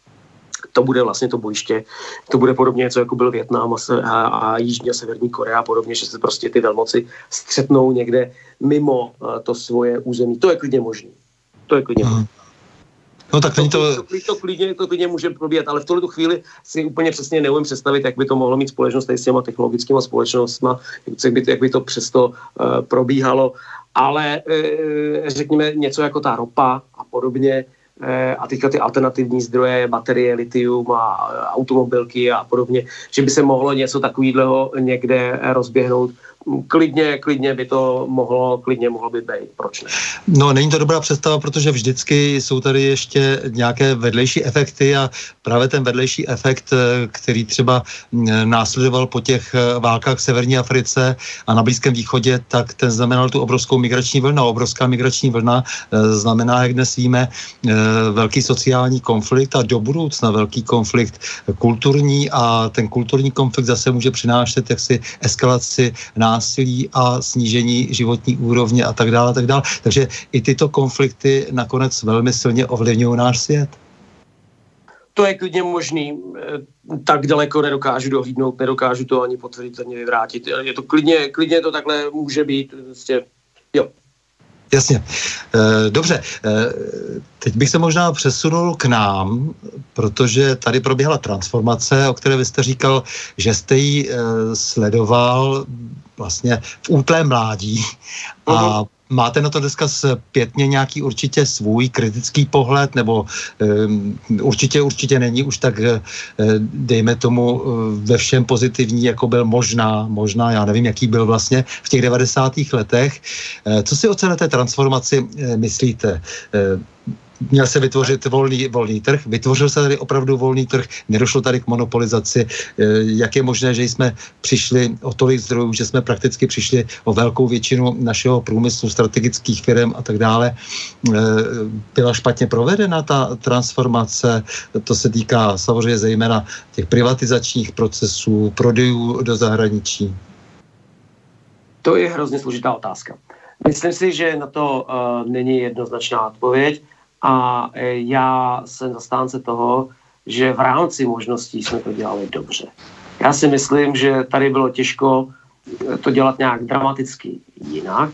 to bude vlastně to bojiště, to bude podobně něco, jako byl Vietnam a, a, a Jižní a Severní Korea a podobně, že se prostě ty velmoci střetnou někde mimo to svoje území. To je klidně možný. To je klidně možný. No tak to, to... To, to, klidně, to klidně může probíhat, ale v tuhle chvíli si úplně přesně neumím představit, jak by to mohlo mít společnost s těma technologickými společnostma, jak by, jak by to přesto uh, probíhalo, ale uh, řekněme něco jako ta ropa a podobně, uh, a teďka ty alternativní zdroje, baterie, litium a uh, automobilky a podobně, že by se mohlo něco takového někde rozběhnout. Klidně, klidně by to mohlo, klidně mohlo by být. Proč ne? No, není to dobrá představa, protože vždycky jsou tady ještě nějaké vedlejší efekty a právě ten vedlejší efekt, který třeba následoval po těch válkách v Severní Africe a na Blízkém východě, tak ten znamenal tu obrovskou migrační vlnu. Obrovská migrační vlna znamená, jak dnes víme, velký sociální konflikt a do budoucna velký konflikt kulturní a ten kulturní konflikt zase může přinášet jaksi eskalaci násilí a snížení životní úrovně a tak dále, tak dále. Takže i tyto konflikty nakonec velmi silně ovlivňují náš svět. to je klidně možný, tak daleko nedokážu dohlídnout, nedokážu to ani potvrdit, ani vyvrátit. Je to klidně, klidně to takhle může být, prostě, jo. Jasně. Dobře, teď bych se možná přesunul k nám, protože tady proběhla transformace, o které vy jste říkal, že jste ji sledoval vlastně v útlém mládí a máte na to dneska zpětně nějaký určitě svůj kritický pohled, nebo um, určitě, určitě není už tak, uh, dejme tomu, uh, ve všem pozitivní, jako byl možná, možná, já nevím, jaký byl vlastně v těch devadesátých letech. Uh, co si o celé té transformaci uh, myslíte? Uh, Měl se vytvořit volný, volný trh, vytvořil se tady opravdu volný trh, nedošlo tady k monopolizaci. Jak je možné, že jsme přišli o tolik zdrojů, že jsme prakticky přišli o velkou většinu našeho průmyslu, strategických firm a tak dále. Byla špatně provedena ta transformace, to se týká samozřejmě zejména těch privatizačních procesů, prodejů do zahraničí. To je hrozně složitá otázka. Myslím si, že na to uh, není jednoznačná odpověď. A já jsem zastánce toho, že v rámci možností jsme to dělali dobře. Já si myslím, že tady bylo těžko to dělat nějak dramaticky jinak.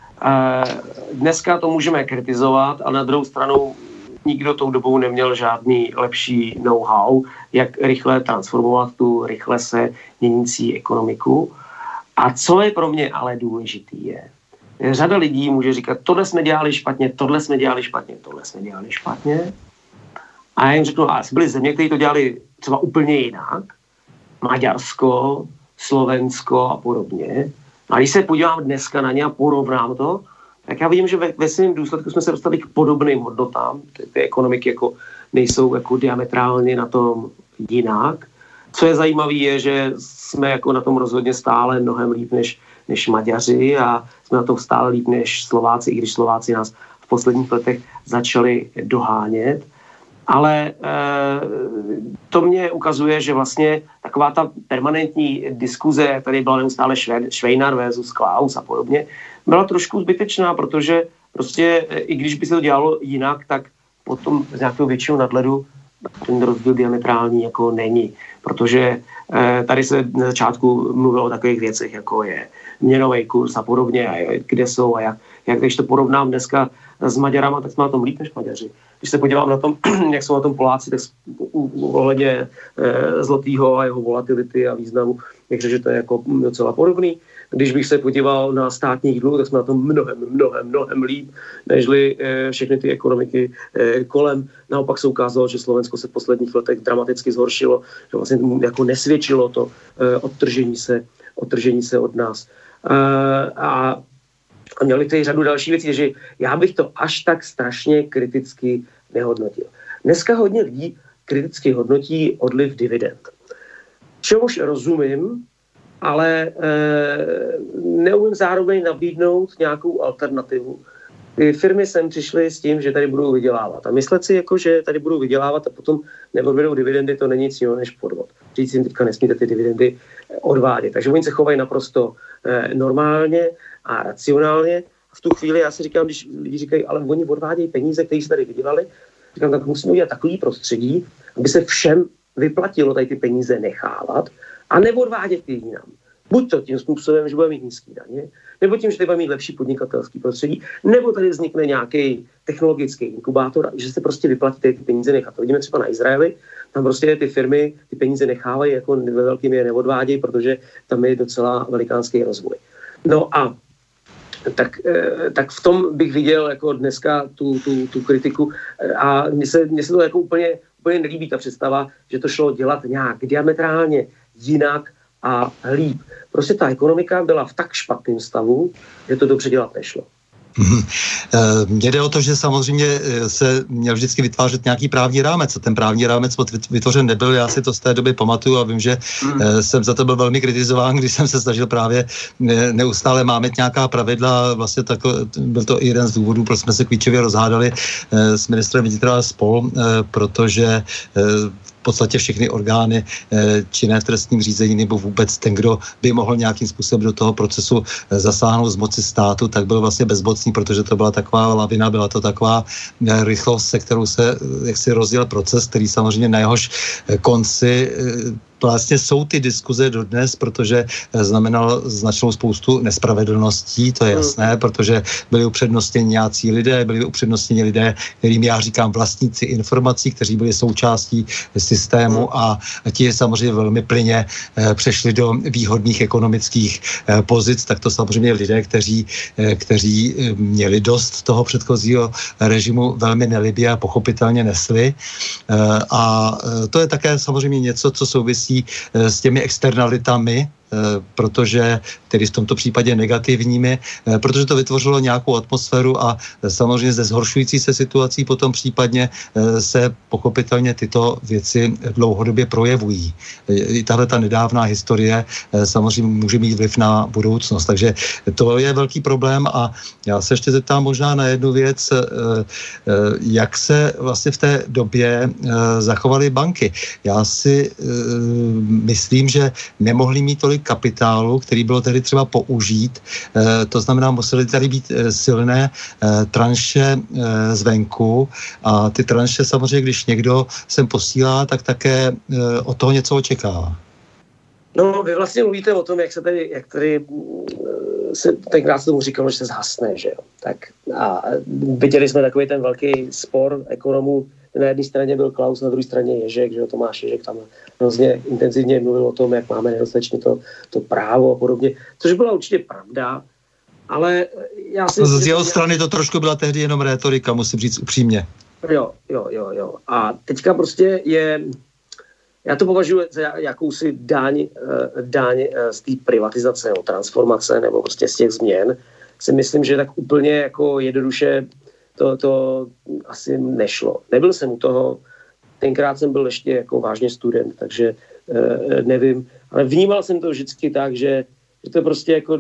Dneska to můžeme kritizovat, ale na druhou stranu nikdo tou dobou neměl žádný lepší know-how, jak rychle transformovat tu rychle se měnící ekonomiku. A co je pro mě ale důležitý je, řada lidí může říkat, tohle jsme dělali špatně, tohle jsme dělali špatně, tohle jsme dělali špatně. A já jim řeknu, a byly země, které to dělali třeba úplně jinak. Maďarsko, Slovensko a podobně. A když se podívám dneska na ně a porovnám to, tak já vidím, že ve, ve svém důsledku jsme se dostali k podobným hodnotám. Ty, ty ekonomiky jako nejsou jako diametrálně na tom jinak. Co je zajímavé, je, že jsme jako na tom rozhodně stále mnohem líp než než Maďaři a jsme na tom stále líp než Slováci, i když Slováci nás v posledních letech začali dohánět. Ale e, to mě ukazuje, že vlastně taková ta permanentní diskuze, tady byla neustále Švejnar versus Klaus a podobně, byla trošku zbytečná, protože prostě i když by se to dělalo jinak, tak potom z nějakého většího nadhledu ten rozdíl diametrální jako není. Protože e, tady se na začátku mluvilo o takových věcech, jako je měnový kurz a podobně, a kde jsou a jak, jak když to porovnám dneska s Maďarama, tak jsme na tom líp než Maďaři. Když se podívám na tom, jak jsou na tom Poláci, tak ohledně e, zlotýho a jeho volatility a významu, jak že to je jako docela podobný. Když bych se podíval na státních dluh, tak jsme na tom mnohem, mnohem, mnohem líp, nežli e, všechny ty ekonomiky e, kolem. Naopak se ukázalo, že Slovensko se v posledních letech dramaticky zhoršilo, že vlastně jako nesvědčilo to e, odtržení se, odtržení se od nás. E, a A měli tady řadu dalších věcí, že já bych to až tak strašně kriticky nehodnotil. Dneska hodně lidí kriticky hodnotí odliv dividend. Čemuž rozumím, ale e, neumím zároveň nabídnout nějakou alternativu. Ty firmy sem přišly s tím, že tady budou vydělávat. A myslet si, jako, že tady budou vydělávat a potom neodvedou dividendy, to není nic jiného než podvod. Říct jim teďka nesmíte ty dividendy odvádět. Takže oni se chovají naprosto e, normálně a racionálně. V tu chvíli já si říkám, když lidi říkají, ale oni odvádějí peníze, které se tady vydělali, říkám, tak musíme udělat takový prostředí, aby se všem vyplatilo tady ty peníze nechávat a neodvádět je jinam. Buď to tím způsobem, že bude mít nízký daně, nebo tím, že tady bude mít lepší podnikatelský prostředí, nebo tady vznikne nějaký technologický inkubátor, že se prostě vyplatí ty peníze nechat. To vidíme třeba na Izraeli, tam prostě ty firmy ty peníze nechávají, jako ve velkým je neodvádějí, protože tam je docela velikánský rozvoj. No a tak, tak v tom bych viděl jako dneska tu, tu, tu kritiku a mně se, mně se to jako úplně, úplně nelíbí ta představa, že to šlo dělat nějak diametrálně jinak a líp. Prostě ta ekonomika byla v tak špatném stavu, že to dobře dělat nešlo. Mně jde o to, že samozřejmě se měl vždycky vytvářet nějaký právní rámec. Ten právní rámec vytvořen nebyl, já si to z té doby pamatuju a vím, že mm. jsem za to byl velmi kritizován, když jsem se snažil právě neustále mámit nějaká pravidla. Vlastně tak, byl to i jeden z důvodů, proč jsme se klíčově rozhádali s ministrem vnitra spol, protože podstatě všechny orgány činné v trestním řízení nebo vůbec ten, kdo by mohl nějakým způsobem do toho procesu zasáhnout z moci státu, tak byl vlastně bezmocný, protože to byla taková lavina, byla to taková rychlost, se kterou se jaksi rozjel proces, který samozřejmě na jehož konci vlastně jsou ty diskuze dodnes, protože znamenal značnou spoustu nespravedlností, to je jasné, protože byli upřednostněni nějací lidé, byli upřednostněni lidé, kterým já říkám vlastníci informací, kteří byli součástí systému a ti samozřejmě velmi plyně přešli do výhodných ekonomických pozic, tak to samozřejmě lidé, kteří, kteří měli dost toho předchozího režimu, velmi nelibě a pochopitelně nesli. A to je také samozřejmě něco, co souvisí s těmi externalitami, protože, tedy v tomto případě negativními, protože to vytvořilo nějakou atmosféru a samozřejmě ze zhoršující se situací potom případně se pochopitelně tyto věci dlouhodobě projevují. I tahle ta nedávná historie samozřejmě může mít vliv na budoucnost, takže to je velký problém a já se ještě zeptám možná na jednu věc, jak se vlastně v té době zachovaly banky. Já si myslím, že nemohli mít tolik kapitálu, který bylo tehdy třeba použít. E, to znamená, museli tady být e, silné e, tranše e, zvenku a ty tranše samozřejmě, když někdo sem posílá, tak také e, od toho něco očekává. No, vy vlastně mluvíte o tom, jak se tady, jak tady se tenkrát se tomu říkalo, že se zhasne, že jo. Tak a viděli jsme takový ten velký spor ekonomů. Na jedné straně byl Klaus, na druhé straně Ježek, že jo, Tomáš Ježek tam hrozně intenzivně mluvil o tom, jak máme nedostatečně to, to právo a podobně, což byla určitě pravda, ale já si... Z jeho strany to trošku byla tehdy jenom rétorika, musím říct upřímně. Jo, jo, jo, jo. A teďka prostě je... Já to považuji za jakousi daň, daň z té privatizace, nebo transformace, nebo prostě z těch změn. Si myslím, že tak úplně jako jednoduše To, to asi nešlo. Nebyl jsem u toho, tenkrát jsem byl ještě jako vážně student, takže e, nevím, ale vnímal jsem to vždycky tak, že, že to prostě jako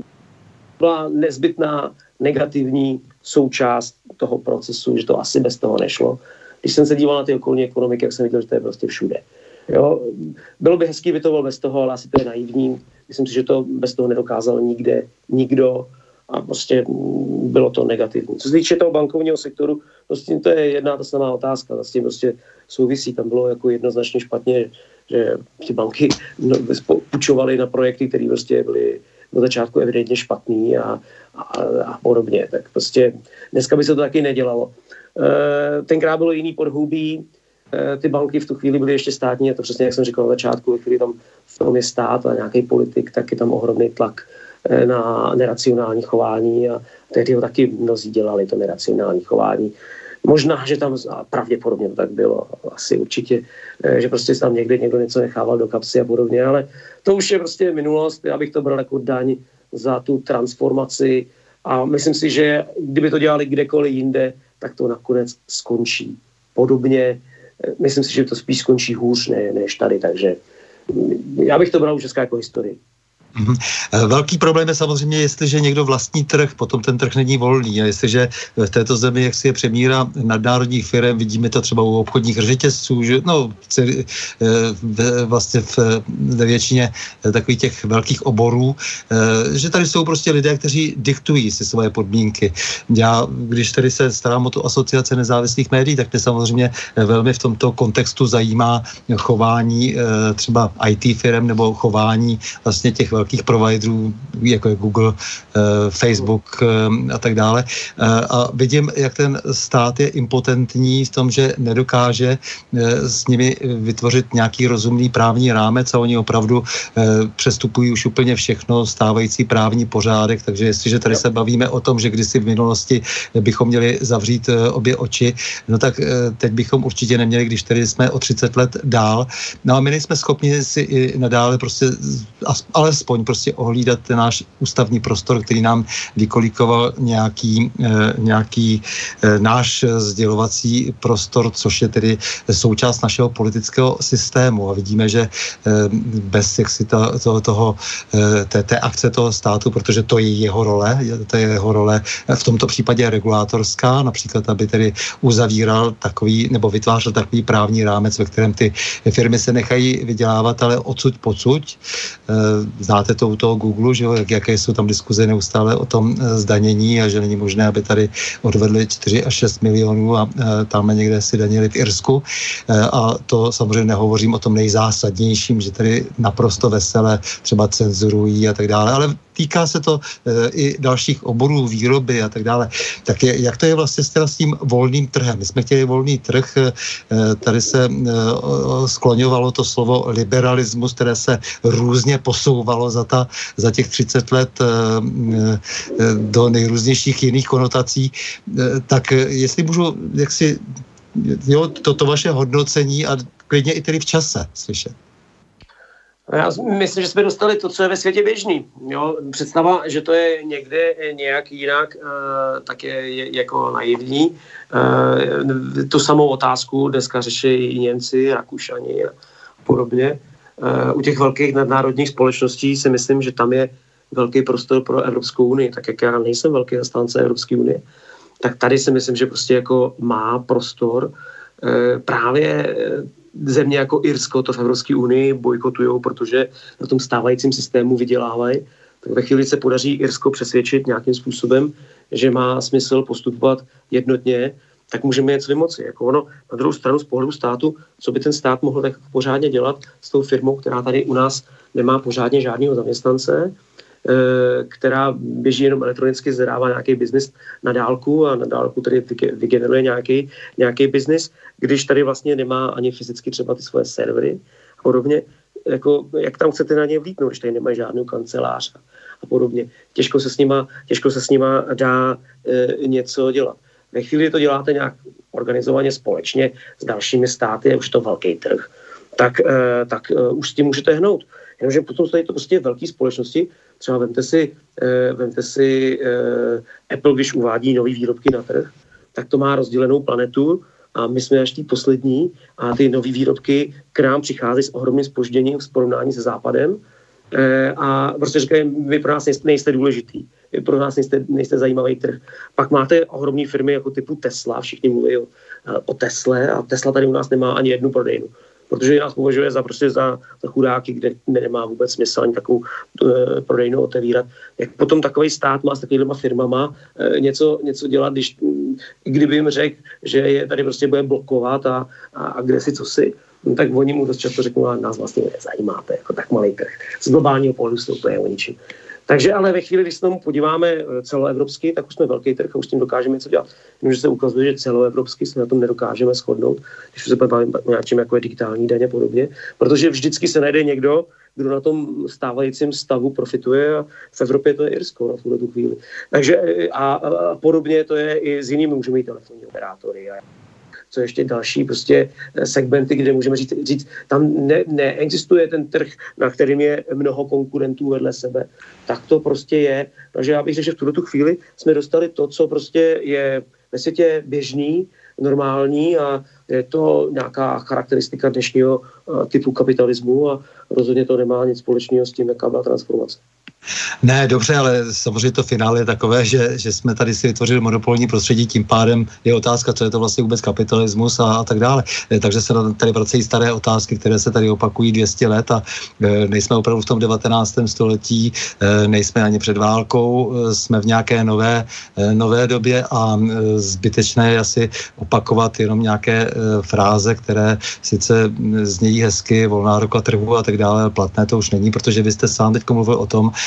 byla nezbytná negativní součást toho procesu, že to asi bez toho nešlo. Když jsem se díval na ty okolní ekonomiky, jak jsem viděl, že to je prostě všude. Jo? Bylo by hezký, by to bylo bez toho, ale asi to je naivní. Myslím si, že to bez toho nedokázal nikde, nikdo. A prostě bylo to negativní. Co se týče toho bankovního sektoru, prostě to je jedna ta samá otázka. S tím prostě souvisí. Tam bylo jako jednoznačně špatně, že ty banky no, půjčovaly na projekty, které prostě byly na začátku evidentně špatný a, a, a podobně. Tak prostě dneska by se to taky nedělalo. E, tenkrát bylo jiný podhoubí. E, ty banky v tu chvíli byly ještě státní a to přesně, jak jsem říkal na začátku, ve chvíli tam v tom je stát a nějaký politik, tak je tam ohromný tlak na neracionální chování a tehdy ho taky mnozí dělali, to neracionální chování. Možná, že tam pravděpodobně to tak bylo, asi určitě, že prostě tam někde někdo něco nechával do kapsy a podobně, ale to už je prostě minulost, já bych to bral jako daň za tu transformaci a myslím si, že kdyby to dělali kdekoliv jinde, tak to nakonec skončí podobně. Myslím si, že to spíš skončí hůř ne, než tady, takže já bych to bral už dneska jako historii. Mm-hmm. Velký problém je samozřejmě, jestliže někdo vlastní trh, potom ten trh není volný a jestliže v této zemi, jak si je přemíra nadnárodních firm, vidíme to třeba u obchodních řetězců, že no celý, vlastně v, ve většině takových těch velkých oborů, že tady jsou prostě lidé, kteří diktují si svoje podmínky. Já, když tady se starám o tu asociaci nezávislých médií, tak mě samozřejmě velmi v tomto kontextu zajímá chování třeba í té firm nebo chování vlastně těch velkých providerů, jako je Google, Facebook a tak dále. A vidím, jak ten stát je impotentní v tom, že nedokáže s nimi vytvořit nějaký rozumný právní rámec a oni opravdu přestupují už úplně všechno, stávající právní pořádek, takže jestliže tady se bavíme o tom, že kdysi v minulosti bychom měli zavřít obě oči, no tak teď bychom určitě neměli, když tady jsme o třicet let dál. No a my nejsme schopni si i nadále prostě alespoň aspoň prostě ohlídat ten náš ústavní prostor, který nám vykolíkoval nějaký, nějaký náš sdělovací prostor, což je tedy součást našeho politického systému. A vidíme, že bez jaksi to, to, toho, té, té akce toho státu, protože to je jeho role, to je jeho role v tomto případě regulátorská, například, aby tedy uzavíral takový, nebo vytvářel takový právní rámec, ve kterém ty firmy se nechají vydělávat, ale odsud pocud. Znáte to u toho Google, že jo, jak, jaké jsou tam diskuze neustále o tom zdanění a že není možné, aby tady odvedli čtyři až šest milionů a tam někde si danili v Irsku. A to samozřejmě nehovořím o tom nejzásadnějším, že tady naprosto vesele třeba cenzurují a tak dále, ale týká se to e, i dalších oborů výroby a tak dále. Tak je, jak to je vlastně s tím volným trhem? My jsme chtěli volný trh, e, tady se e, skloňovalo to slovo liberalismus, které se různě posouvalo za, ta, za těch třicet let e, e, do nejrůznějších jiných konotací. E, tak jestli můžu jaksi, jo, toto vaše hodnocení a klidně i tedy v čase slyšet. Já myslím, že jsme dostali to, co je ve světě běžný. Jo? Představa, že to je někde nějak jinak, uh, tak je, je jako naivní. Uh, tu samou otázku dneska řeší i Němci, Rakušani a podobně. Uh, u těch velkých nadnárodních společností si myslím, že tam je velký prostor pro Evropskou unii. Tak jak já nejsem velký zastánce Evropské unie, tak tady si myslím, že prostě jako má prostor uh, právě země jako Irsko to v Evropské unii bojkotujou, protože na tom stávajícím systému vydělávají. Tak ve chvíli se podaří Irsko přesvědčit nějakým způsobem, že má smysl postupovat jednotně, tak můžeme něco vymoci. Jako ono, na druhou stranu z pohledu státu, co by ten stát mohl tak pořádně dělat s tou firmou, která tady u nás nemá pořádně žádného zaměstnance, která běží jenom elektronicky, zadává nějaký biznis na dálku a na dálku tady vygeneruje nějaký, nějaký biznis, když tady vlastně nemá ani fyzicky třeba ty svoje servery a podobně. Jako, jak tam chcete na ně vlítnout, když tady nemají žádnou kancelář a podobně. Těžko se s nima, těžko se s nima dá e, něco dělat. Ve chvíli to děláte nějak organizovaně společně s dalšími státy, je už to velký trh, tak, e, tak e, už s tím můžete hnout. Jenomže potom jsou tady to prostě velké společnosti. Třeba vemte si, eh, vemte si eh, Apple, když uvádí nový výrobky na trh, tak to má rozdělenou planetu a my jsme až tí poslední a ty nový výrobky k nám přicházejí s ohromným zpožděním v porovnání se Západem eh, a prostě říkají, vy pro nás nejste, nejste důležitý, vy pro nás nejste, nejste zajímavý trh. Pak máte ohromné firmy jako typu Tesla, všichni mluví o, o Tesle a Tesla tady u nás nemá ani jednu prodejnu. Protože nás považuje za prostě za, za chudáky, kde nemá vůbec smysl ani takovou e, prodejnu otevírat. Jak potom takový stát má s takovýma firmama e, něco, něco dělat, když kdyby jim řekl, že je tady prostě bude blokovat a, a, a kde si co si, no, tak oni mu dost často řeknou, a nás vlastně nezajímáte, jako tak malý trh. Z globálního pohledu se to je o ničím. Takže ale ve chvíli, když se tomu podíváme celoevropsky, tak už jsme velký trh a už s tím dokážeme něco dělat. Jenomže se ukazuje, že celoevropsky se na tom nedokážeme shodnout, když se bavíme o něčem, jako je digitální daň a podobně, protože vždycky se najde někdo, kdo na tom stávajícím stavu profituje a v Evropě to je Irsko na tuhle tu chvíli. Takže a, a podobně to je i s jinými, můžeme mít telefonní operátory a co ještě další prostě segmenty, kde můžeme říct, říct tam ne, neexistuje ten trh, na kterým je mnoho konkurentů vedle sebe. Tak to prostě je. Takže já bych řekl, že v tuto chvíli jsme dostali to, co prostě je ve světě běžný, normální a je to nějaká charakteristika dnešního typu kapitalismu a rozhodně to nemá nic společného s tím, jaká byla transformace. Ne, dobře, ale samozřejmě to finále je takové, že, že jsme tady si vytvořili monopolní prostředí, tím pádem je otázka, co je to vlastně vůbec kapitalismus a, a tak dále. Takže se tady vracejí staré otázky, které se tady opakují dvě stě let a e, nejsme opravdu v tom devatenáctém století, e, nejsme ani před válkou, e, jsme v nějaké nové, e, nové době a e, zbytečné je asi opakovat jenom nějaké e, fráze, které sice znějí hezky, volná ruka trhu a tak dále, platné to už není, protože vy jste sám teď mluvil o tom,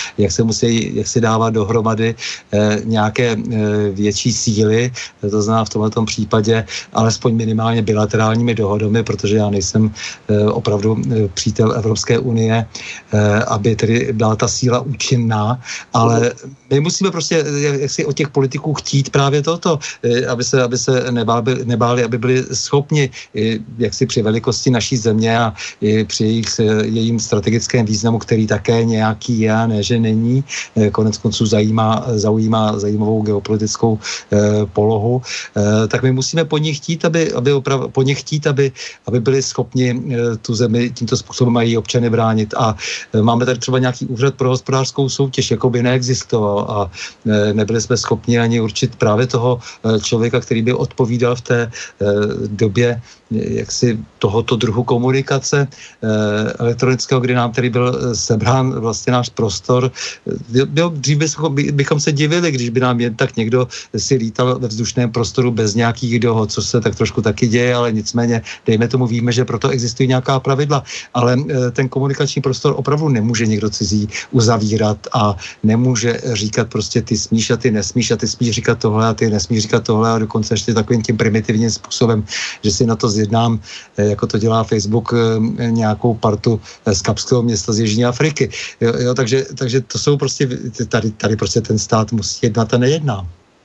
jak se musí, jak si dávat dohromady eh, nějaké eh, větší síly, to znamená v tomto případě alespoň minimálně bilaterálními dohodami, protože já nejsem eh, opravdu eh, přítel Evropské unie, eh, aby tedy byla ta síla účinná, ale my musíme prostě jak si od těch politiků chtít právě toto, eh, aby se, aby se nebáli, nebáli, aby byli schopni eh, jak si při velikosti naší země a eh, při jejich, jejím strategickém významu, který také nějaký je a ne, že není, eh, konec konců zajímá, zaujímá zajímavou geopolitickou eh, polohu, eh, tak my musíme po nich chtít, aby, aby oprav, po nich chtít, aby, aby byli schopni eh, tu zemi tímto způsobem mají občany bránit. A eh, máme tady třeba nějaký úřad pro hospodářskou soutěž, jako by neexistoval a eh, nebyli jsme schopni ani určit právě toho eh, člověka, který by odpovídal v té eh, době jaksi tohoto druhu komunikace eh, elektronického, kdy nám tedy byl sebrán vlastně náš prostor. Byl, dřív bychom, bychom se divili, když by nám jen tak někdo si lítal ve vzdušném prostoru bez nějakých dohod, co se tak trošku taky děje, ale nicméně, dejme tomu, víme, že proto existují nějaká pravidla, ale eh, ten komunikační prostor opravdu nemůže někdo cizí uzavírat a nemůže říkat prostě ty smíš a ty nesmíš a ty smíš říkat tohle a ty nesmíš říkat tohle a dokonce ještě takovým tím primitivním způsobem, že si na to zjednám, jako to dělá Facebook, nějakou partu z kapského města z Jižní Afriky. Jo, jo, takže, takže to jsou prostě, tady, tady prostě ten stát musí jednat a nejedná.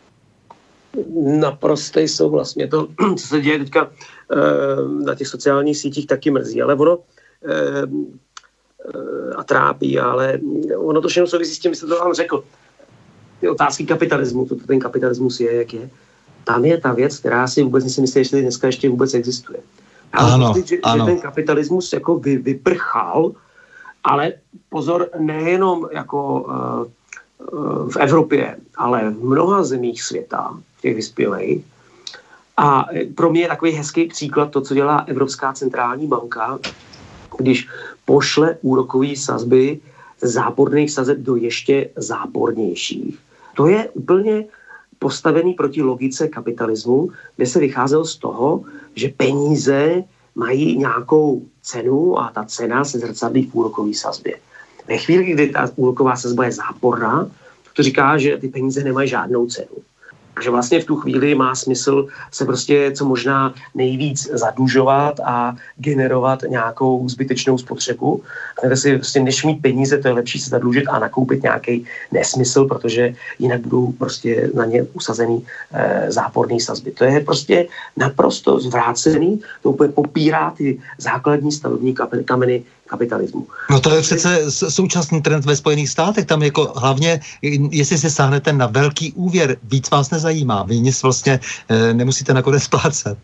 Naprostý souhlas. Mě to, co se děje teďka na těch sociálních sítích, taky mrzí, ale ono a trápí, ale ono to všechno souvisí s tím, jste to vám řekl. Ty otázky kapitalismu, to ten kapitalismus je, jak je. Tam je ta věc, která si vůbec si myslí, že dneska ještě vůbec existuje. Já ano, myslím, že, ano. že ten kapitalismus jako vy, vyprchal, ale pozor, nejenom jako uh, v Evropě, ale v mnoha zemích světa, v těch vyspělých. A pro mě je takový hezký příklad to, co dělá Evropská centrální banka, když pošle úrokové sazby z záporných sazeb do ještě zápornějších. To je úplně postavený proti logice kapitalismu, kde se vycházelo z toho, že peníze mají nějakou cenu a ta cena se zrcadlí v úrokové sazbě. Ve chvíli, kdy ta úroková sazba je záporná, to říká, že ty peníze nemají žádnou cenu. Takže vlastně v tu chvíli má smysl se prostě co možná nejvíc zadlužovat a generovat nějakou zbytečnou spotřebu. Takže si prostě než mít peníze, to je lepší se zadlužit a nakoupit nějaký nesmysl, protože jinak budou prostě na ně usazený e, záporný sazby. To je prostě naprosto zvrácený, to úplně popírá ty základní stavební kameny kapitalismu. No to je přece současný trend ve Spojených státech, tam jako hlavně, jestli se sáhnete na velký úvěr, víc vás nezajímá, vy nic vlastně e, nemusíte nakonec splácet.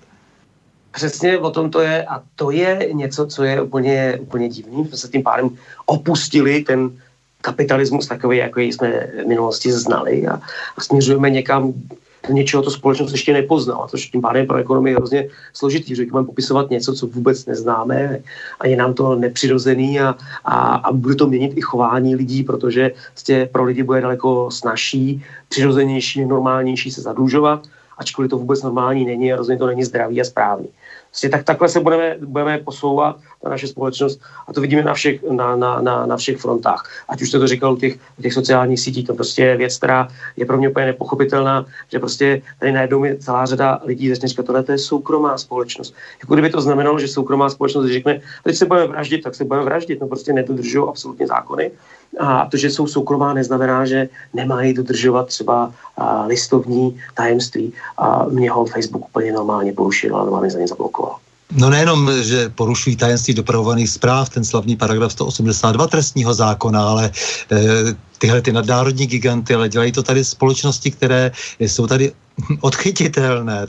Přesně o tom to je a to je něco, co je úplně, úplně divný, že se tím pádem opustili ten kapitalismus takový, jako jsme v minulosti znali a, a směřujeme někam něčeho to společnost ještě nepoznala, což tím pádem pro ekonomii je hrozně složitý, že budeme popisovat něco, co vůbec neznáme a je nám to nepřirozený a, a, a bude to měnit i chování lidí, protože vlastně pro lidi bude daleko snazší, přirozenější, normálnější se zadlužovat, ačkoliv to vůbec normální není a rozhodně to není zdravý a správný. Vlastně tak, takhle se budeme, budeme posouvat na naše společnost a to vidíme na všech, na, na, na, na všech frontách. Ať už jste to říkal u těch, u těch sociálních sítí, to prostě je věc, která je pro mě úplně nepochopitelná, že prostě tady najednou mi celá řada lidí začne říkat, tohle to je soukromá společnost. Jako kdyby to znamenalo, že soukromá společnost řekne, teď se budeme vraždit, tak se budeme vraždit, no prostě nedodržují absolutně zákony. A to, že jsou soukromá, neznamená, že nemají dodržovat třeba a, listovní tajemství. A mě ho Facebook úplně normálně porušil, ale normálně za ně zablokoval. No nejenom, že porušují tajemství dopravovaných zpráv, ten slavný paragraf sto osmdesát dva trestního zákona, ale e, tyhle ty nadnárodní giganty, ale dělají to tady společnosti, které jsou tady odchytitelné,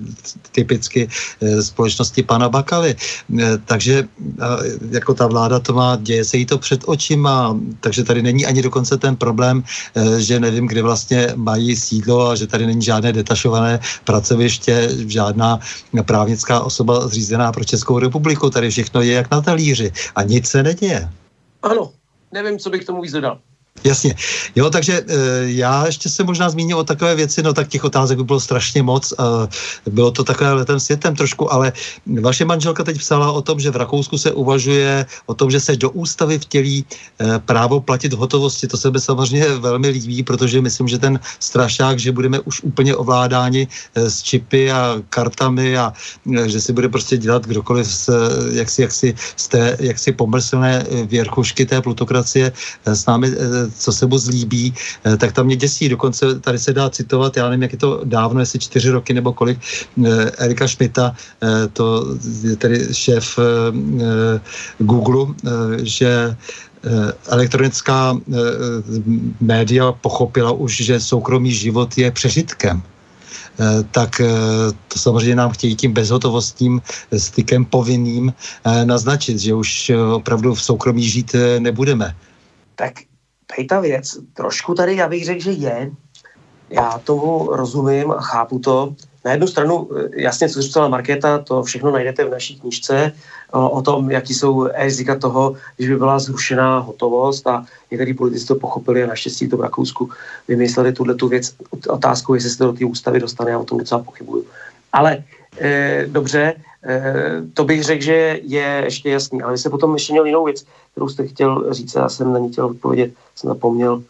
typicky e, společnosti pana Bakaly. E, takže e, jako ta vláda to má, děje se jí to před očima, takže tady není ani dokonce ten problém, e, že nevím, kde vlastně mají sídlo a že tady není žádné detašované pracoviště, žádná právnická osoba zřízená pro Českou republiku. Tady všechno je jak na talíři a nic se neděje. Ano, nevím, co bych tomu víc dodal. Jasně. Jo, takže e, já ještě se možná zmíním o takové věci, no tak těch otázek by bylo strašně moc. E, bylo to takové letem světem trošku, ale vaše manželka teď psala o tom, že v Rakousku se uvažuje o tom, že se do ústavy vtělí e, právo platit v hotovosti. To se mi samozřejmě velmi líbí, protože myslím, že ten strašák, že budeme už úplně ovládáni e, s čipy a kartami a e, že si bude prostě dělat kdokoliv z, jaksi, jaksi, z té jaksi pomyslné věrchušky té plutokracie e, s námi e, co se mu zlíbí, tak tam mě děsí. Dokonce tady se dá citovat, já nevím, jak je to dávno, jestli čtyři roky nebo kolik, Erika Schmidta, to je tedy šéf Google, že elektronická média pochopila už, že soukromý život je přežitkem. Tak to samozřejmě nám chtějí tím bezhotovostním stykem povinným naznačit, že už opravdu v soukromí žít nebudeme. Tak tady ta věc, trošku tady, já bych řekl, že je. Já tomu rozumím a chápu to. Na jednu stranu, jasně, co říkala Markéta, to všechno najdete v naší knížce o, o tom, jaký jsou rizika toho, když by byla zrušená hotovost a některý politici to pochopili a naštěstí to v Rakousku vymysleli tuhletu věc. Otázkou, jestli se to do té ústavy dostane, já o tom docela pochybuju. Ale e, dobře, e, to bych řekl, že je ještě jasný. Ale vy jste potom ještě měl jinou věc, kterou jste chtěl říct, já jsem na ní chtěl odpovědět, jsem zapomněl.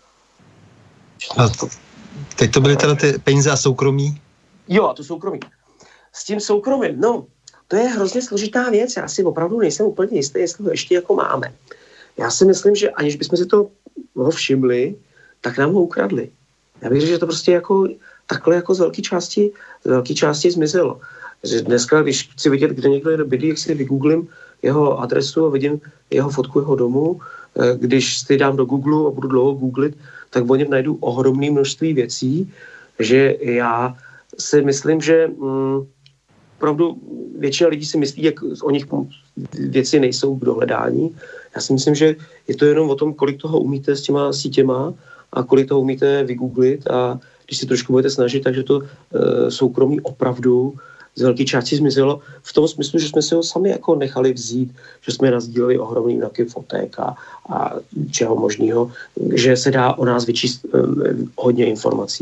To... Teď to byly teda ty peníze a soukromí? Jo, a to soukromí. S tím soukromím, no, to je hrozně složitá věc. Já si opravdu nejsem úplně jistý, jestli to ještě jako máme. Já si myslím, že aniž bychom si to ho všimli, tak nám ho ukradli. Já bych řekl, že to prostě jako takhle jako z velké části, z velké části zmizelo. Že dneska, když chci vidět, kde někdo bydlí, jak si vygooglím jeho adresu a vidím jeho fotku jeho domu, když si dám do Google a budu dlouho googlit, tak o něm najdu ohromné množství věcí, že já si myslím, že mm, opravdu většina lidí si myslí, jak o nich věci nejsou k dohledání. Já si myslím, že je to jenom o tom, kolik toho umíte s těma sítěma a kolik toho umíte vygooglit a když si trošku budete snažit, takže to e, soukromí opravdu z velké části zmizelo v tom smyslu, že jsme si ho sami jako nechali vzít, že jsme nazdíleli ohromný množství fotek a, a čeho možného, že se dá o nás vyčíst e, hodně informací.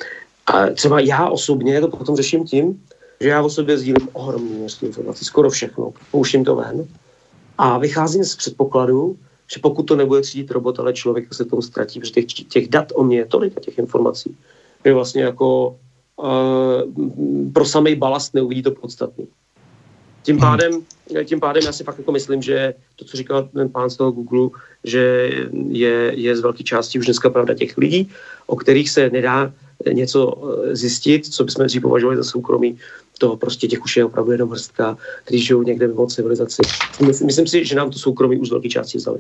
A třeba já osobně to potom řeším tím, že já o sobě sdílím ohromný množství informací, skoro všechno, pouštím to ven a vycházím z předpokladu, že pokud to nebude třídit robot, ale člověk, se tomu ztratí, protože těch, těch dat o mě je tolik a těch informací, že vlastně jako uh, pro samej balast neuvidí to podstatný. Tím pádem, tím pádem já si fakt jako myslím, že to, co říkal ten pán z toho Google, že je, je z velké části už dneska pravda těch lidí, o kterých se nedá něco zjistit, co bychom dřív považovali za soukromí, to prostě těch už je opravdu jenom hrstka, kteří žijou někde mimo civilizaci. Myslím, myslím si, že nám to soukromí už z velké části vzali.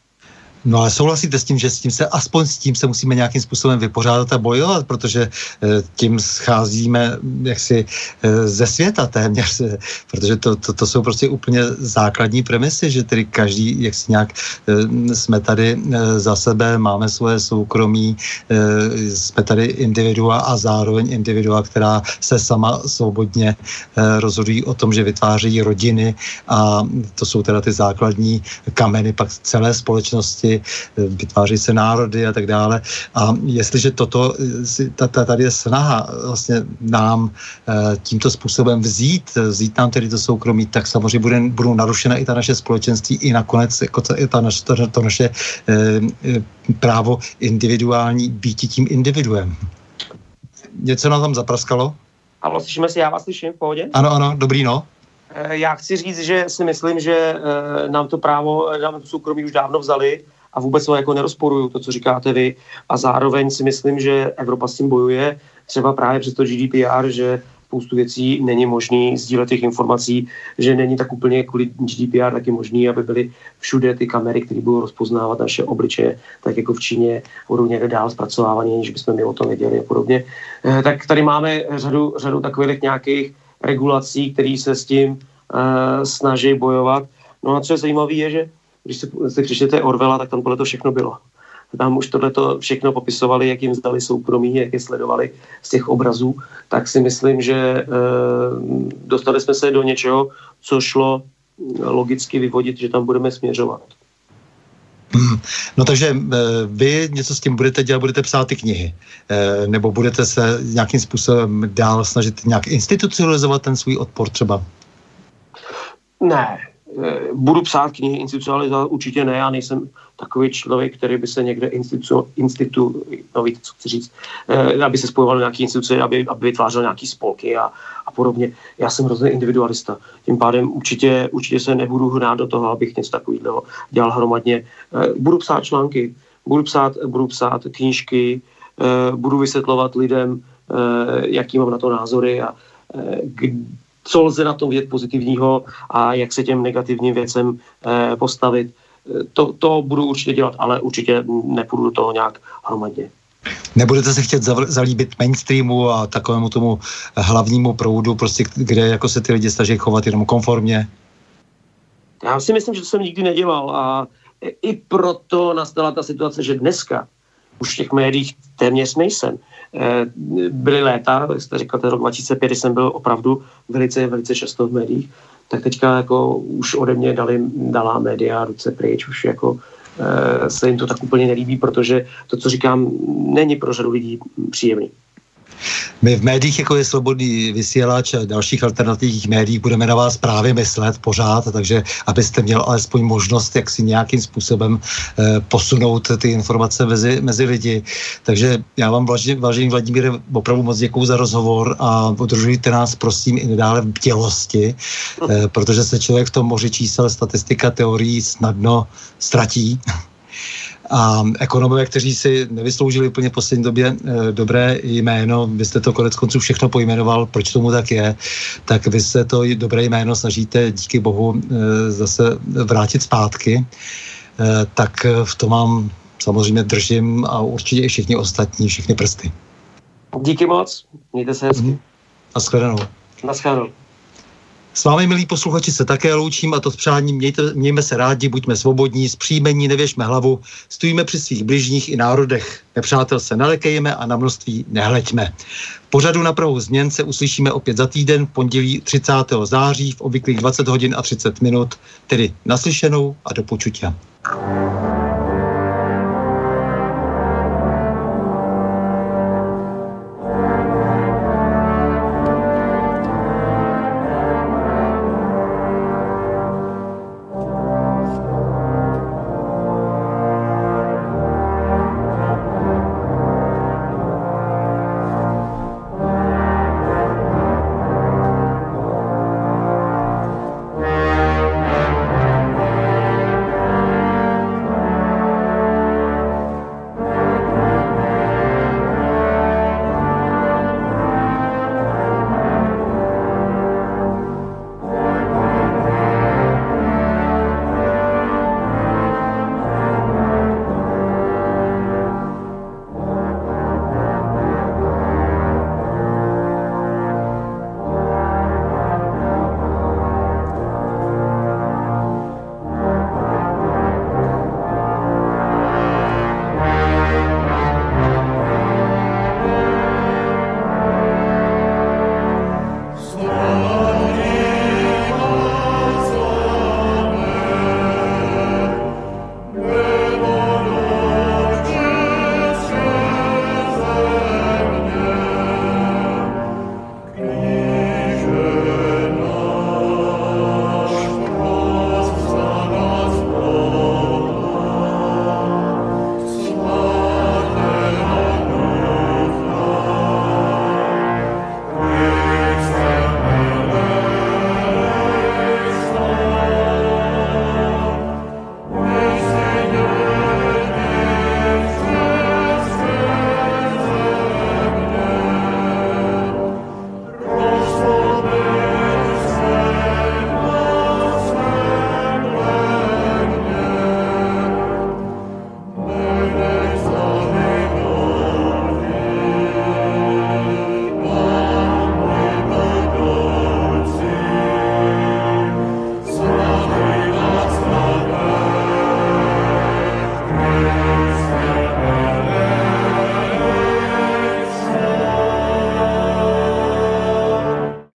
No ale souhlasíte s tím, že s tím se, aspoň s tím se musíme nějakým způsobem vypořádat a bojovat, protože e, tím scházíme jaksi e, ze světa téměř, e, protože to, to, to jsou prostě úplně základní premisy, že tedy každý, jak si nějak e, jsme tady e, za sebe, máme svoje soukromí, e, jsme tady individua a zároveň individua, která se sama svobodně e, rozhodují o tom, že vytváří rodiny a to jsou teda ty základní kameny pak celé společnosti, vytváří se národy a tak dále. A jestliže toto, tady je snaha vlastně nám tímto způsobem vzít, vzít nám tedy to soukromí, tak samozřejmě bude, budou narušena i ta naše společenství, i nakonec jako to, ta naše, to, to naše eh, právo individuální býti tím individuem. Něco nám tam zapraskalo? A slyšíme si, já vás slyším v pohodě? Ano, ano, dobrý, no. Já chci říct, že si myslím, že nám to právo, nám to soukromí už dávno vzali a vůbec to jako nerozporuju, to, co říkáte vy. A zároveň si myslím, že Evropa s tím bojuje, třeba právě přes to G D P R, že spoustu věcí není možný sdílet těch informací, že není tak úplně kvůli G D P R taky možný, aby byly všude ty kamery, které budou rozpoznávat naše obličeje, tak jako v Číně budou někde dál zpracovávané, aniž bychom my o tom věděli a podobně. Tak tady máme řadu, řadu takových nějakých regulací, které se s tím uh, snaží bojovat. No a co je zajímavé je, že když si, si přečtete Orwella, tak tam tohle to všechno bylo. Tam už tohleto všechno popisovali, jak jim zdali soukromí, jak je sledovali z těch obrazů, tak si myslím, že uh, dostali jsme se do něčeho, co šlo logicky vyvodit, že tam budeme směřovat. Hmm. No takže vy něco s tím budete dělat, budete psát ty knihy, nebo budete se nějakým způsobem dál snažit nějak institucionalizovat ten svůj odpor třeba? Ne, budu psát knihy, institucionalizovat určitě ne, já nejsem takový člověk, který by se někde institu, institu no víte, co chci říct, aby se spojoval nějaký instituce, aby, aby vytvářel nějaký spolky a, a podobně. Já jsem hrozně individualista, tím pádem určitě, určitě se nebudu hnát do toho, abych něco takového dělal hromadně. Budu psát články, budu psát, budu psát knížky, budu vysvětlovat lidem, jaký mám na to názory a co lze na tom vidět pozitivního a jak se těm negativním věcem eh, postavit. To, to budu určitě dělat, ale určitě nepůjdu do toho nějak hromadně. Nebudete se chtět zalíbit mainstreamu a takovému tomu hlavnímu proudu, prostě, kde jako se ty lidi snaží chovat jenom konformně? Já si myslím, že to jsem nikdy nedělal a i proto nastala ta situace, že dneska už v těch médiích téměř nejsem. Byly léta, jak jste říkal, ten rok dva tisíce pět, kdy jsem byl opravdu velice, velice často v médiích, tak teďka jako už ode mě dali, dala média ruce pryč, už jako e, se jim to tak úplně nelíbí, protože to, co říkám, není pro řadu lidí příjemný. My v médiích, jako je Svobodný vysílač a dalších alternativních médiích, budeme na vás právě myslet pořád, takže abyste měl alespoň možnost, jak si nějakým způsobem eh, posunout ty informace mezi, mezi lidi. Takže já vám, vážený Vladimíre, opravdu moc děkuju za rozhovor a udržujte nás, prosím, i nadále v bdělosti, eh, protože se člověk v tom moři čísel, statistika, teorií snadno ztratí. A ekonomové, kteří si nevysloužili úplně v poslední době e, dobré jméno, vy jste to konec konců všechno pojmenoval, proč tomu tak je, tak vy se to dobré jméno snažíte díky bohu e, zase vrátit zpátky, e, tak v tom vám samozřejmě držím a určitě i všichni ostatní, všechny prsty. Díky moc, mějte se hezky. Mm. Naschledanou. Naschledanou. S vámi, milí posluchači, se také loučím a to s přáním mějte, mějme se rádi, buďme svobodní, zpříjmení, nevěšme hlavu, stojíme při svých bližních i národech. Nepřátel se nelekejme a na množství nehleďme. V pořadu Na prahu změn se uslyšíme opět za týden v pondělí třicátého září v obvyklých dvacet hodin a třicet minut, tedy naslyšenou a do počutia.